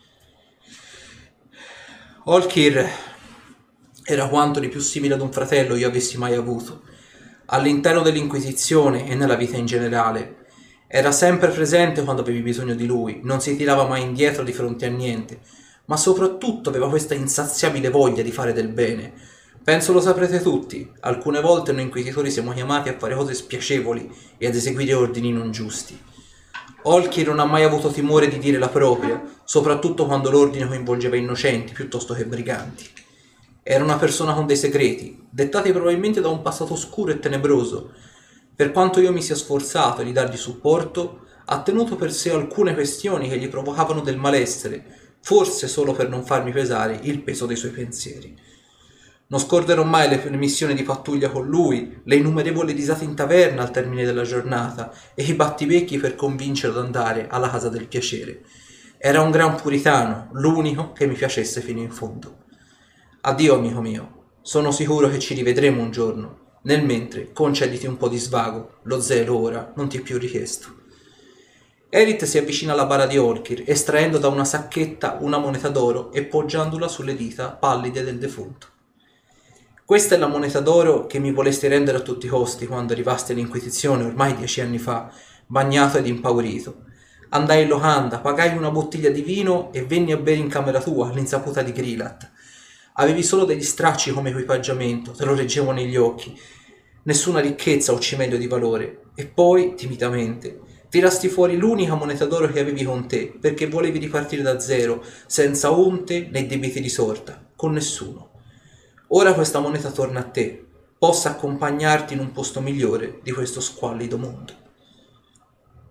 Olkir era quanto di più simile ad un fratello io avessi mai avuto. All'interno dell'Inquisizione e nella vita in generale. Era sempre presente quando avevi bisogno di lui, non si tirava mai indietro di fronte a niente, ma soprattutto aveva questa insaziabile voglia di fare del bene. Penso lo saprete tutti, alcune volte noi inquisitori siamo chiamati a fare cose spiacevoli e ad eseguire ordini non giusti. Olkir non ha mai avuto timore di dire la propria, soprattutto quando l'ordine coinvolgeva innocenti piuttosto che briganti. Era una persona con dei segreti, dettati probabilmente da un passato oscuro e tenebroso. Per quanto io mi sia sforzato di dargli supporto, ha tenuto per sé alcune questioni che gli provocavano del malessere, forse solo per non farmi pesare il peso dei suoi pensieri. Non scorderò mai le missioni di pattuglia con lui, le innumerevoli risate in taverna al termine della giornata e i battibecchi per convincerlo ad andare alla casa del piacere. Era un gran puritano, l'unico che mi piacesse fino in fondo. Addio amico mio, sono sicuro che ci rivedremo un giorno. Nel mentre concediti un po' di svago, lo zelo ora non ti è più richiesto. Erit si avvicina alla bara di Olkir, estraendo da una sacchetta una moneta d'oro e poggiandola sulle dita pallide del defunto. Questa è la moneta d'oro che mi volesti rendere a tutti i costi quando arrivasti all'Inquisizione ormai 10 anni fa, bagnato ed impaurito. Andai in locanda, pagai una bottiglia di vino e venni a bere in camera tua all'insaputa di Grilat. Avevi solo degli stracci come equipaggiamento, te lo reggevo negli occhi. Nessuna ricchezza o cimelio di valore. E poi, timidamente, tirasti fuori l'unica moneta d'oro che avevi con te, perché volevi ripartire da zero, senza onte né debiti di sorta, con nessuno. Ora questa moneta torna a te, possa accompagnarti in un posto migliore di questo squallido mondo.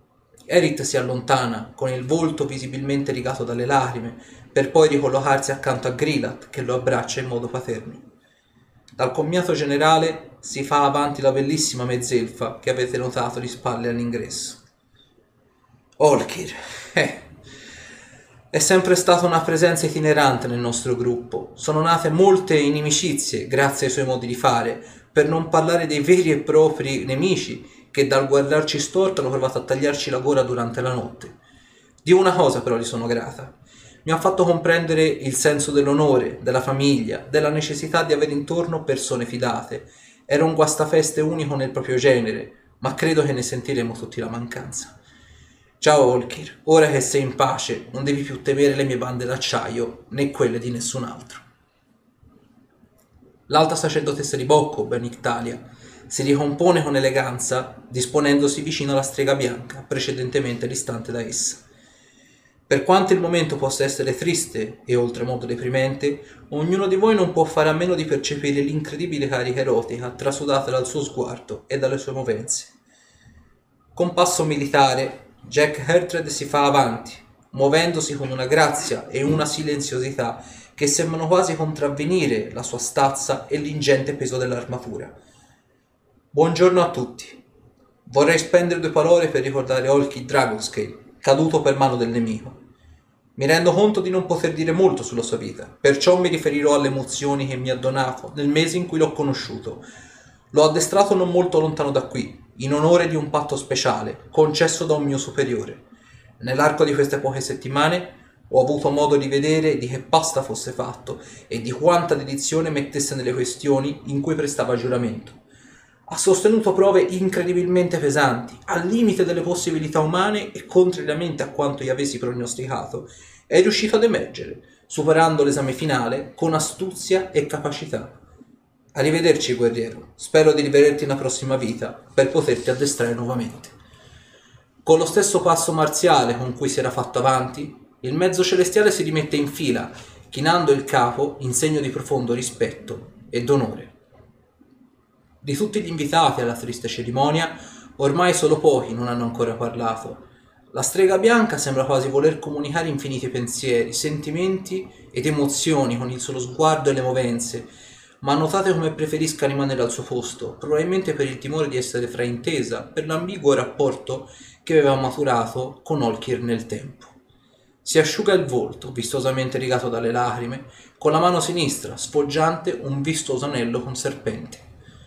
Erit si allontana, con il volto visibilmente rigato dalle lacrime, per poi ricollocarsi accanto a Grilat, che lo abbraccia in modo paterno. Dal commiato generale si fa avanti la bellissima mezzelfa che avete notato di spalle all'ingresso. Olkir, è sempre stata una presenza itinerante nel nostro gruppo. Sono nate molte inimicizie grazie ai suoi modi di fare, per non parlare dei veri e propri nemici che dal guardarci storto hanno provato a tagliarci la gola durante la notte. Di una cosa però gli sono grata. Mi ha fatto comprendere il senso dell'onore, della famiglia, della necessità di avere intorno persone fidate. Era un guastafeste unico nel proprio genere, ma credo che ne sentiremo tutti la mancanza. Ciao Olkir, ora che sei in pace, non devi più temere le mie bande d'acciaio, né quelle di nessun altro. L'alta sacerdotessa di Bocco, Benictalia, si ricompone con eleganza, disponendosi vicino alla strega bianca, precedentemente distante da essa. Per quanto il momento possa essere triste e oltremodo deprimente, ognuno di voi non può fare a meno di percepire l'incredibile carica erotica trasudata dal suo sguardo e dalle sue movenze. Con passo militare, Jack Hertred si fa avanti, muovendosi con una grazia e una silenziosità che sembrano quasi contravvenire la sua stazza e l'ingente peso dell'armatura. Buongiorno a tutti. Vorrei spendere 2 parole per ricordare Olkir Dragonscale, caduto per mano del nemico. Mi rendo conto di non poter dire molto sulla sua vita, perciò mi riferirò alle emozioni che mi ha donato nel mese in cui l'ho conosciuto. L'ho addestrato non molto lontano da qui, in onore di un patto speciale, concesso da un mio superiore. Nell'arco di queste poche settimane ho avuto modo di vedere di che pasta fosse fatto e di quanta dedizione mettesse nelle questioni in cui prestava giuramento. Ha sostenuto prove incredibilmente pesanti, al limite delle possibilità umane e contrariamente a quanto gli avessi prognosticato, è riuscito ad emergere, superando l'esame finale con astuzia e capacità. Arrivederci, guerriero. Spero di rivederti nella prossima vita per poterti addestrare nuovamente. Con lo stesso passo marziale con cui si era fatto avanti, il mezzo celestiale si rimette in fila, chinando il capo in segno di profondo rispetto e d'onore. Di tutti gli invitati alla triste cerimonia, ormai solo pochi non hanno ancora parlato. La strega bianca sembra quasi voler comunicare infiniti pensieri, sentimenti ed emozioni con il solo sguardo e le movenze, ma notate come preferisca rimanere al suo posto, probabilmente per il timore di essere fraintesa per l'ambiguo rapporto che aveva maturato con Olkir nel tempo. Si asciuga il volto, vistosamente rigato dalle lacrime, con la mano sinistra, sfoggiante un vistoso anello con serpente.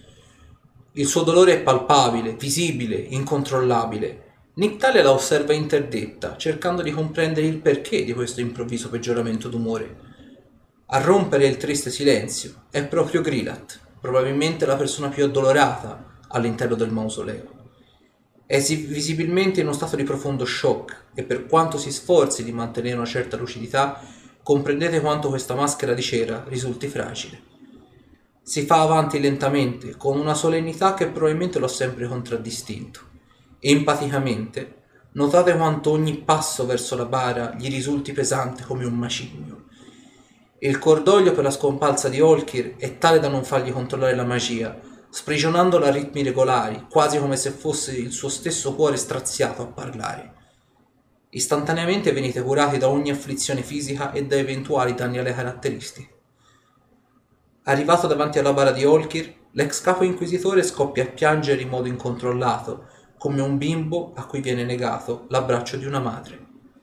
Il suo dolore è palpabile, visibile, incontrollabile. Nictalia la osserva interdetta, cercando di comprendere il perché di questo improvviso peggioramento d'umore. A rompere il triste silenzio è proprio Grilat, probabilmente la persona più addolorata all'interno del mausoleo. È visibilmente in uno stato di profondo shock e per quanto si sforzi di mantenere una certa lucidità, comprendete quanto questa maschera di cera risulti fragile. Si fa avanti lentamente, con una solennità che probabilmente lo ha sempre contraddistinto. Empaticamente, notate quanto ogni passo verso la bara gli risulti pesante come un macigno. Il cordoglio per la scomparsa di Olkir è tale da non fargli controllare la magia, sprigionandola a ritmi regolari, quasi come se fosse il suo stesso cuore straziato a parlare. Istantaneamente venite curati da ogni afflizione fisica e da eventuali danni alle caratteristiche. Arrivato davanti alla bara di Olkir, l'ex capo inquisitore scoppia a piangere in modo incontrollato, come un bimbo a cui viene negato l'abbraccio di una madre.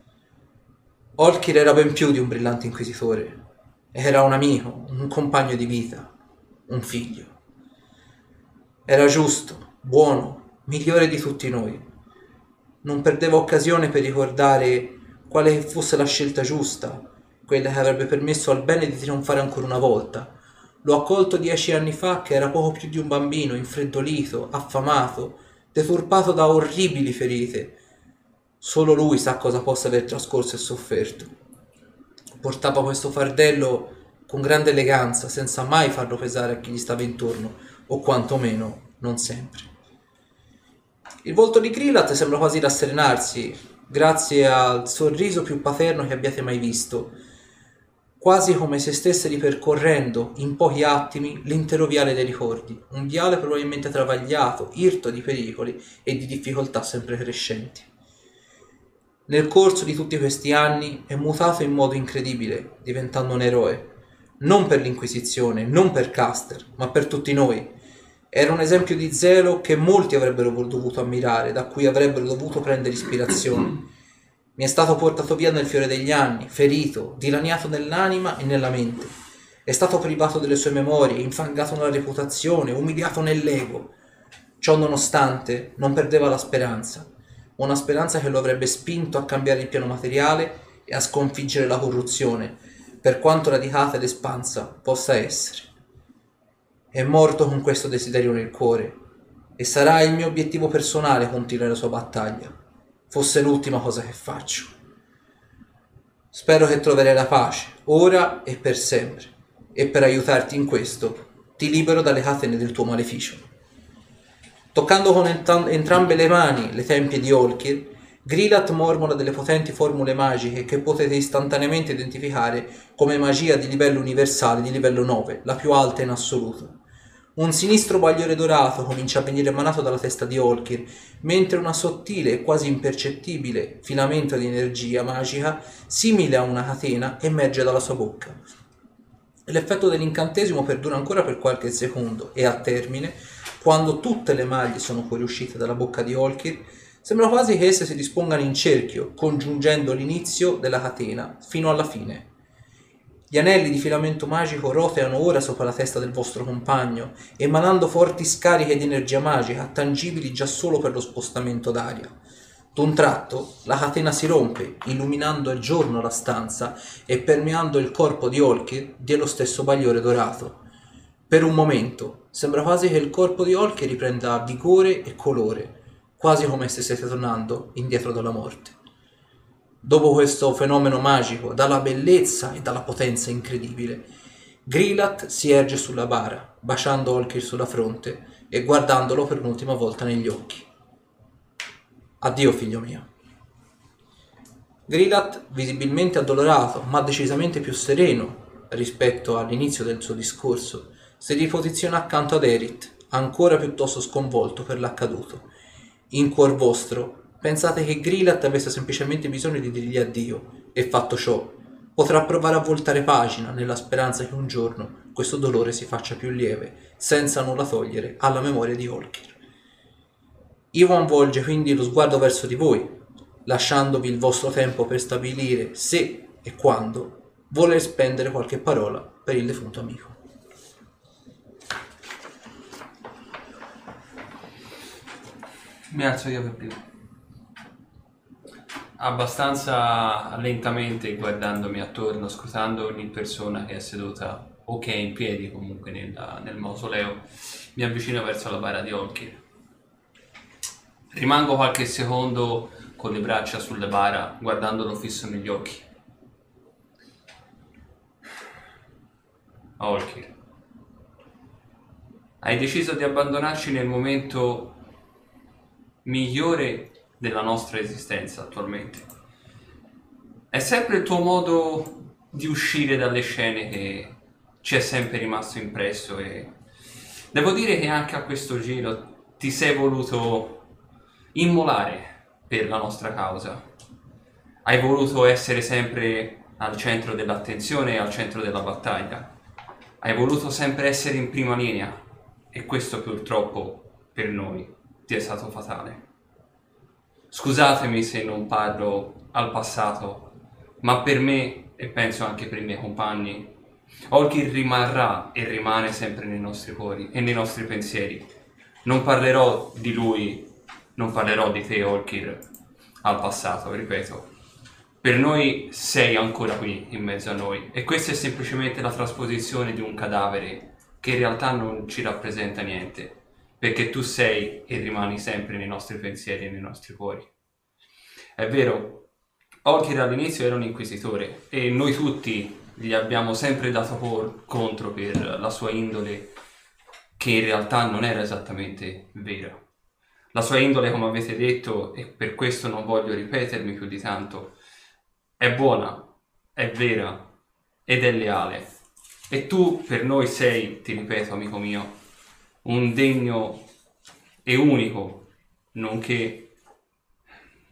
Olkir era ben più di un brillante inquisitore. Era un amico, un compagno di vita, un figlio. Era giusto, buono, migliore di tutti noi. Non perdeva occasione per ricordare quale fosse la scelta giusta, quella che avrebbe permesso al bene di trionfare ancora una volta. L'ho accolto 10 anni fa che era poco più di un bambino, infreddolito, affamato, deturpato da orribili ferite. Solo lui sa cosa possa aver trascorso e sofferto. Portava questo fardello con grande eleganza, senza mai farlo pesare a chi gli stava intorno, o quantomeno non sempre. Il volto di Grilat sembra quasi rasserenarsi, grazie al sorriso più paterno che abbiate mai visto, quasi come se stesse ripercorrendo in pochi attimi l'intero viale dei ricordi, un viale probabilmente travagliato, irto di pericoli e di difficoltà sempre crescenti. Nel corso di tutti questi anni è mutato in modo incredibile, diventando un eroe. Non per l'Inquisizione, non per Caster, ma per tutti noi. Era un esempio di zelo che molti avrebbero dovuto ammirare, da cui avrebbero dovuto prendere ispirazione. Mi è stato portato via nel fiore degli anni, ferito, dilaniato nell'anima e nella mente. È stato privato delle sue memorie, infangato nella reputazione, umiliato nell'ego. Ciò nonostante, non perdeva la speranza. Una speranza che lo avrebbe spinto a cambiare il piano materiale e a sconfiggere la corruzione, per quanto radicata ed espansa possa essere. È morto con questo desiderio nel cuore, e sarà il mio obiettivo personale continuare la sua battaglia, fosse l'ultima cosa che faccio. Spero che troverai la pace, ora e per sempre, e per aiutarti in questo, ti libero dalle catene del tuo maleficio. Toccando con entrambe le mani le tempie di Olkir, Grilat mormora delle potenti formule magiche che potete istantaneamente identificare come magia di livello universale di livello 9, la più alta in assoluto. Un sinistro bagliore dorato comincia a venire emanato dalla testa di Olkir, mentre una sottile e quasi impercettibile filamento di energia magica, simile a una catena, emerge dalla sua bocca. L'effetto dell'incantesimo perdura ancora per qualche secondo e a termine, quando tutte le maglie sono fuoriuscite dalla bocca di Olkir, sembra quasi che esse si dispongano in cerchio, congiungendo l'inizio della catena fino alla fine. Gli anelli di filamento magico roteano ora sopra la testa del vostro compagno, emanando forti scariche di energia magica, tangibili già solo per lo spostamento d'aria. D'un tratto, la catena si rompe, illuminando a giorno la stanza e permeando il corpo di Olkir dello stesso bagliore dorato. Per un momento, sembra quasi che il corpo di Olkir riprenda vigore e colore, quasi come se stesse tornando indietro dalla morte. Dopo questo fenomeno magico, dalla bellezza e dalla potenza incredibile, Grilat si erge sulla bara, baciando Olkir sulla fronte e guardandolo per l'ultima volta negli occhi. Addio, figlio mio. Grilat, visibilmente addolorato, ma decisamente più sereno rispetto all'inizio del suo discorso, si riposiziona accanto ad Erit, ancora piuttosto sconvolto per l'accaduto. In cuor vostro, pensate che Grilat avesse semplicemente bisogno di dirgli addio, e fatto ciò, potrà provare a voltare pagina nella speranza che un giorno questo dolore si faccia più lieve, senza nulla togliere alla memoria di Olkir. Ivan volge quindi lo sguardo verso di voi, lasciandovi il vostro tempo per stabilire se e quando vuole spendere qualche parola per il defunto amico. Mi alzo io per primo. Abbastanza lentamente, guardandomi attorno, scrutando ogni persona che è seduta o che è in piedi comunque nel mausoleo, mi avvicino verso la bara di Olkir. Rimango qualche secondo con le braccia sulle bara, guardandolo fisso negli occhi. Olkir, hai deciso di abbandonarci nel momento migliore della nostra esistenza attualmente. È sempre il tuo modo di uscire dalle scene che ci è sempre rimasto impresso, e devo dire che anche a questo giro ti sei voluto immolare per la nostra causa. Hai voluto essere sempre al centro dell'attenzione e al centro della battaglia. Hai voluto sempre essere in prima linea, e questo purtroppo per noi ti è stato fatale. Scusatemi se non parlo al passato, ma per me, e penso anche per i miei compagni, Olkir rimarrà e rimane sempre nei nostri cuori e nei nostri pensieri. Non parlerò di lui, non parlerò di te, Olkir, al passato, ripeto. Per noi sei ancora qui in mezzo a noi, e questa è semplicemente la trasposizione di un cadavere che in realtà non ci rappresenta niente, perché tu sei e rimani sempre nei nostri pensieri e nei nostri cuori. È vero, Olkir all'inizio era un inquisitore e noi tutti gli abbiamo sempre dato contro per la sua indole, che in realtà non era esattamente vera. La sua indole, come avete detto, e per questo non voglio ripetermi più di tanto, è buona, è vera ed è leale. E tu per noi sei, ti ripeto amico mio, un degno e unico, nonché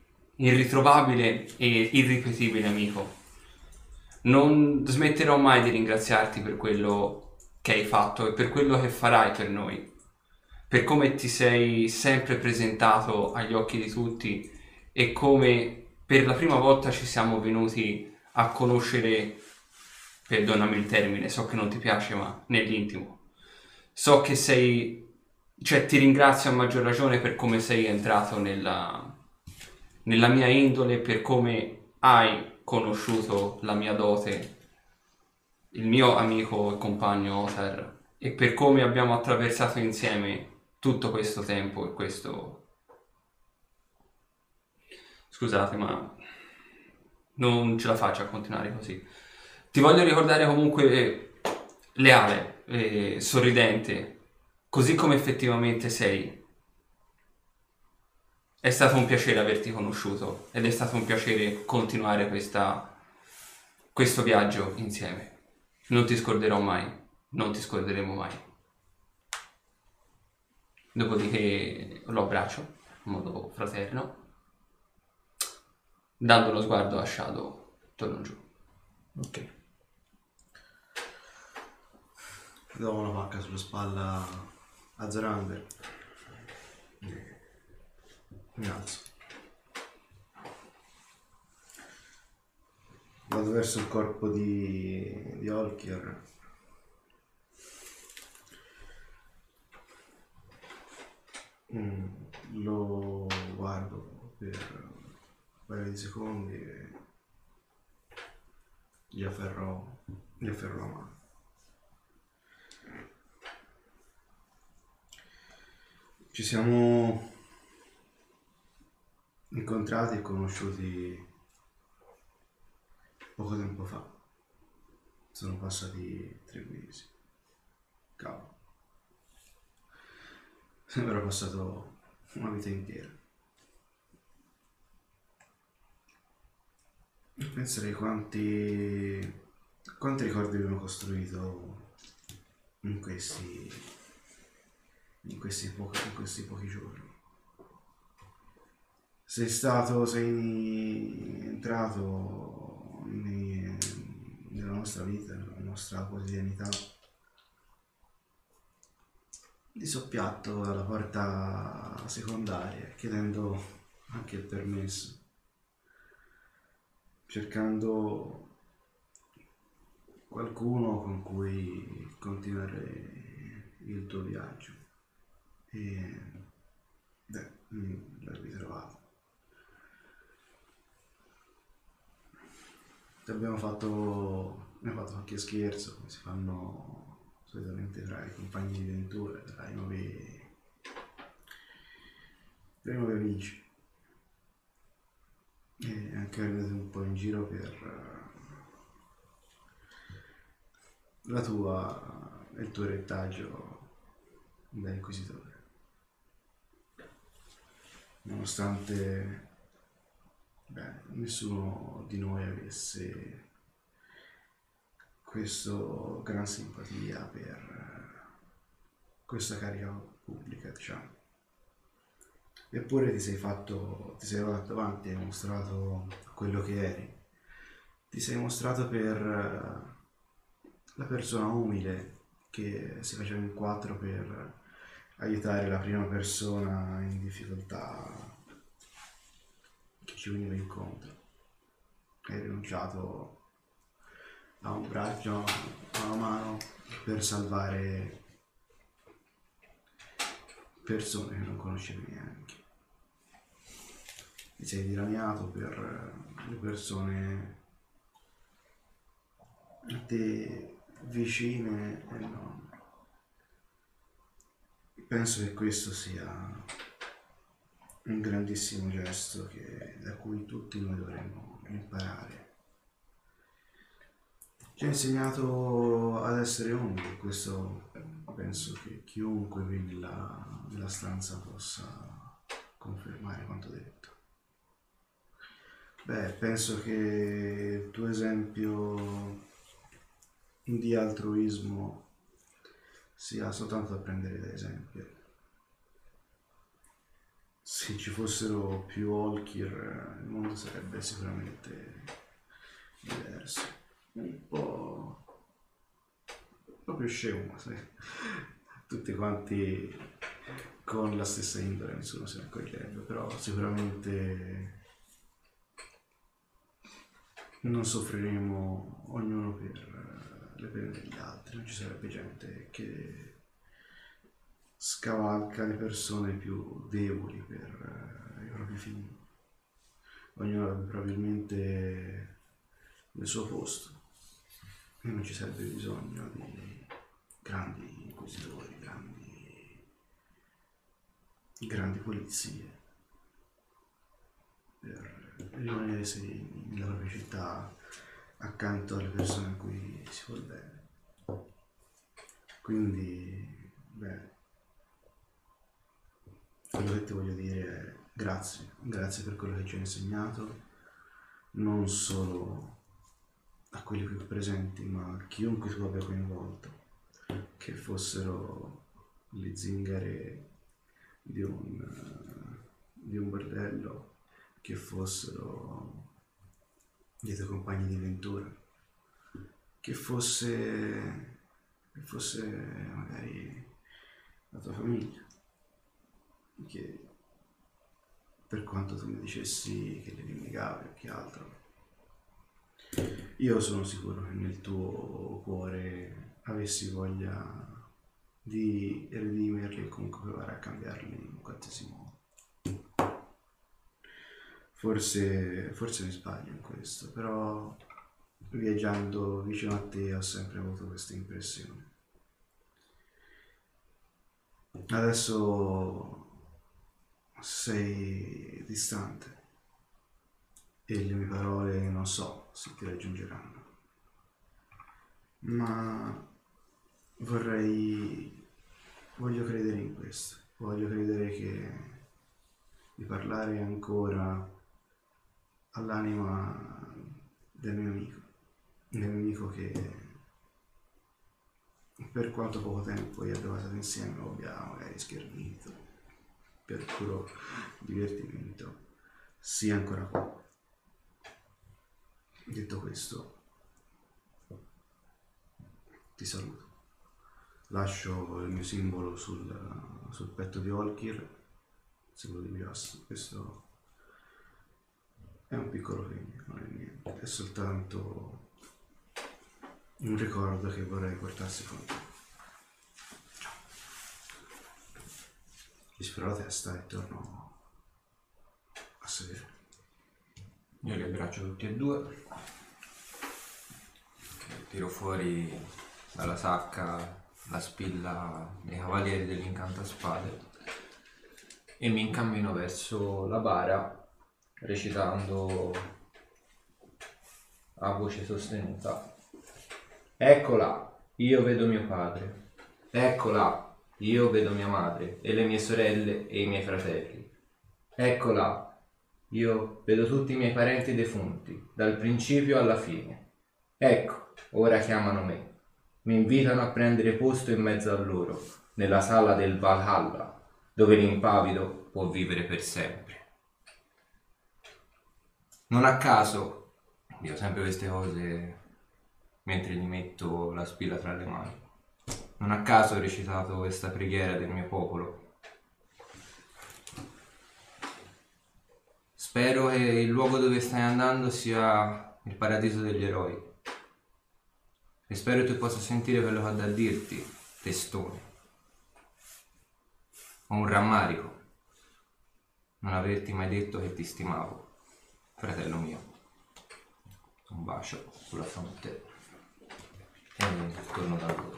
irritrovabile e irripetibile amico. Non smetterò mai di ringraziarti per quello che hai fatto e per quello che farai per noi, per come ti sei sempre presentato agli occhi di tutti e come per la prima volta ci siamo venuti a conoscere, perdonami il termine, so che non ti piace, ma nell'intimo. So che ti ringrazio a maggior ragione per come sei entrato nella mia indole, per come hai conosciuto la mia dote, il mio amico e compagno Otar, e per come abbiamo attraversato insieme tutto questo tempo e questo... Scusate, ma non ce la faccio a continuare così. Ti voglio ricordare comunque leale, sorridente, così come effettivamente sei. È stato un piacere averti conosciuto ed è stato un piacere continuare questo viaggio insieme. Non ti scorderò mai, non ti scorderemo mai. Dopodiché lo abbraccio in modo fraterno, dando uno sguardo a Shadow, torno giù. Ok. Do una pacca sulla spalla a Zorander. Mi alzo. Vado verso il corpo di Olkir. Lo guardo per un paio di secondi e gli afferro la mano. Ci siamo incontrati e conosciuti poco tempo fa. Sono passati 3 mesi. Cavolo. Sembra passato una vita intera. Penserei quanti ricordi abbiamo costruito in questi pochi giorni. Sei entrato nella nostra vita, nella nostra quotidianità, di soppiatto dalla porta secondaria, chiedendo anche il permesso, cercando qualcuno con cui continuare il tuo viaggio. E l'hai ritrovato. Abbiamo fatto qualche scherzo, come si fanno solitamente tra i compagni di avventura, tra i nuovi amici. E anche andate un po' in giro per il tuo retaggio da inquisitore. Nonostante nessuno di noi avesse questa gran simpatia per questa carica pubblica, diciamo. Eppure ti sei fatto avanti, hai mostrato quello che eri. Ti sei mostrato per la persona umile che si faceva in quattro per aiutare la prima persona in difficoltà che ci veniva incontro. Hai rinunciato a un braccio, a una mano per salvare persone che non conoscevi neanche. Ti sei dilaniato per le persone a te vicine e non. Penso che questo sia un grandissimo gesto da cui tutti noi dovremmo imparare. Ci ha insegnato ad essere umili, questo penso che chiunque qui nella stanza possa confermare quanto detto. Penso che il tuo esempio di altruismo sia soltanto da prendere da esempio. se ci fossero più Olkir il mondo sarebbe sicuramente diverso. Un po' più scemo, sai? Tutti quanti con la stessa indole, nessuno se ne accorgerebbe, però sicuramente non soffriremo ognuno per le pene degli altri, non ci sarebbe gente che scavalca le persone più deboli per i propri fini. Ognuno avrebbe probabilmente il suo posto e non ci sarebbe bisogno di grandi inquisitori, grandi polizie per rimanere sereni nella propria città accanto alle persone a cui si vuol bene. Quindi, quello che ti voglio dire è grazie per quello che ci hai insegnato, non solo a quelli qui presenti, ma a chiunque tu abbia coinvolto, che fossero le zingare di un bordello, che fossero i tuoi compagni di avventura, che fosse magari la tua famiglia, che per quanto tu mi dicessi che li rinnegavi o che altro, io sono sicuro che nel tuo cuore avessi voglia di redimerli e comunque provare a cambiarli in qualsiasi modo. Forse mi sbaglio in questo, però viaggiando vicino a te ho sempre avuto questa impressione. Adesso sei distante e le mie parole non so se ti raggiungeranno, ma voglio credere in questo, voglio credere che di parlare ancora all'anima del mio amico che per quanto poco tempo io abbia passato insieme o abbia magari schernito per puro divertimento, sia ancora qua. Detto questo, ti saluto. Lascio il mio simbolo sul petto di Olkir, se quello di Bias. Questo è un piccolo segno, non è niente, è soltanto un ricordo che vorrei portarsi con te. Ciao. Gli sfero la testa e torno a sedere. Io li abbraccio tutti e due, tiro fuori dalla sacca la spilla dei cavalieri dell'incantaspade e mi incammino verso la bara recitando a voce sostenuta: eccola, io vedo mio padre, eccola, io vedo mia madre e le mie sorelle e i miei fratelli, eccola, io vedo tutti i miei parenti defunti, dal principio alla fine. Ecco, ora chiamano me. Mi invitano a prendere posto in mezzo a loro, nella sala del Valhalla, dove l'impavido può vivere per sempre. Non a caso, dico sempre queste cose mentre gli metto la spilla tra le mani, non a caso ho recitato questa preghiera del mio popolo. Spero che il luogo dove stai andando sia il paradiso degli eroi. E spero tu possa sentire quello che ho da dirti, testone. Ho un rammarico. Non averti mai detto che ti stimavo, fratello mio. Un bacio sulla fronte. E torno da loro.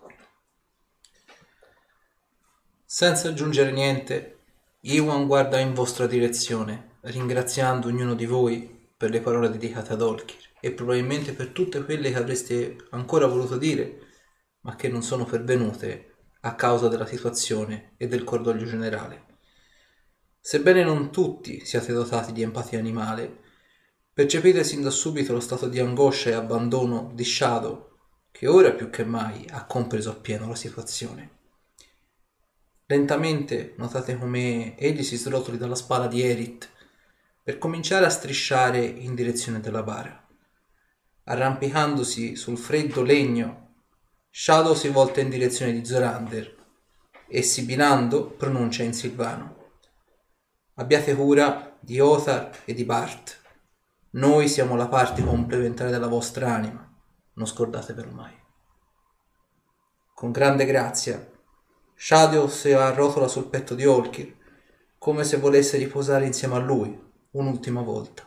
Senza aggiungere niente, Iwan guarda in vostra direzione, ringraziando ognuno di voi per le parole dedicate ad Olkir e probabilmente per tutte quelle che avreste ancora voluto dire, ma che non sono pervenute a causa della situazione e del cordoglio generale. Sebbene non tutti siate dotati di empatia animale, percepite sin da subito lo stato di angoscia e abbandono di Shadow, che ora più che mai ha compreso appieno la situazione. Lentamente notate come egli si srotoli dalla spalla di Erit per cominciare a strisciare in direzione della bara. Arrampicandosi sul freddo legno, Shadow si volta in direzione di Zorander e, sibilando, pronuncia in silvano: abbiate cura di Othar e di Bart. Noi siamo la parte complementare della vostra anima, non scordatevelo mai. Con grande grazia, Shadow si arrotola sul petto di Olkir, come se volesse riposare insieme a lui un'ultima volta.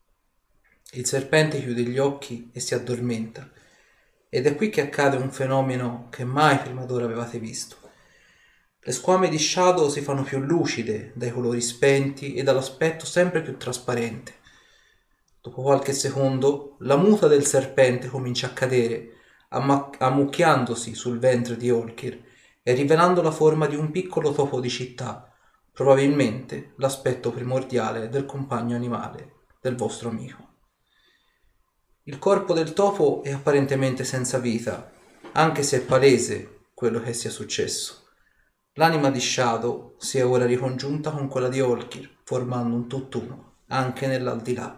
Il serpente chiude gli occhi e si addormenta, ed è qui che accade un fenomeno che mai prima d'ora avevate visto. Le squame di Shadow si fanno più lucide, dai colori spenti e dall'aspetto sempre più trasparente. Dopo qualche secondo, la muta del serpente comincia a cadere, ammucchiandosi sul ventre di Olkir e rivelando la forma di un piccolo topo di città, probabilmente l'aspetto primordiale del compagno animale del vostro amico. Il corpo del topo è apparentemente senza vita, anche se è palese quello che sia successo. L'anima di Shadow si è ora ricongiunta con quella di Olkir, formando un tutt'uno, anche nell'aldilà.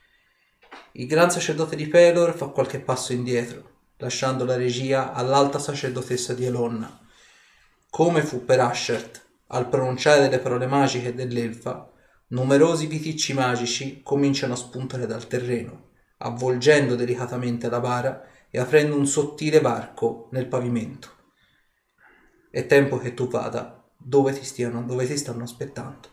Il gran sacerdote di Pelor fa qualche passo indietro, lasciando la regia all'alta sacerdotessa di Elonna. Come fu per Ashert, al pronunciare delle parole magiche dell'elfa, numerosi viticci magici cominciano a spuntare dal terreno, avvolgendo delicatamente la bara e aprendo un sottile varco nel pavimento. È tempo che tu vada dove ti stanno aspettando.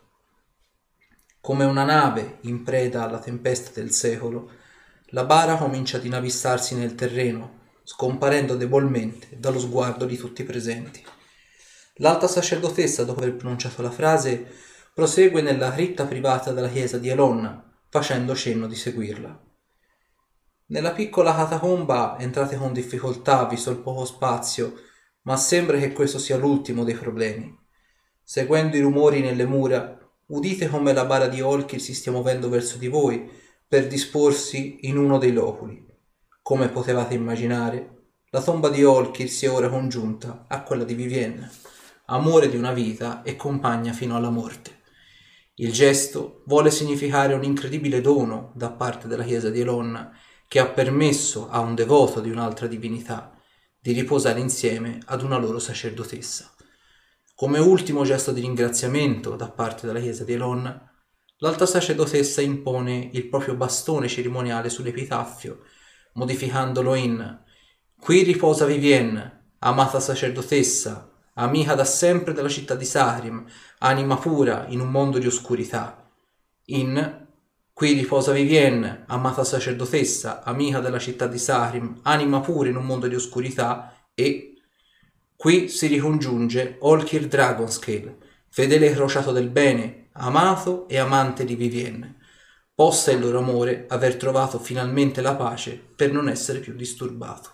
Come una nave in preda alla tempesta del secolo, la bara comincia ad inabissarsi nel terreno, scomparendo debolmente dallo sguardo di tutti i presenti. L'alta sacerdotessa, dopo aver pronunciato la frase, prosegue nella cripta privata della chiesa di Elonna, facendo cenno di seguirla. Nella piccola catacomba entrate con difficoltà, visto il poco spazio, ma sembra che questo sia l'ultimo dei problemi. Seguendo i rumori nelle mura, udite come la bara di Olkir si stia muovendo verso di voi per disporsi in uno dei loculi. Come potevate immaginare, la tomba di Olkir si è ora congiunta a quella di Vivienne, amore di una vita e compagna fino alla morte. Il gesto vuole significare un incredibile dono da parte della chiesa di Elonna, che ha permesso a un devoto di un'altra divinità di riposare insieme ad una loro sacerdotessa. Come ultimo gesto di ringraziamento da parte della chiesa di Elonna, l'alta sacerdotessa impone il proprio bastone cerimoniale sull'epitaffio, modificandolo in: qui riposa Vivienne, amata sacerdotessa, amica da sempre della città di Sahrim, anima pura in un mondo di oscurità. In: qui riposa Vivienne, amata sacerdotessa, amica della città di Sahrim, anima pura in un mondo di oscurità. E qui si ricongiunge Olkir Dragonscale, fedele crociato del bene, amato e amante di Vivienne. Possa il loro amore aver trovato finalmente la pace per non essere più disturbato.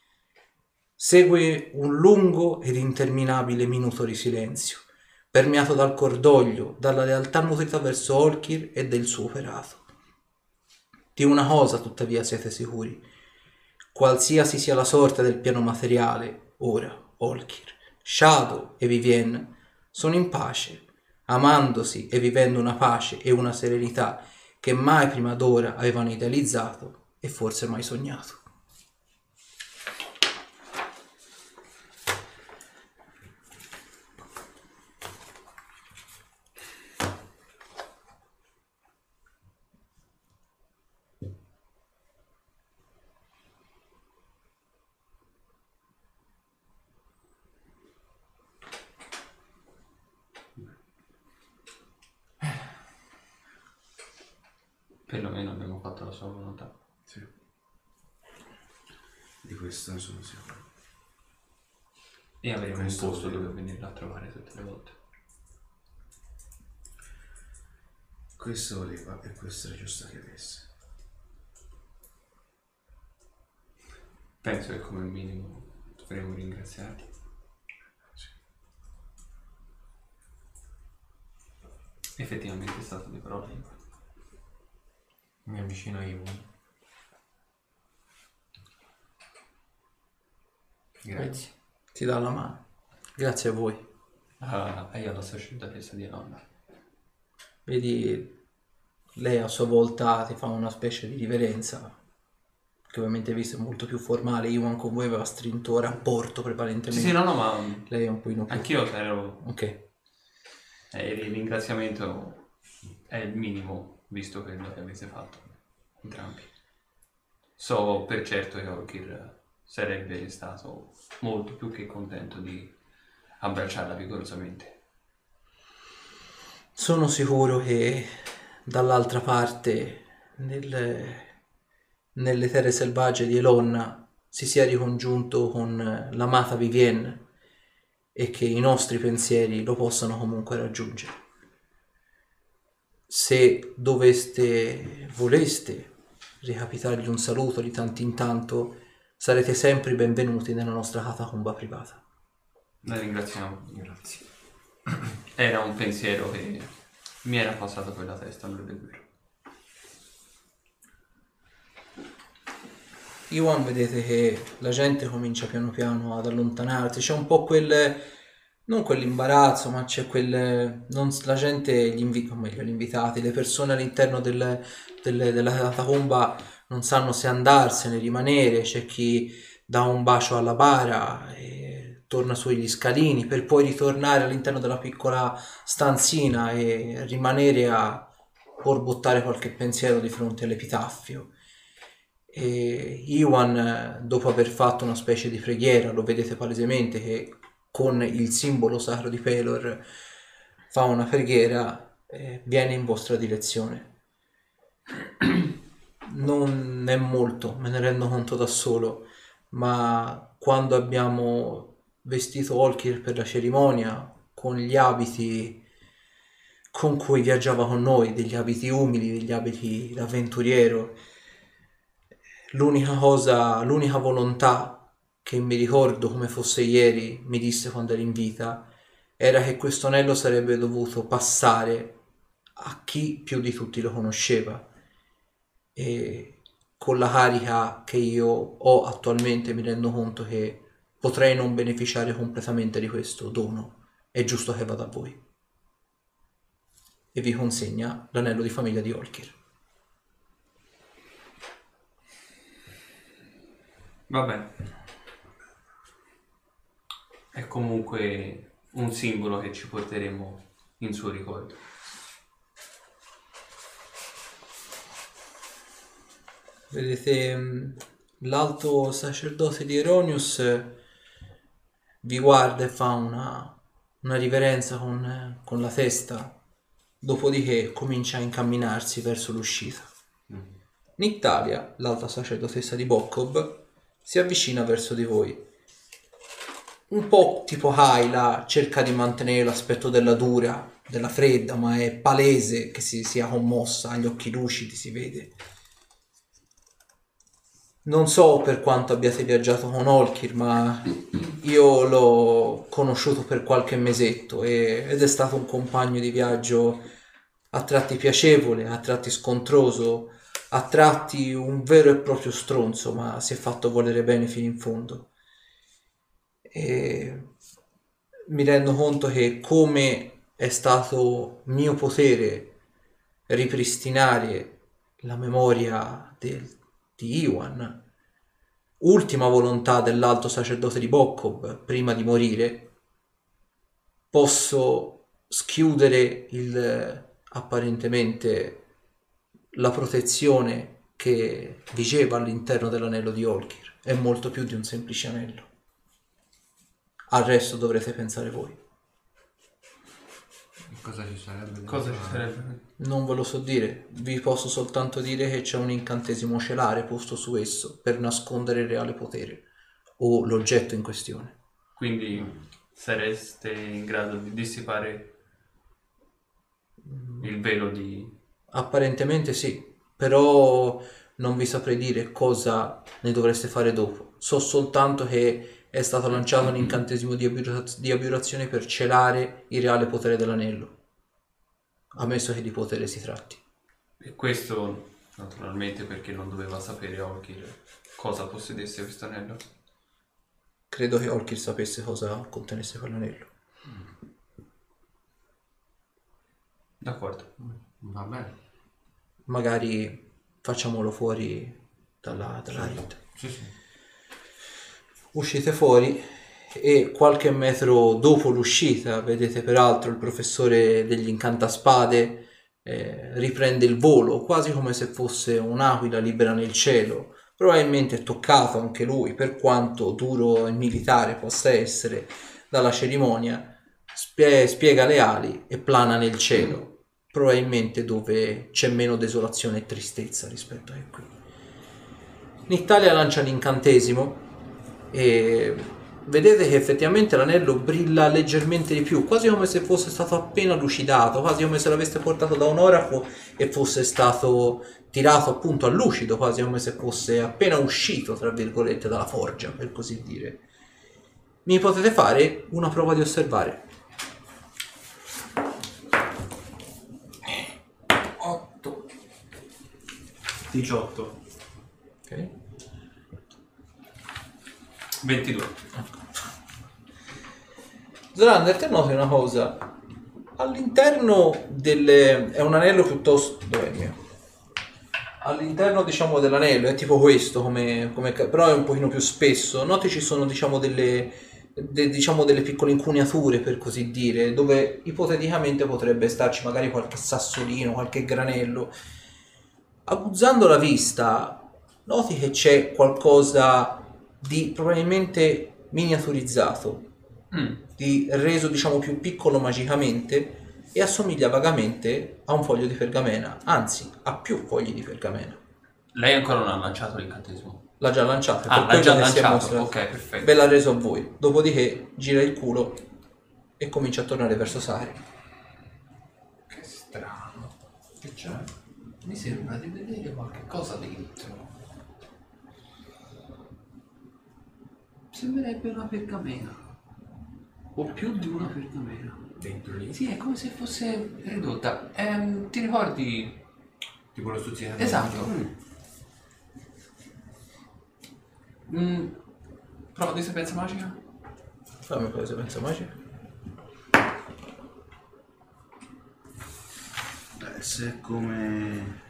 Segue un lungo ed interminabile minuto di silenzio, permeato dal cordoglio, dalla lealtà nutrita verso Olkir e del suo operato. Di una cosa, tuttavia, siete sicuri: qualsiasi sia la sorte del piano materiale, ora Olkir, Shadow e Vivienne sono in pace, amandosi e vivendo una pace e una serenità che mai prima d'ora avevano idealizzato e forse mai sognato. Perlomeno abbiamo fatto la sua volontà. Sì. Di questo ne sono sicuro. E avremo un Questo posto sì. dove venirla a trovare tutte le volte. Questo voleva e questo era giusto che avesse. Penso che come minimo dovremmo ringraziarti. Sì. Effettivamente è stato di parole. Mi avvicino io. Grazie. Ti dà la mano. Grazie a voi. e alla sacerdotessa di Elonna. Vedi, lei a sua volta ti fa una specie di riverenza, che ovviamente visto è molto più formale. Iwan con voi aveva stretto rapporto prevalentemente. Sì, no, ma lei è un po' più. anch'io ero... Ok. Il ringraziamento è il minimo, visto quello che avete fatto, entrambi. So per certo che Orkir sarebbe stato molto più che contento di abbracciarla vigorosamente. Sono sicuro che dall'altra parte, nelle terre selvagge di Elonna, si sia ricongiunto con l'amata Vivienne e che i nostri pensieri lo possano comunque raggiungere. Se voleste ricapitargli un saluto di tanto in tanto, sarete sempre benvenuti nella nostra catacomba privata. La ringraziamo. Grazie. Era un pensiero che mi era passato per la testa, non è vero. Iwan, vedete che la gente comincia piano piano ad allontanarsi, c'è un po' non quell'imbarazzo, ma c'è la gente, gli invitati, le persone all'interno della catacomba non sanno se andarsene, rimanere, c'è chi dà un bacio alla bara e torna sugli scalini per poi ritornare all'interno della piccola stanzina e rimanere a borbottare qualche pensiero di fronte all'epitaffio. E Iwan, dopo aver fatto una specie di preghiera, lo vedete palesemente che con il simbolo sacro di Pelor fa una preghiera, viene in vostra direzione. Non è molto, me ne rendo conto da solo, ma quando abbiamo vestito Olkir per la cerimonia con gli abiti con cui viaggiava con noi, degli abiti umili, degli abiti d'avventuriero, l'unica volontà che mi ricordo come fosse ieri mi disse quando ero in vita era che questo anello sarebbe dovuto passare a chi più di tutti lo conosceva, e con la carica che io ho attualmente mi rendo conto che potrei non beneficiare completamente di questo dono. È giusto che vada a voi. E vi consegna l'anello di famiglia di Olkir. Vabbè, è comunque un simbolo che ci porteremo in suo ricordo. Vedete l'alto sacerdote di Eronius vi guarda e fa una riverenza con la testa, dopodiché comincia a incamminarsi verso l'uscita. Nictalia, l'alta sacerdotessa di Bokob, si avvicina verso di voi. Un po' tipo Hyla, cerca di mantenere l'aspetto della dura, della fredda, ma è palese che si sia commossa, agli occhi lucidi si vede. Non so per quanto abbiate viaggiato con Olkir, ma io l'ho conosciuto per qualche mesetto ed è stato un compagno di viaggio a tratti piacevole, a tratti scontroso, a tratti un vero e proprio stronzo, ma si è fatto volere bene fino in fondo. E mi rendo conto che come è stato mio potere ripristinare la memoria di Iwan, ultima volontà dell'alto sacerdote di Bokob prima di morire, posso schiudere apparentemente la protezione che vigeva all'interno dell'anello di Olkir. È molto più di un semplice anello. Al resto dovrete pensare voi. Cosa ci sarebbe? Cosa ci sarebbe? Non ve lo so dire, vi posso soltanto dire che c'è un incantesimo celare posto su esso per nascondere il reale potere o l'oggetto in questione. Quindi sareste in grado di dissipare il velo di... Apparentemente sì, però non vi saprei dire cosa ne dovreste fare dopo. So soltanto che è stato lanciato un incantesimo di abiurazione per celare il reale potere dell'anello, ammesso che di potere si tratti. E questo naturalmente perché non doveva sapere Olkir cosa possedesse questo anello. Credo che Olkir sapesse cosa contenesse quell'anello. D'accordo. Va bene. Magari facciamolo fuori dalla ritta. Sì, sì. Uscite fuori e qualche metro dopo l'uscita vedete peraltro il professore degli incantaspade riprende il volo quasi come se fosse un'aquila libera nel cielo, probabilmente toccato anche lui, per quanto duro e militare possa essere dalla cerimonia. Spiega le ali e plana nel cielo, probabilmente dove c'è meno desolazione e tristezza rispetto a qui. Nitalia lancia l'incantesimo e vedete che effettivamente l'anello brilla leggermente di più, quasi come se fosse stato appena lucidato, quasi come se l'aveste portato da un orafo e fosse stato tirato appunto a lucido, quasi come se fosse appena uscito, tra virgolette, dalla forgia, per così dire. Mi potete fare una prova di osservare. 8. 18. Ok. 22. Zolander, te noti una cosa. All'interno è un anello piuttosto... Dov'è il mio? All'interno, diciamo, dell'anello è tipo questo, però è un pochino più spesso. Noti ci sono, diciamo, delle piccole incugnature, per così dire, dove ipoteticamente potrebbe starci magari qualche sassolino, qualche granello. Aguzzando la vista, noti che c'è qualcosa di probabilmente miniaturizzato, di reso, diciamo, più piccolo magicamente, e assomiglia vagamente a un foglio di pergamena, anzi a più fogli di pergamena. Lei ancora non ha lanciato l'incantesimo. L'ha già lanciato, Ah, l'ha già lanciato, ok, perfetto. Ve l'ha reso a voi, dopodiché gira il culo e comincia a tornare verso Sari. Che strano. Che c'è? Mi sembra di vedere qualche cosa dentro. Sembrerebbe una pergamena. O più di una pergamena. Dentro lì? Sì, è come se fosse ridotta. Ti ricordi? Tipo lo stuzzicadenti. Esatto. Prova di sapienza magica. Fammi un po' di sapienza magica. Se è come...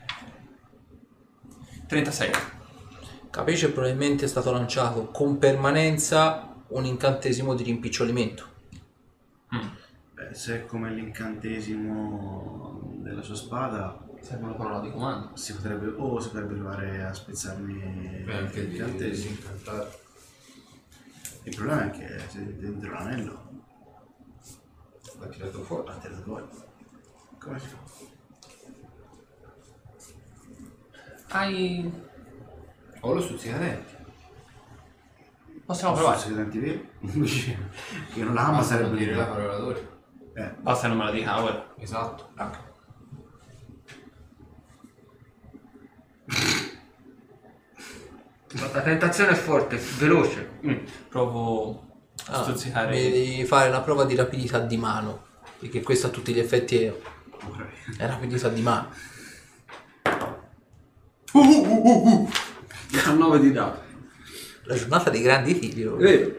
36. Capisce che probabilmente è stato lanciato con permanenza un incantesimo di rimpicciolimento. Se è come l'incantesimo della sua spada, Serve una parola di comando. si potrebbe arrivare a spezzarmi Anche di l'incantesimo. incantare. Il problema è che se dentro l'anello L'ha tirato fuori. va tirato fuori. Come si fa? Hai... O lo stuzzicadenti. Possiamo Posso provare. essere tanti veri? Che non l'ama sarebbe dire la parola d'oro. Basta non me la dica ora. Esatto. La tentazione è forte, veloce. Provo a stuzzicare. Devi fare una prova di rapidità di mano, perché questo a tutti gli effetti è rapidità di mano. 19 di dato. La giornata dei grandi tiri. Vero.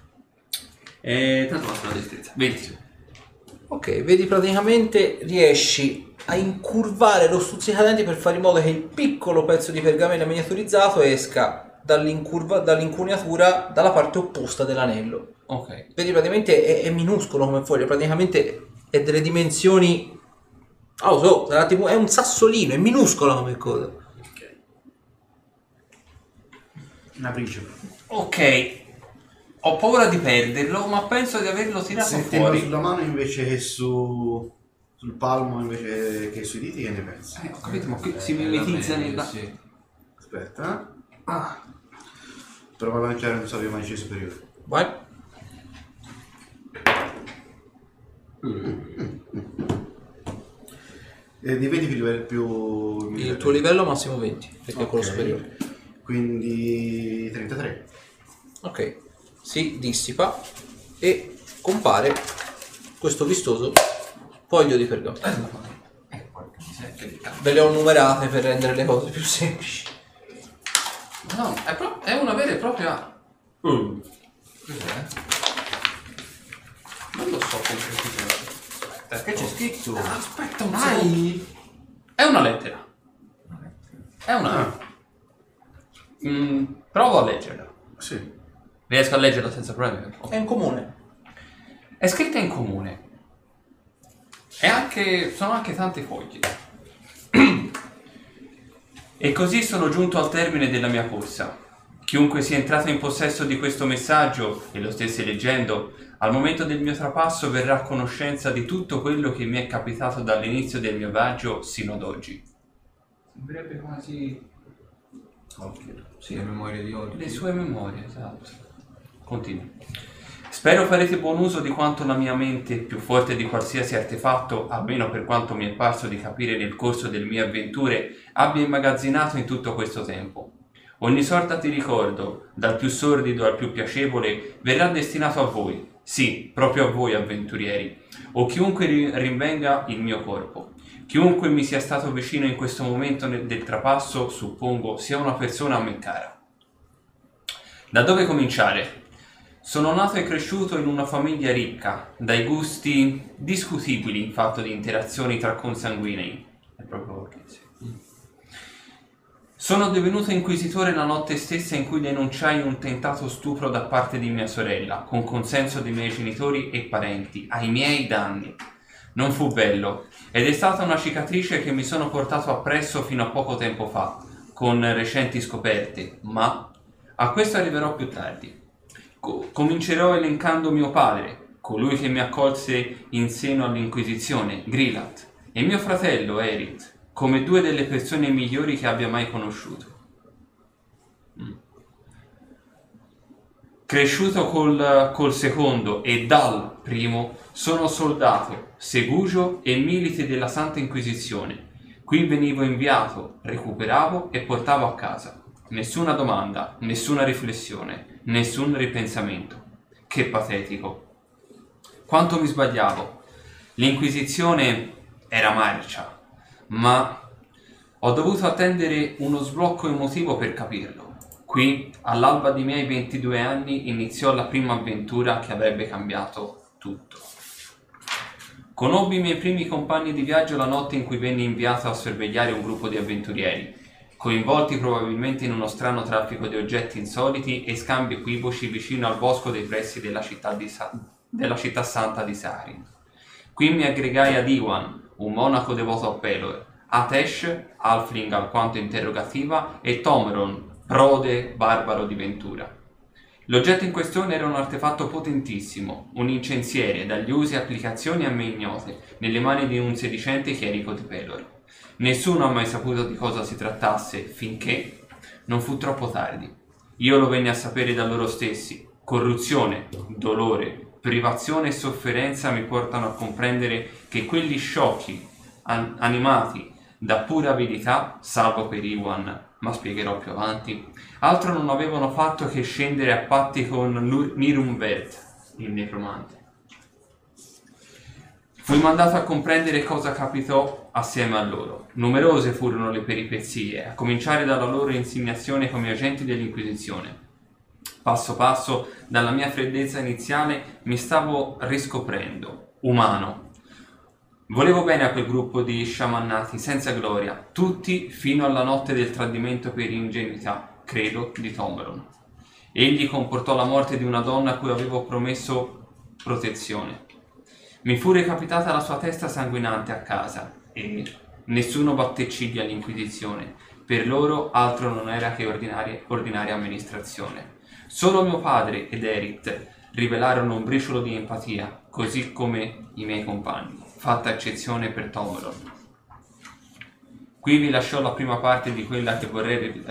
Tanto basta la destrezza. 20. Ok, vedi, praticamente riesci a incurvare lo stuzzicadenti per fare in modo che il piccolo pezzo di pergamena miniaturizzato esca dall'incugnatura dalla parte opposta dell'anello. Ok. Vedi, praticamente è minuscolo come foglio, praticamente è delle dimensioni... lo so, è un sassolino, è minuscolo come cosa. Una principe. Ok. Ho paura di perderlo, ma penso di averlo tirato Sentendo fuori. sulla mano invece che sul palmo invece che sui diti, che ne pensi? Ho capito, ma qui si mimetizza nel... Sì. Aspetta. Prova a lanciare un salto magico superiore. Vai. Di 20 più... Il tuo livello massimo 20, perché è quello superiore. Quindi 33. Ok, si dissipa e compare questo vistoso foglio di pergamena. Ve le ho numerate per rendere le cose più semplici. No, è una vera e propria... Cos'è? Non lo so concretamente. Che c'è scritto? Aspetta un Dai! È una lettera. È una... provo a leggerla. Sì. Riesco a leggerla senza problemi? È in comune. È scritta in comune. Sono anche tanti fogli. E così sono giunto al termine della mia corsa. Chiunque sia entrato in possesso di questo messaggio e lo stesse leggendo, al momento del mio trapasso verrà a conoscenza di tutto quello che mi è capitato dall'inizio del mio viaggio sino ad oggi. Sembrerebbe quasi... Sì, le memorie di oggi. Le sue memorie, esatto. Continua. Spero farete buon uso di quanto la mia mente, più forte di qualsiasi artefatto, almeno per quanto mi è parso di capire nel corso delle mie avventure, abbia immagazzinato in tutto questo tempo. Ogni sorta di ricordo, dal più sordido al più piacevole, verrà destinato a voi, sì, proprio a voi avventurieri, o chiunque rinvenga il mio corpo. Chiunque mi sia stato vicino in questo momento del trapasso, suppongo, sia una persona a me cara. Da dove cominciare? Sono nato e cresciuto in una famiglia ricca, dai gusti discutibili in fatto di interazioni tra consanguinei. È proprio che sì. Sono divenuto inquisitore la notte stessa in cui denunciai un tentato stupro da parte di mia sorella, con consenso dei miei genitori e parenti, ai miei danni. Non fu bello, ed è stata una cicatrice che mi sono portato appresso fino a poco tempo fa, con recenti scoperte, ma a questo arriverò più tardi. Comincerò elencando mio padre, colui che mi accolse in seno all'Inquisizione, Grilat, e mio fratello, Erit, come due delle persone migliori che abbia mai conosciuto. Cresciuto col secondo e dal primo, sono soldato, segugio e milite della Santa Inquisizione. Qui venivo inviato, recuperavo e portavo a casa. Nessuna domanda, nessuna riflessione, nessun ripensamento. Che patetico. Quanto mi sbagliavo. L'Inquisizione era marcia, ma ho dovuto attendere uno sblocco emotivo per capirlo. Qui, all'alba dei miei 22 anni, iniziò la prima avventura che avrebbe cambiato tutto. Conobbi i miei primi compagni di viaggio la notte in cui venni inviato a sorvegliare un gruppo di avventurieri, coinvolti probabilmente in uno strano traffico di oggetti insoliti e scambi equivoci vicino al bosco dei pressi della città santa di Saharin. Qui mi aggregai ad Iwan, un monaco devoto a Pelor, a Tesh, halfling alquanto interrogativa, e Tomeron, prode barbaro di ventura. L'oggetto in questione era un artefatto potentissimo, un incensiere dagli usi e applicazioni a me ignote, nelle mani di un sedicente chierico di Pelor. Nessuno ha mai saputo di cosa si trattasse finché non fu troppo tardi. Io lo venni a sapere da loro stessi. Corruzione, dolore, privazione e sofferenza mi portano a comprendere che quelli sciocchi, animati da pura avidità, salvo per Iwan, ma spiegherò più avanti, altro non avevano fatto che scendere a patti con Nirumvert, il necromante. Fui mandato a comprendere cosa capitò assieme a loro. Numerose furono le peripezie, a cominciare dalla loro insignazione come agenti dell'Inquisizione. Passo passo, dalla mia freddezza iniziale, mi stavo riscoprendo, umano. Volevo bene a quel gruppo di sciamannati senza gloria, tutti fino alla notte del tradimento per ingenuità, credo, di Tomeron. Egli comportò la morte di una donna a cui avevo promesso protezione. Mi fu recapitata la sua testa sanguinante a casa e nessuno batté ciglio all'Inquisizione. Per loro altro non era che ordinaria amministrazione. Solo mio padre ed Erit rivelarono un briciolo di empatia, così come i miei compagni, fatta eccezione per Tomeron. Qui vi lascio la prima parte di quella che vorrei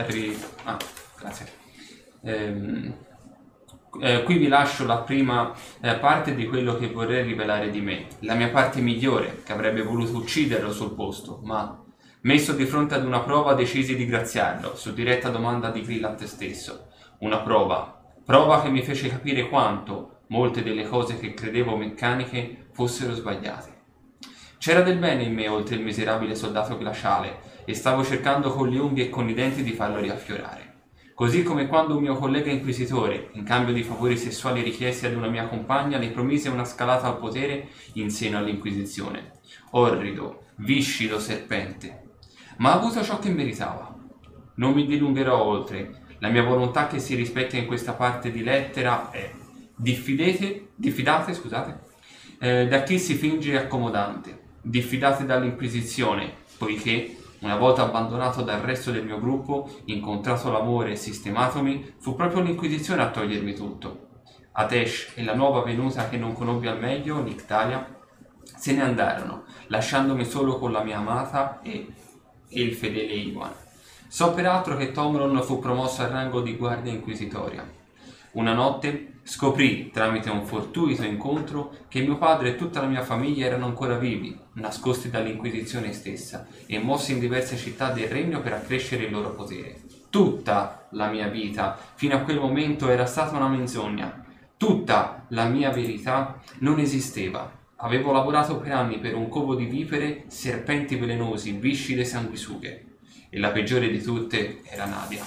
qui vi lascio la prima parte di quello che vorrei rivelare di me, la mia parte migliore, che avrebbe voluto ucciderlo sul posto, ma messo di fronte ad una prova decisi di graziarlo, su diretta domanda di Grilat stesso. Una prova che mi fece capire quanto molte delle cose che credevo meccaniche fossero sbagliate. C'era del bene in me oltre il miserabile soldato glaciale e stavo cercando con le unghie e con i denti di farlo riaffiorare. Così come quando un mio collega inquisitore, in cambio di favori sessuali richiesti ad una mia compagna, le promise una scalata al potere in seno all'Inquisizione. Orrido, viscido serpente. Ma ha avuto ciò che meritava. Non mi dilungherò oltre. La mia volontà che si rispecchia in questa parte di lettera è: diffidate, da chi si finge accomodante. Diffidate dall'Inquisizione, poiché, una volta abbandonato dal resto del mio gruppo, incontrato l'amore e sistematomi, fu proprio l'Inquisizione a togliermi tutto. Atesh e la nuova venuta che non conobbi al meglio, Nictalia, se ne andarono, lasciandomi solo con la mia amata e il fedele Iwan. So peraltro che Tomron fu promosso al rango di guardia inquisitoria. Una notte scoprì, tramite un fortuito incontro, che mio padre e tutta la mia famiglia erano ancora vivi, nascosti dall'Inquisizione stessa e mossi in diverse città del regno per accrescere il loro potere. Tutta la mia vita, fino a quel momento, era stata una menzogna. Tutta la mia verità non esisteva. Avevo lavorato per anni per un covo di vipere, serpenti velenosi, viscide sanguisughe. E la peggiore di tutte era Nadia.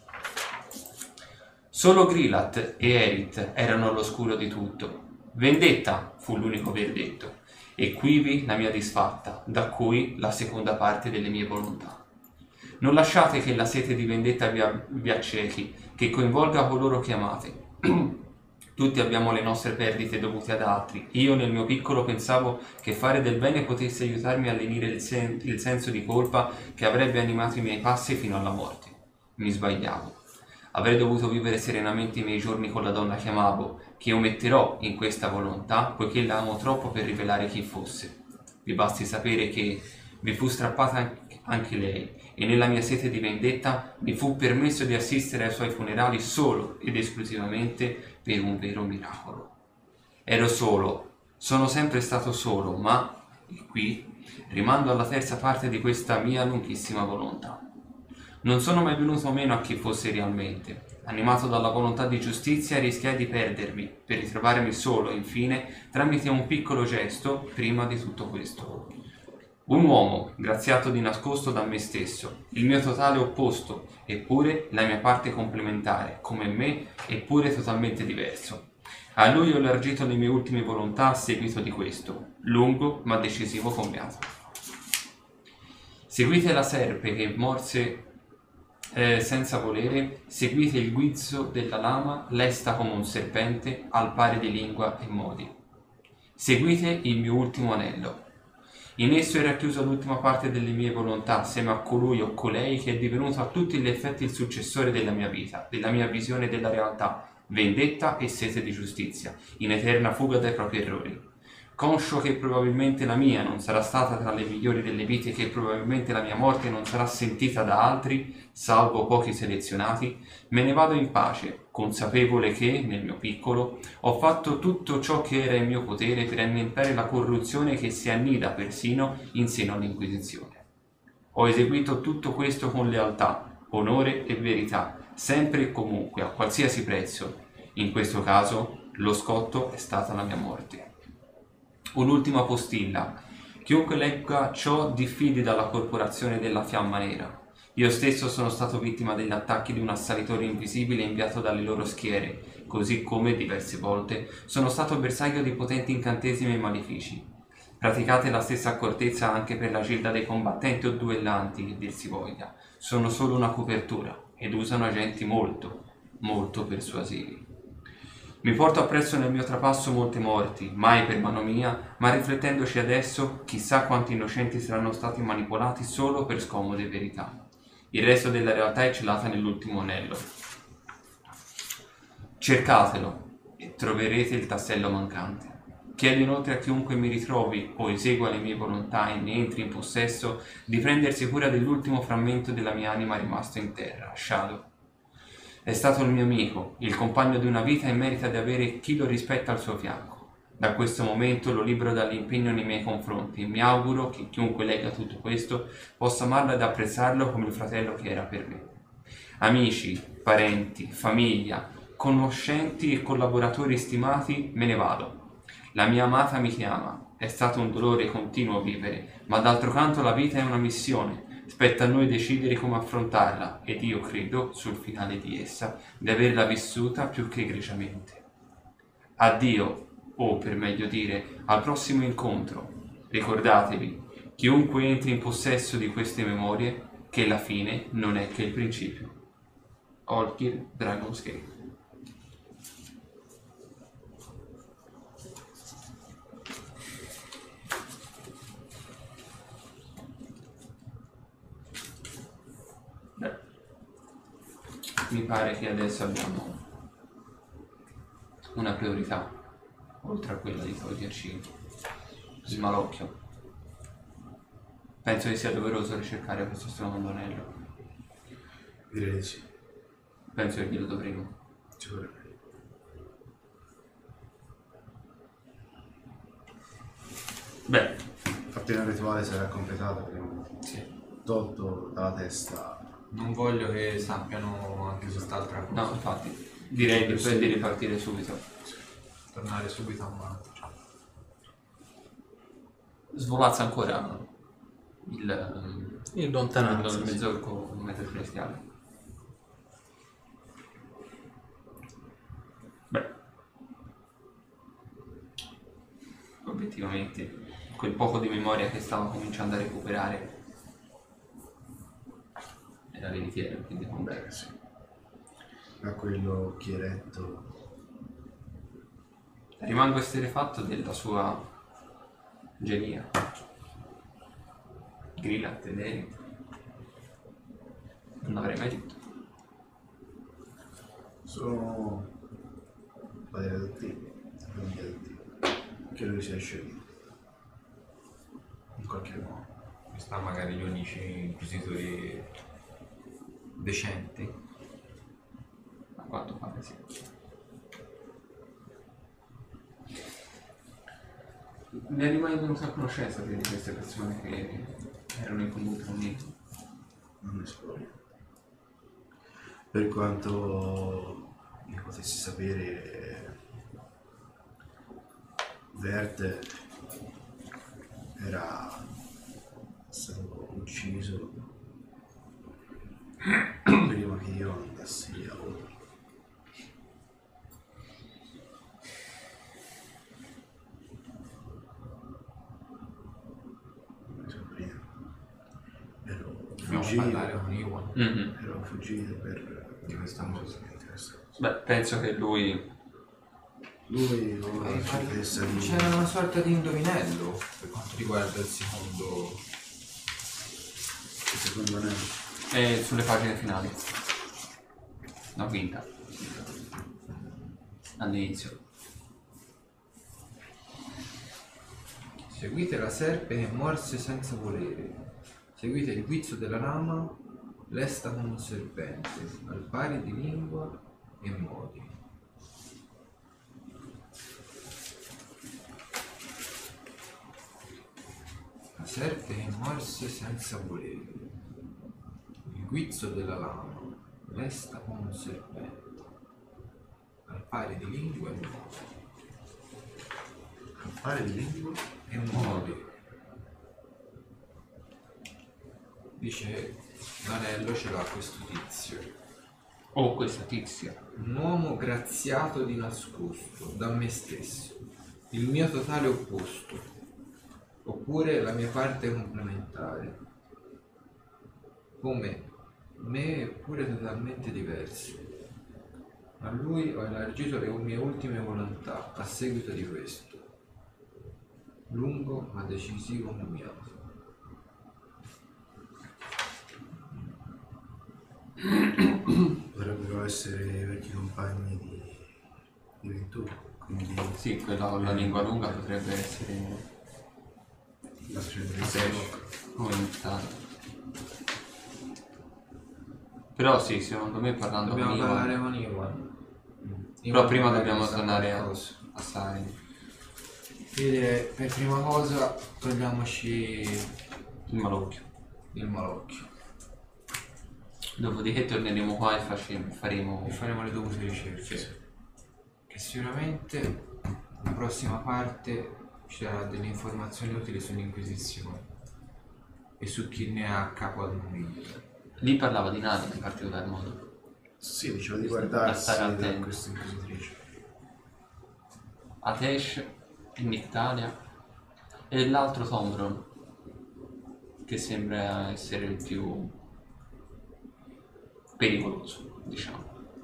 Solo Grilat e Erit erano all'oscuro di tutto. Vendetta fu l'unico verdetto, e quivi la mia disfatta, da cui la seconda parte delle mie volontà. Non lasciate che la sete di vendetta vi accechi, che coinvolga coloro che amate. Tutti abbiamo le nostre perdite dovute ad altri. Io nel mio piccolo pensavo che fare del bene potesse aiutarmi a lenire il senso di colpa che avrebbe animato i miei passi fino alla morte. Mi sbagliavo. Avrei dovuto vivere serenamente i miei giorni con la donna che amavo, che ometterò in questa volontà, poiché la amo troppo per rivelare chi fosse. Vi basti sapere che vi fu strappata anche lei, e nella mia sete di vendetta mi fu permesso di assistere ai suoi funerali solo ed esclusivamente per un vero miracolo. Ero solo, sono sempre stato solo, ma, e qui, rimando alla terza parte di questa mia lunghissima volontà. Non sono mai venuto meno a chi fosse realmente. Animato dalla volontà di giustizia, rischiai di perdermi, per ritrovarmi solo, infine, tramite un piccolo gesto, prima di tutto questo. Un uomo, graziato di nascosto da me stesso, il mio totale opposto, eppure la mia parte complementare, come me, eppure totalmente diverso. A lui ho elargito le mie ultime volontà a seguito di questo, lungo ma decisivo commiato. Seguite la serpe che morse senza volere, seguite il guizzo della lama, lesta come un serpente, al pari di lingua e modi. Seguite il mio ultimo anello. In esso è racchiusa l'ultima parte delle mie volontà, assieme a colui o colei che è divenuto a tutti gli effetti il successore della mia vita, della mia visione della realtà, vendetta e sete di giustizia, in eterna fuga dai propri errori. Conscio che probabilmente la mia non sarà stata tra le migliori delle vite, che probabilmente la mia morte non sarà sentita da altri, salvo pochi selezionati, me ne vado in pace, consapevole che, nel mio piccolo, ho fatto tutto ciò che era in mio potere per annientare la corruzione che si annida persino in seno all'Inquisizione. Ho eseguito tutto questo con lealtà, onore e verità, sempre e comunque, a qualsiasi prezzo. In questo caso, lo scotto è stata la mia morte. Un'ultima postilla. Chiunque legga ciò diffidi dalla corporazione della Fiamma Nera. Io stesso sono stato vittima degli attacchi di un assalitore invisibile inviato dalle loro schiere, così come, diverse volte, sono stato bersaglio di potenti incantesimi e malefici. Praticate la stessa accortezza anche per la gilda dei combattenti o duellanti, che dir si voglia. Sono solo una copertura, ed usano agenti molto, molto persuasivi. Mi porto appresso nel mio trapasso molte morti, mai per mano mia, ma riflettendoci adesso, chissà quanti innocenti saranno stati manipolati solo per scomode verità. Il resto della realtà è celata nell'ultimo anello. Cercatelo e troverete il tassello mancante. Chiedo inoltre a chiunque mi ritrovi o esegua le mie volontà e ne entri in possesso di prendersi cura dell'ultimo frammento della mia anima rimasto in terra, Shadow. È stato il mio amico, il compagno di una vita e merita di avere chi lo rispetta al suo fianco. Da questo momento lo libero dall'impegno nei miei confronti e mi auguro che chiunque legga tutto questo possa amarlo ed apprezzarlo come il fratello che era per me. Amici, parenti, famiglia, conoscenti e collaboratori stimati, me ne vado. La mia amata mi chiama. È stato un dolore continuo vivere, ma d'altro canto la vita è una missione. Spetta a noi decidere come affrontarla ed io credo, sul finale di essa, di averla vissuta più che egregiamente. Addio, o per meglio dire, al prossimo incontro. Ricordatevi, chiunque entri in possesso di queste memorie, che la fine non è che il principio. Olkir Dragon's Gate. Mi pare che adesso abbiamo una priorità, oltre a quella di toglierci il malocchio. Penso che sia doveroso ricercare questo secondo anello. Direi di sì. Penso che glielo dovremo. Sicuramente. Beh, Infatti il rituale sarà completato, abbiamo sì. tolto dalla testa. Non voglio che sappiano anche quest'altra cosa. No, infatti, direi di ripartire subito. Tornare subito a mano. Svolazza ancora il In lontananza. il mezzorco metro celestiale. Beh, obiettivamente quel poco di memoria che stava cominciando a recuperare era veritiero, quindi non bene. Sì. Ma quello chieretto. Rimango esterefatto della sua genia. Grilla, Teneri. Non avrei mai detto. Sono pareri adottivi, famiglia adottiva. Che lui sia scelto. In qualche modo. Mi sta magari gli unici inquisitori decenti. A quanto pare sì. Mi è mai venuta a conoscenza di queste persone che erano in comune con me. Non esplori. Per quanto ne potessi sapere, Vert era stato ucciso prima che io andassi a lavoro. Dobbiamo parlare con Iwan Ero fuggito per di questa cosa. Beh, penso che lui Lui non la certezza di... C'era una sorta di indovinello per quanto riguarda il secondo. secondo me è sulle pagine finali. La quinta. All'inizio. Seguite la serpe che morse senza volere. Seguite il guizzo della lama, lesta come un serpente, al pari di lingua e modi. La serpe che morse senza volere. Il guizzo della lama, lesta come un serpente, al pari di lingua e modi. al pari di lingua E modi. Dice l'anello ce l'ha questo tizio. Oh, questa tizia. Un uomo graziato di nascosto da me stesso, il mio totale opposto, oppure la mia parte complementare, come me eppure totalmente diverso. A lui ho elargito le mie ultime volontà a seguito di questo, lungo ma decisivo commiato. dovrebbero essere i vecchi compagni di Ventura, quindi Sì, quella con la lingua lunga potrebbe essere la scelta aumentata. Però sì, secondo me parlando Dobbiamo con parlare Iwan. con Iwan. Però prima Iwan dobbiamo sa tornare qualcosa. a Sarin. Io direi per prima cosa togliamoci Il malocchio. il malocchio Dopodiché torneremo qua e faremo... e faremo le dovute ricerche. Che sicuramente la prossima parte ci darà delle informazioni utili sull'Inquisizione. e su chi ne ha capo al momento. Lì parlava di nani in particolar modo. Sì, diceva di guardarsi stare da attenti. questa inquisitrice. Atesh, il Nictalia e l'altro Sombron, che sembra essere il più pericoloso, diciamo.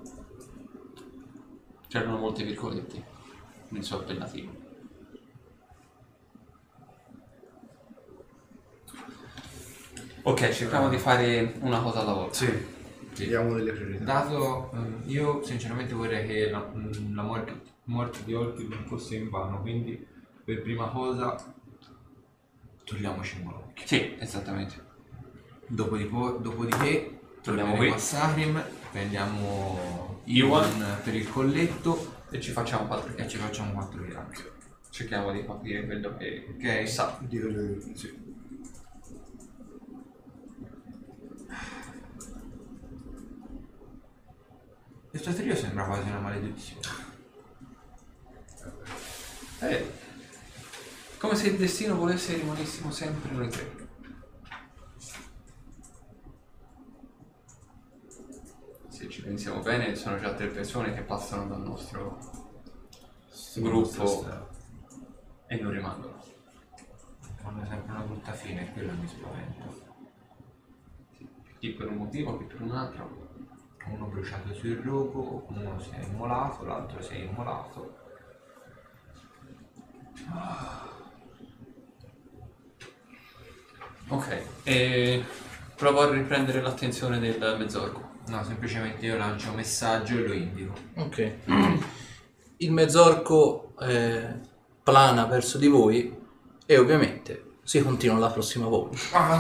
C'erano molte virgolette nel suo appellativo. Ok, cerchiamo di fare una cosa alla volta. Sì, vediamo delle priorità. Dato, io sinceramente vorrei che la morte di Olki non fosse in vano, quindi per prima cosa togliamoci Molocchio. Sì, esattamente. Dopodiché Torniamo torniamo qui. a Sahrim, prendiamo Iwan per il colletto E ci facciamo 4 e ci facciamo 4 viaggi. Cerchiamo di capire quello che Ok? sa. Sì. Questo trio sembra quasi una maledizione. Come se il destino volesse che rimanessimo sempre noi tre. Se ci pensiamo bene, sono già 3 persone che passano dal nostro gruppo e non rimangono. Fanno sempre una brutta fine e quello mi spaventa. Chi per un motivo, chi per un altro. Uno bruciato sul rogo, uno si è immolato, l'altro si è immolato. Ok, e provo a riprendere l'attenzione del mezzorco. No, semplicemente io lancio un messaggio e lo indico. Ok. Il mezzorco plana verso di voi e ovviamente si continua la prossima volta.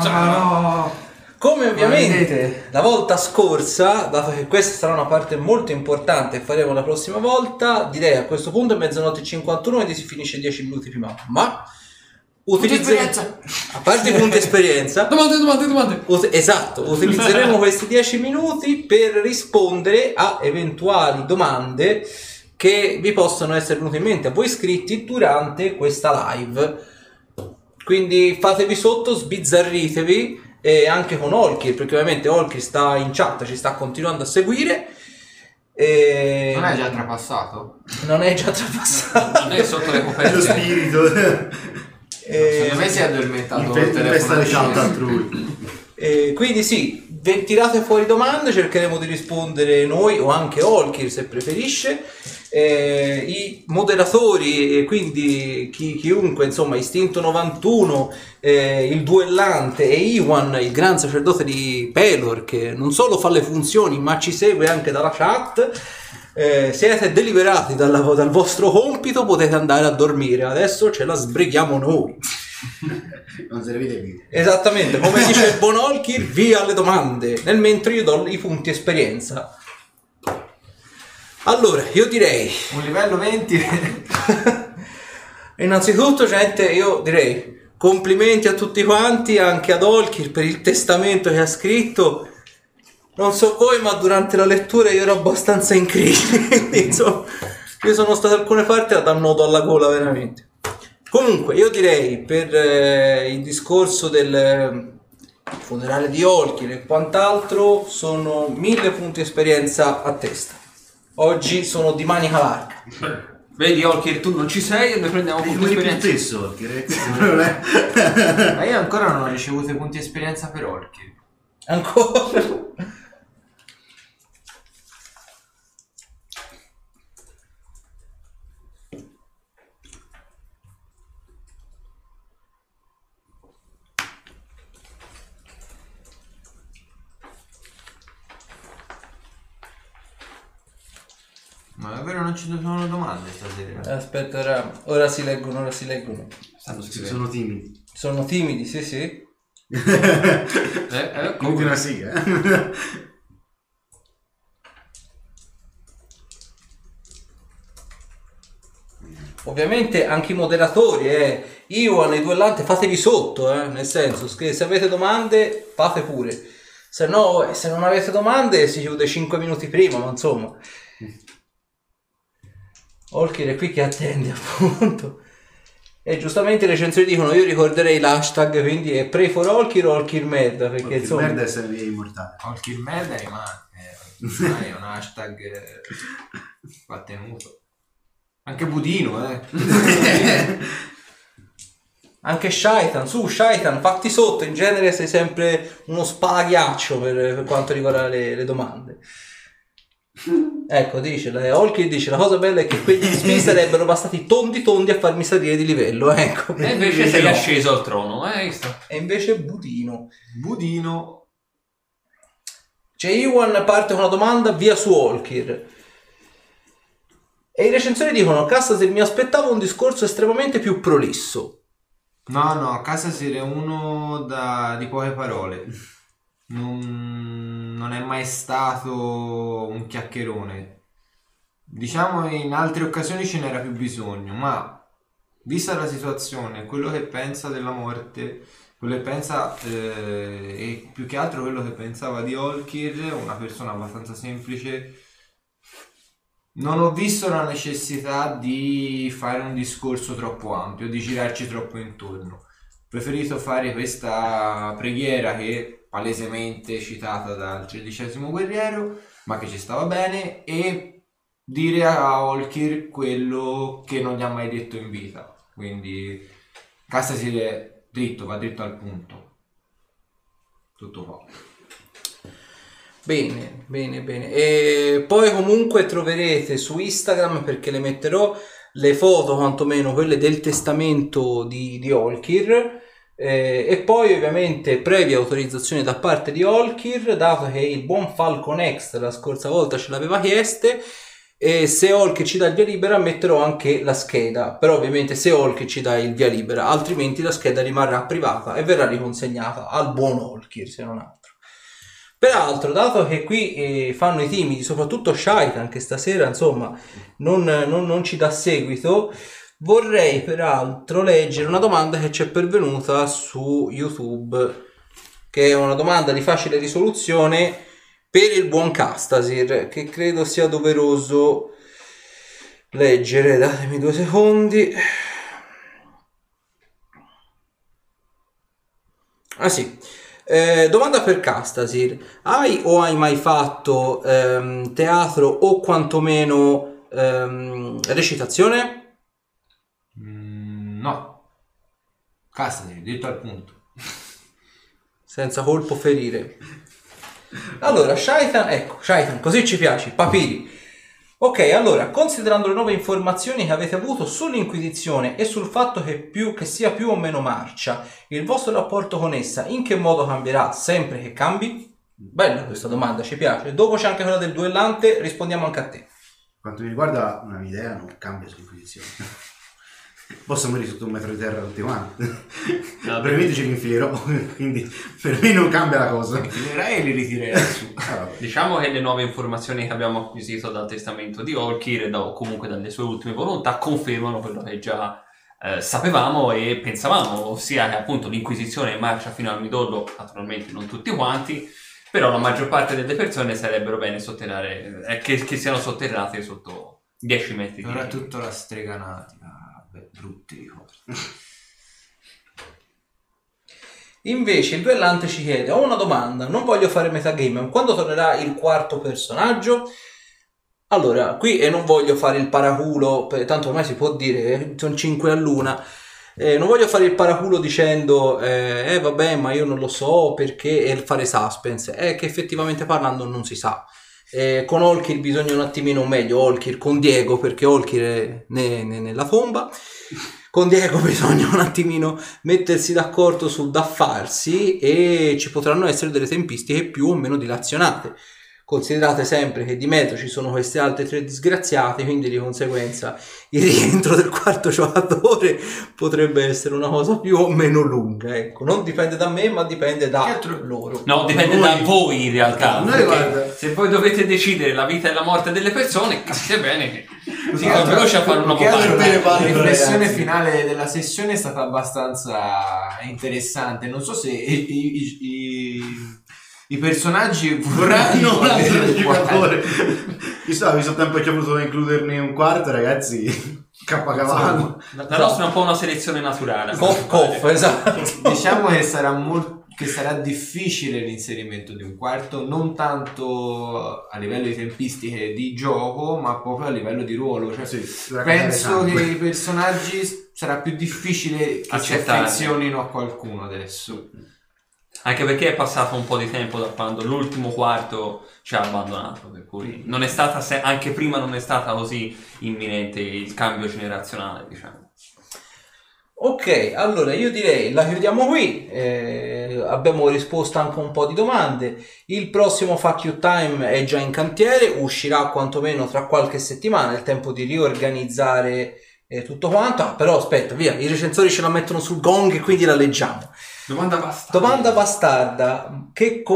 Come ovviamente la volta scorsa, dato che questa sarà una parte molto importante e faremo la prossima volta, direi a questo punto è mezzanotte e 51 e si finisce 10 minuti prima. Ma utilizzeremo, a parte i punti esperienza, Domande! esatto, utilizzeremo questi 10 minuti per rispondere a eventuali domande che vi possono essere venute in mente a voi iscritti durante questa live. Quindi fatevi sotto, sbizzarritevi, e anche con Olkir, perché ovviamente Olkir sta in chat, ci sta continuando a seguire. E... Non è già trapassato? Non è già trapassato. Non è sotto le È lo coperte. spirito. Secondo me si è addormentato col In telefono le chat acceso. Quindi altrui. sì, tirate fuori domande, cercheremo di rispondere noi o anche Olkir se preferisce. I moderatori, quindi chiunque, insomma, Istinto 91, il duellante e Iwan, il gran sacerdote di Pelor, che non solo fa le funzioni ma ci segue anche dalla chat. Siete deliberati dal vostro compito, potete andare a dormire, adesso ce la sbrighiamo noi. Non se ne vede più. Esattamente, come dice il buon Olkir, via alle domande, nel mentre io do i punti esperienza. Allora, io direi, Un livello 20. innanzitutto gente, io direi complimenti a tutti quanti, anche ad Olkir per il testamento che ha scritto. Non so voi, ma durante la lettura io ero abbastanza in crisi, quindi, insomma, io sono stato da alcune parti a dar nodo alla gola veramente. Comunque io direi, per il discorso del funerale di Olkir e quant'altro, sono 1000 punti esperienza a testa. Oggi sono di manica larga. Vedi Olkir, tu non ci sei e noi prendiamo punti Come più esperienza. stesso, non è. Ma io ancora non ho ricevuto i punti esperienza per Olkir. Ancora? Ma davvero non ci sono domande stasera? Aspetta, ora si leggono. Stanno Sì, scrivendo. sono timidi. Sono timidi, sì. Comunque una siga. Ovviamente anche i moderatori, Iwan e duellante, fatevi sotto, nel senso che se avete domande fate pure. Se no, se non avete domande si chiude 5 minuti prima, ma insomma. Olkir è qui che attende, appunto. E giustamente i recensori dicono: io ricorderei l'hashtag, quindi è Pray for Olkir o Olkir merda, perché Perché insomma merda essere via immortale. Olkir merda rimane. Ormai è un hashtag va tenuto. Anche Budino, anche Shaitan, su Shaitan, fatti sotto, in genere sei sempre uno spalaghiaccio per quanto riguarda le domande. Ecco, dice Olkir dice: la cosa bella è che quegli SMI sarebbero bastati tondi a farmi salire di livello, ecco. E invece sei asceso al trono, visto? E invece Budino. C'è Iwan parte con una domanda via su Olkir. E i recensori dicono: Castasir, mi aspettavo un discorso estremamente più prolisso. No, Castasir è uno di poche parole. Non è mai stato un chiacchierone. Diciamo in altre occasioni ce n'era più bisogno, ma vista la situazione, quello che pensa della morte, quello che pensa e più che altro quello che pensava di Olkir, una persona abbastanza semplice, non ho visto la necessità di fare un discorso troppo ampio, di girarci troppo intorno. Ho preferito fare questa preghiera che palesemente citata dal 13° guerriero, ma che ci stava bene, e dire a Olkir quello che non gli ha mai detto in vita. Quindi Castasir è dritto, va dritto al punto. Tutto qua. Bene. E poi comunque troverete su Instagram, perché le metterò, le foto quantomeno quelle del testamento di Olkir. E poi ovviamente previa autorizzazione da parte di Olkir, dato che il buon Falcon X la scorsa volta ce l'aveva chieste, e se Olkir ci dà il via libera metterò anche la scheda, però ovviamente se Olkir ci dà il via libera, altrimenti la scheda rimarrà privata e verrà riconsegnata al buon Olkir, se non altro. Peraltro, dato che qui fanno i timidi, soprattutto Shaitan, che stasera insomma non ci dà seguito, vorrei peraltro leggere una domanda che ci è pervenuta su YouTube, che è una domanda di facile risoluzione per il buon Castasir, che credo sia doveroso leggere. Datemi 2 secondi. Ah sì. Domanda per Castasir: hai o hai mai fatto teatro o quantomeno recitazione? No. Castasir, dritto al punto. Senza colpo ferire. Allora, Shaitan, così ci piaci, papiri. Ok, allora, considerando le nuove informazioni che avete avuto sull'Inquisizione e sul fatto che sia più o meno marcia, il vostro rapporto con essa in che modo cambierà sempre che cambi? Bella questa domanda, ci piace. Dopo c'è anche quella del duellante, rispondiamo anche a te. Quanto mi riguarda, una mia idea non cambia sull'Inquisizione. Posso morire sotto un metro di terra tutti quanti. Probabilmente ci infilerò, quindi per me non cambia la cosa. Infilerai e li ritirerai su. Diciamo che le nuove informazioni che abbiamo acquisito dal testamento di Olkir o comunque dalle sue ultime volontà confermano quello che già sapevamo e pensavamo, ossia che appunto l'Inquisizione marcia fino al midollo, naturalmente non tutti quanti, però la maggior parte delle persone sarebbero bene sotterrare, che siano sotterrate sotto 10 metri. Ora tutto la streganati. Brutti ricordi. Invece il duellante ci chiede: ho una domanda, non voglio fare metagame, quando tornerà il quarto personaggio? Allora, qui non voglio fare il paraculo, tanto ormai si può dire, sono 5 all'una, non voglio fare il paraculo dicendo vabbè, ma io non lo so perché, e fare suspense, è che effettivamente parlando non si sa. Con Olkir bisogna un attimino meglio, Olkir con Diego, perché Olkir è nella tomba. Con Diego bisogna un attimino mettersi d'accordo su da farsi, e ci potranno essere delle tempistiche più o meno dilazionate. Considerate sempre che di mezzo ci sono queste altre 3 disgraziate, quindi di conseguenza il rientro del quarto giocatore potrebbe essere una cosa più o meno lunga. Ecco, non dipende da me, ma dipende da loro. No, dipende da voi in realtà. Guarda, Se voi dovete decidere la vita e la morte delle persone, capite bene che si va veloce a fare una La parte, riflessione ragazzi. finale della sessione è stata abbastanza interessante. Non so se i personaggi vorranno un altro giocatore. Io visto il tempo che ho voluto includerne un quarto, ragazzi. Cappacavallo. La nostra è un po' una selezione naturale. Coff, esatto. Diciamo che sarà difficile l'inserimento di un quarto, non tanto a livello di tempistiche di gioco, ma proprio a livello di ruolo. Cioè, Sì, penso che i personaggi sarà più difficile che si Accettare. affezionino a qualcuno adesso. Anche perché è passato un po' di tempo da quando l'ultimo quarto ci ha abbandonato, per cui non è stata anche prima non è stata così imminente il cambio generazionale, diciamo. Ok, allora io direi la chiudiamo qui, abbiamo risposto anche a un po' di domande. Il prossimo Fuck You Time è già in cantiere, uscirà quantomeno tra qualche settimana, è il tempo di riorganizzare tutto quanto. Però aspetta, via, i recensori ce la mettono sul gong e quindi la leggiamo. Domanda bastarda. Domanda bastarda,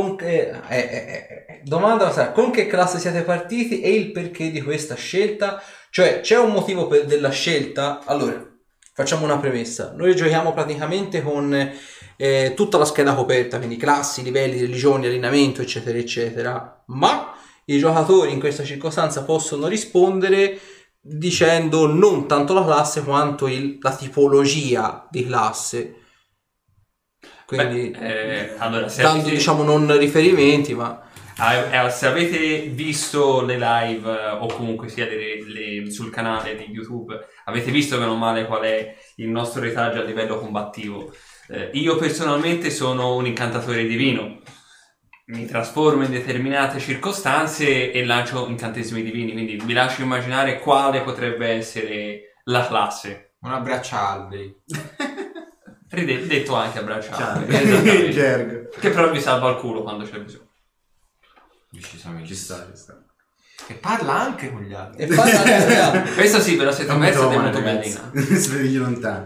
domanda bastarda, con che classe siete partiti e il perché di questa scelta? Cioè, c'è un motivo della scelta? Allora, facciamo una premessa. Noi giochiamo praticamente con tutta la scheda coperta, quindi classi, livelli, religioni, allineamento, eccetera, eccetera. Ma i giocatori in questa circostanza possono rispondere dicendo non tanto la classe quanto la tipologia di classe. Quindi allora, se dando avete, diciamo non riferimenti, ma se avete visto le live o comunque sia sul canale di YouTube, avete visto meno male qual è il nostro retaggio a livello combattivo. Io personalmente sono un incantatore divino, mi trasformo in determinate circostanze e lancio incantesimi divini, quindi vi lascio immaginare quale potrebbe essere la classe. Un abbraccialberi. Detto anche a bracciale, Il gergo. che però vi salva il culo quando c'è bisogno. Decisamente. Ci sta. E parla anche con gli altri. e fare Questo sì, però siete messi ed è molto bellina. Svegli lontano.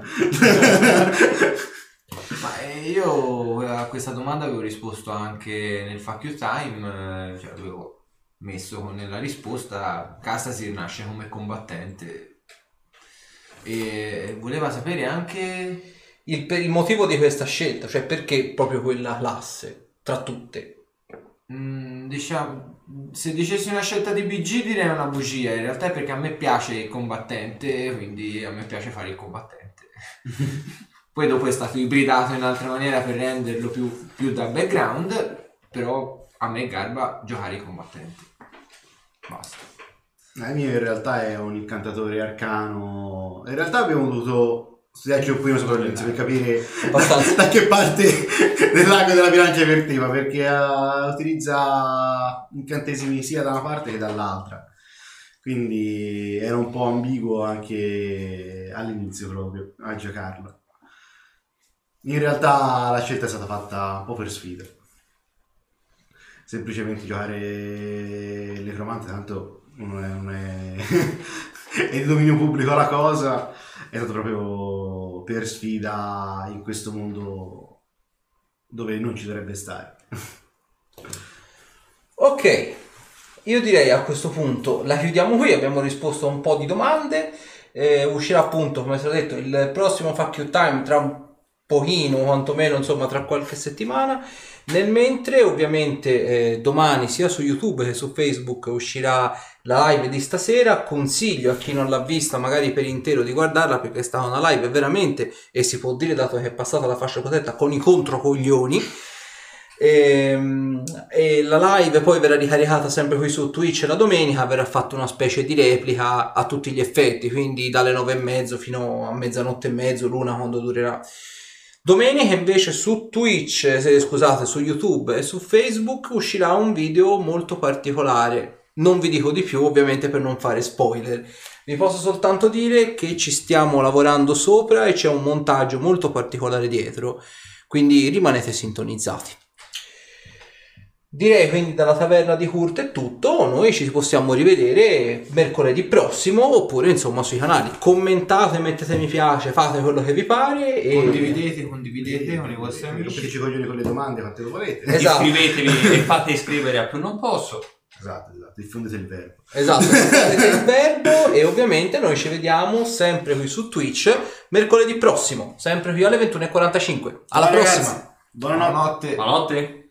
Ma io a questa domanda avevo risposto anche nel Fuck You Time, cioè avevo messo nella risposta Castasir nasce come combattente e voleva sapere anche il motivo di questa scelta, cioè perché proprio quella classe tra tutte. diciamo, se dicessi una scelta di BG direi una bugia, in realtà è perché a me piace il combattente, quindi a me piace fare il combattente. Poi dopo è stato ibridato in altra maniera per renderlo più da background, però a me garba giocare i combattenti. Basta. Il mio in realtà è un incantatore arcano. In realtà abbiamo dovuto studiarci un po' sopra l'inizio per capire da che parte dell'ago della bilancia vertiva, perché utilizza incantesimi sia da una parte che dall'altra. Quindi era un po' ambiguo anche all'inizio proprio a giocarlo. In realtà la scelta è stata fatta un po' per sfida. Semplicemente giocare l'ecromante, tanto non è è di dominio pubblico la cosa, è stato proprio per sfida in questo mondo dove non ci dovrebbe stare. Ok, io direi a questo punto la chiudiamo qui, abbiamo risposto a un po' di domande, uscirà appunto, come è stato detto, il prossimo Fuck You Time tra un pochino, quantomeno insomma tra qualche settimana. Nel mentre ovviamente domani sia su YouTube che su Facebook uscirà la live di stasera. Consiglio a chi non l'ha vista magari per intero di guardarla, perché è stata una live veramente, e si può dire dato che è passata la fascia protetta, con i controcoglioni. E la live poi verrà ricaricata sempre qui su Twitch la domenica, verrà fatta una specie di replica a tutti gli effetti, quindi dalle 9:30 fino a mezzanotte e mezzo, l'una quando durerà. Domenica invece su Twitch, su YouTube e su Facebook uscirà un video molto particolare. Non vi dico di più ovviamente per non fare spoiler. Vi posso soltanto dire che ci stiamo lavorando sopra e c'è un montaggio molto particolare dietro, quindi rimanete sintonizzati. Direi quindi dalla taverna di Kurt è tutto, noi ci possiamo rivedere mercoledì prossimo oppure insomma sui canali. Commentate, mettete mi piace, fate quello che vi pare e Condividete con i vostri amici. Rompeteci i coglioni con le domande quante lo volete. Esatto. Iscrivetevi e fate iscrivere a più non posso. Esatto, diffondete il verbo. Esatto, il verbo. E ovviamente noi ci vediamo sempre qui su Twitch mercoledì prossimo, sempre qui alle 21:45. Alla prossima. Buonanotte. Buonanotte.